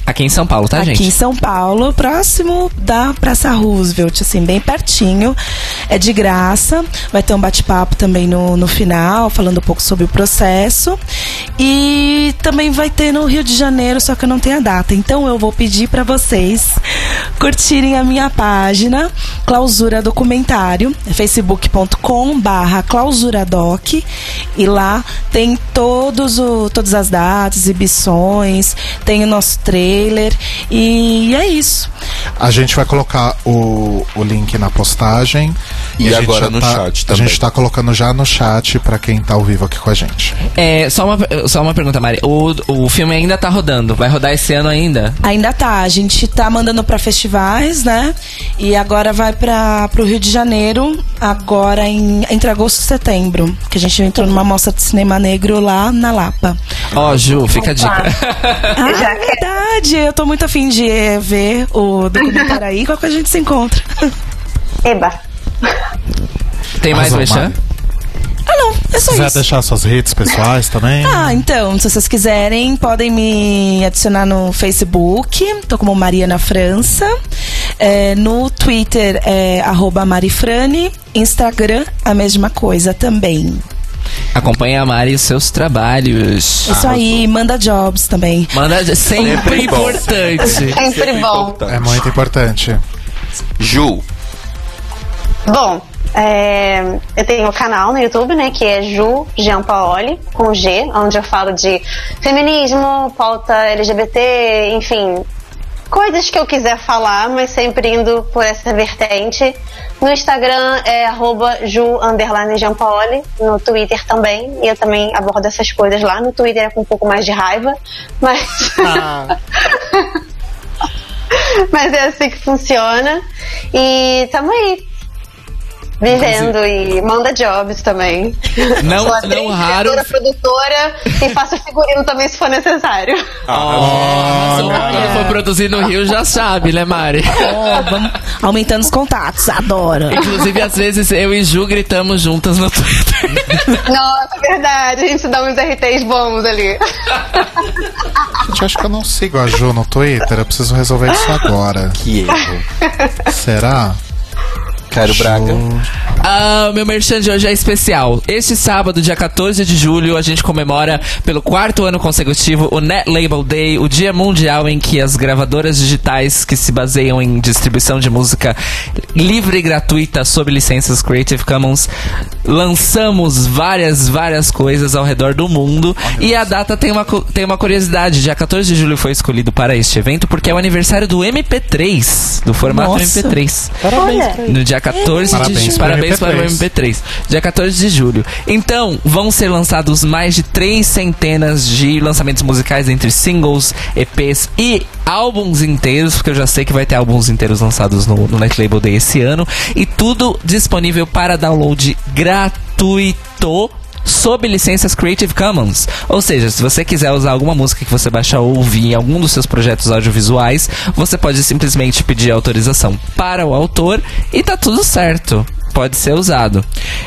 Aqui em São Paulo, tá, Aqui gente? em São Paulo, próximo da Praça Roosevelt, assim, bem pertinho. É de graça. Vai ter um bate-papo também no, no final, falando um pouco sobre o processo. E também vai ter no Rio de Janeiro, só que eu não tenho a data. Então eu vou pedir para vocês curtirem a minha página, Clausura Documentário, facebook ponto com barra clausuradoc. E lá tem todos o, todas as datas, exibições, tem o nosso trailer e é isso. A gente vai colocar o, o link na postagem. E a gente agora já no tá, chat A também. gente tá colocando já no chat pra quem tá ao vivo aqui com a gente. É, só uma, só uma pergunta, Mari. O, o filme ainda tá rodando? Vai rodar esse ano ainda? Ainda tá, a gente tá mandando pra festivais, né? E agora vai pra, pro Rio de Janeiro, agora em, entre agosto e setembro. Que a gente entrou numa mostra de cinema negro lá na Lapa. Ó, oh, Ju, fica a dica. Ah, é verdade, eu tô muito afim de eh, ver o documentário aí, qual que a gente se encontra. Eba. Tem mais Arrasou, mexer? Mari. Ah, não, é só Quiser isso. deixar suas redes pessoais também? Ah, então, se vocês quiserem, podem me adicionar no Facebook, tô como Mariana França. É, no Twitter é arroba Marifrane, Instagram a mesma coisa também. Acompanha a Mari e os seus trabalhos. Isso aí, manda jobs também. Manda sempre, Sempre bom. importante. Sempre bom. É muito importante. Ju, Bom, é, eu tenho um canal no YouTube, né, que é Ju Giampaoli, com G, onde eu falo de feminismo, pauta L G B T, enfim, coisas que eu quiser falar, mas sempre indo por essa vertente. No Instagram é arroba Ju underline Giampaoli, no Twitter também, e eu também abordo essas coisas lá. No Twitter é com um pouco mais de raiva, mas... mas é assim que funciona. E tamo aí, vivendo e manda jobs também. Não, Sou atriz, não raro. diretora, produtora e faço figurino também se for necessário. Ó, quando for produzir no Rio, já sabe, né, Mari? Ó, vamos aumentando os contatos, adoro. Inclusive, às vezes, eu e Ju gritamos juntas no Twitter. Nossa, é verdade, a gente dá uns R Ts bons ali. Gente, eu acho que eu não sigo a Ju no Twitter. Eu preciso resolver isso agora. que erro. Será? Cairo Braga. Ah, meu merchan de hoje é especial. Este sábado, dia quatorze de julho, a gente comemora pelo quarto ano consecutivo o Net Label Day, o dia mundial em que as gravadoras digitais que se baseiam em distribuição de música livre e gratuita sob licenças Creative Commons lançamos várias, várias coisas ao redor do mundo. E a data tem uma, tem uma curiosidade. Dia quatorze de julho foi escolhido para este evento porque é o aniversário do M P três, do formato Nossa. M P três. Olha, No dia quatorze Parabéns de julho. pro Parabéns para o M P três. M P três. Dia quatorze de julho. Então, vão ser lançados mais de três centenas de lançamentos musicais entre singles, E Ps e álbuns inteiros, porque eu já sei que vai ter álbuns inteiros lançados no, no Net Label Day esse ano. E tudo disponível para download gratuito sob licenças Creative Commons. Ou seja, se você quiser usar alguma música que você baixar ou ouvir em algum dos seus projetos audiovisuais, você pode simplesmente pedir autorização para o autor e tá tudo certo. Pode ser usado.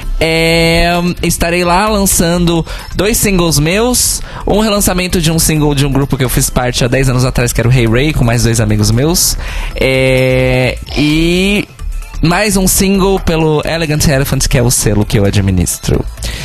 É, estarei lá lançando dois singles meus, um relançamento de um single de um grupo que eu fiz parte há dez anos atrás, que era o Hey Ray, com mais dois amigos meus. É, e mais um single pelo Elegant Elephant, que é o selo que eu administro.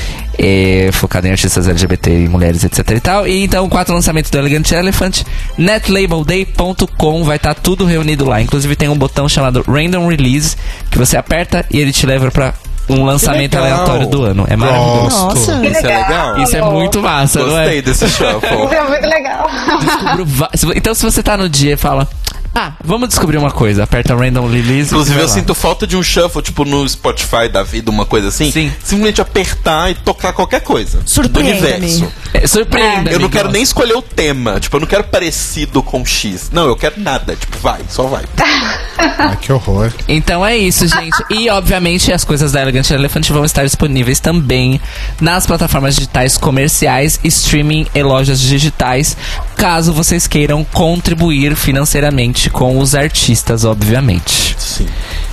É, focado em artistas L G B T e mulheres, etc e tal. E então, quatro lançamentos do Elegant Elephant, net label day ponto com, vai estar tudo reunido lá. Inclusive tem um botão chamado Random Release, que você aperta e ele te leva pra um lançamento legal. aleatório do ano. É maravilhoso. Gosto. Nossa. Isso é legal. Isso é muito massa, não Gostei é? desse shuffle. isso é muito legal. Descubro va- se vo- Então, se você tá no dia e fala, ah, vamos descobrir uma coisa, aperta Random Release. Inclusive, e vai eu lá. sinto falta de um shuffle, tipo no Spotify da vida, uma coisa assim. Sim. Simplesmente apertar e tocar qualquer coisa. Do Surpreenda-me. universo. É, surpreenda. Eu não quero nem escolher o tema. Tipo, eu não quero parecido com X. Não, eu quero nada. Tipo, vai, só vai. Ai, que horror. Então é isso, gente. E, obviamente, as coisas da Elegant Elephant vão estar disponíveis também nas plataformas digitais comerciais, streaming e lojas digitais, caso vocês queiram contribuir financeiramente com os artistas, obviamente. Sim.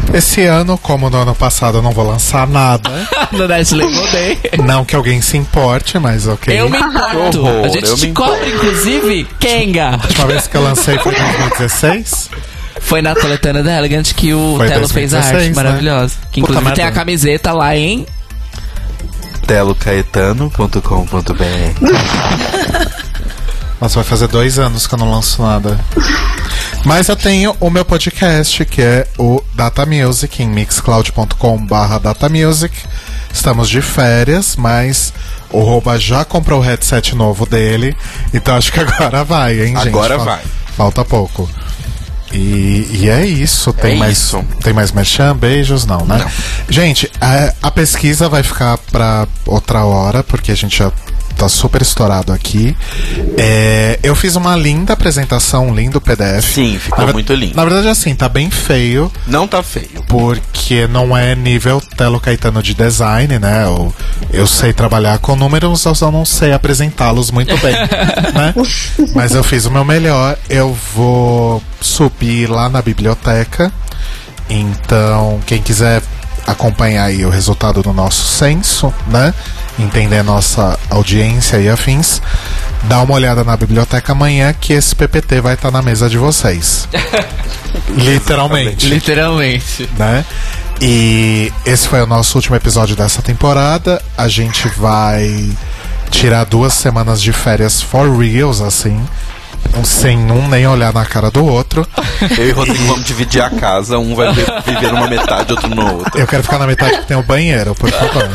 Esse ano, como no ano passado eu não vou lançar nada. No Nestlé Modei. Não que alguém se importe, mas ok. Eu me importo. horror, A gente eu te me cobra, inclusive, Kenga. A última vez que eu lancei foi em dois mil e dezesseis. Foi na coletânea da Elegant que o Foi Telo fez a arte dois mil e dezesseis, né? maravilhosa. Que Puta inclusive tem a merda. camiseta lá em... telo caetano ponto com ponto b r. Nossa, vai fazer dois anos que eu não lanço nada. Mas eu tenho o meu podcast, que é o Data Music, em mixcloud ponto com barra data music. Estamos de férias, mas o Roba já comprou o headset novo dele. Então acho que agora vai, hein, gente? Agora Fal- vai. Falta pouco. E, e é isso. Tem É mais isso. Tem mais merchan? Beijos? Não, né? Não. Gente, a, a pesquisa vai ficar pra outra hora, porque a gente já tá super estourado aqui. É, eu fiz uma linda apresentação, um lindo P D F. Sim, ficou Na ver- muito lindo. Na verdade, assim, tá bem feio, Não tá feio. porque não é nível Telo Caetano de design, né? Eu, eu sei trabalhar com números, eu só não sei apresentá-los muito bem, né? Mas eu fiz o meu melhor. Eu vou subir lá na biblioteca. Então, quem quiser acompanhar aí o resultado do nosso censo, né? Entender nossa audiência e afins, dá uma olhada na biblioteca amanhã, que esse P P T vai estar na mesa de vocês. Literalmente, Literalmente. né? E esse foi o nosso último episódio dessa temporada. A gente vai tirar duas semanas de férias for reals, assim, um sem um nem olhar na cara do outro. Eu e o Rodrigo vamos dividir a casa. Um vai vi- viver numa metade, outro no outro. Eu quero ficar na metade que tem o banheiro, por favor.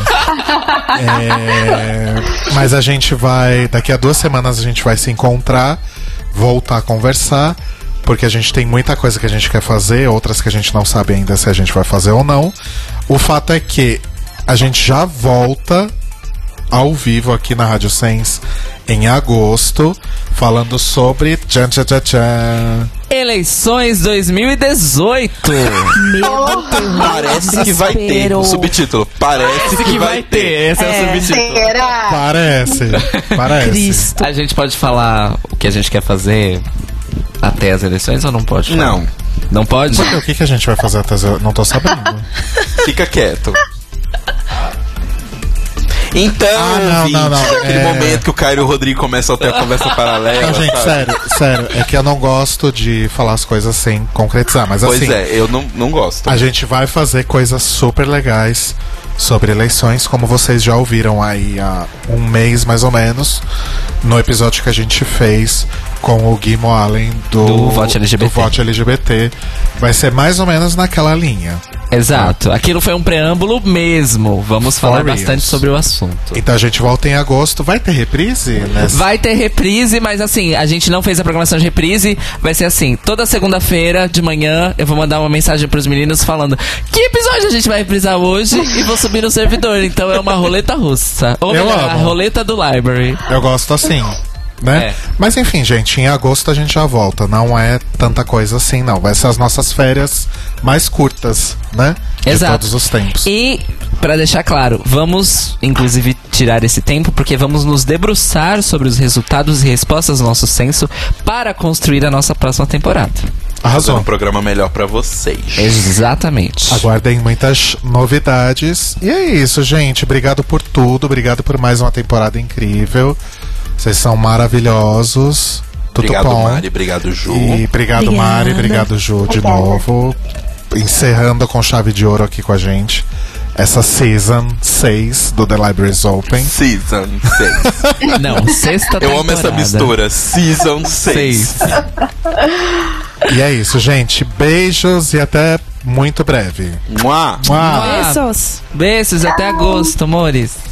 É, mas a gente vai. Daqui a duas semanas a gente vai se encontrar, voltar a conversar, porque a gente tem muita coisa que a gente quer fazer, outras que a gente não sabe ainda se a gente vai fazer ou não. O fato é que a gente já volta ao vivo aqui na Rádio Sense em agosto, falando sobre tchan, tchan, tchan, tchan. Eleições dois mil e dezoito. Parece que vai ter. O subtítulo. Parece que, que vai vai ter. ter. Esse é, o subtítulo. Será? Parece, parece. Cristo. A gente pode falar o que a gente quer fazer até as eleições ou não pode? falar? Não. Não pode? O que, que a gente vai fazer até? Eu não tô sabendo. Fica quieto. Então, Ah, não, ouvinte, não, não. aquele É. momento que o Caio e o Rodrigo começam a ter a conversa paralela. Não, gente, sabe? sério, sério. É que eu não gosto de falar as coisas sem concretizar, mas Pois assim, é, eu não, não gosto. a gente vai fazer coisas super legais sobre eleições, como vocês já ouviram aí há um mês mais ou menos, no episódio que a gente fez com o Gui Moalen do, Do Vote L G B T. do Vote L G B T. Vai ser mais ou menos naquela linha. Exato. Aquilo foi um preâmbulo mesmo. Vamos For falar reals. bastante sobre o assunto. Então a gente volta em agosto. Vai ter reprise? Nessa... Vai ter reprise, mas assim, a gente não fez a programação de reprise. Vai ser assim, toda segunda-feira de manhã eu vou mandar uma mensagem pros meninos falando que episódio a gente vai reprisar hoje e vou subir no servidor. Então é uma roleta russa. Ou Eu melhor, a amo. roleta do library. Eu gosto assim, né? É. Mas enfim, gente, em agosto a gente já volta. Não é tanta coisa assim, não. Vai ser as nossas férias mais curtas, né? De Exato. todos os tempos. E, pra deixar claro, vamos, inclusive, tirar esse tempo, porque vamos nos debruçar sobre os resultados e respostas do nosso censo para construir a nossa próxima temporada. Fazer Arrasou. um programa melhor pra vocês. Exatamente. Aguardem muitas novidades. E é isso, gente. Obrigado por tudo. Obrigado por mais uma temporada incrível. Vocês são maravilhosos. Tudo Obrigado, bom. Mari. Obrigado, Ju. E obrigado, Obrigada. Mari. Obrigado, Ju, de Obrigada. novo. Encerrando com chave de ouro aqui com a gente. Essa season seis do The Libraries Open. Season seis. Não, sexta Eu temporada. amo essa mistura. Season seis. Seis. E é isso, gente. Beijos e até muito breve. Mua. Mua. Beijos. Beijos, até agosto, amores.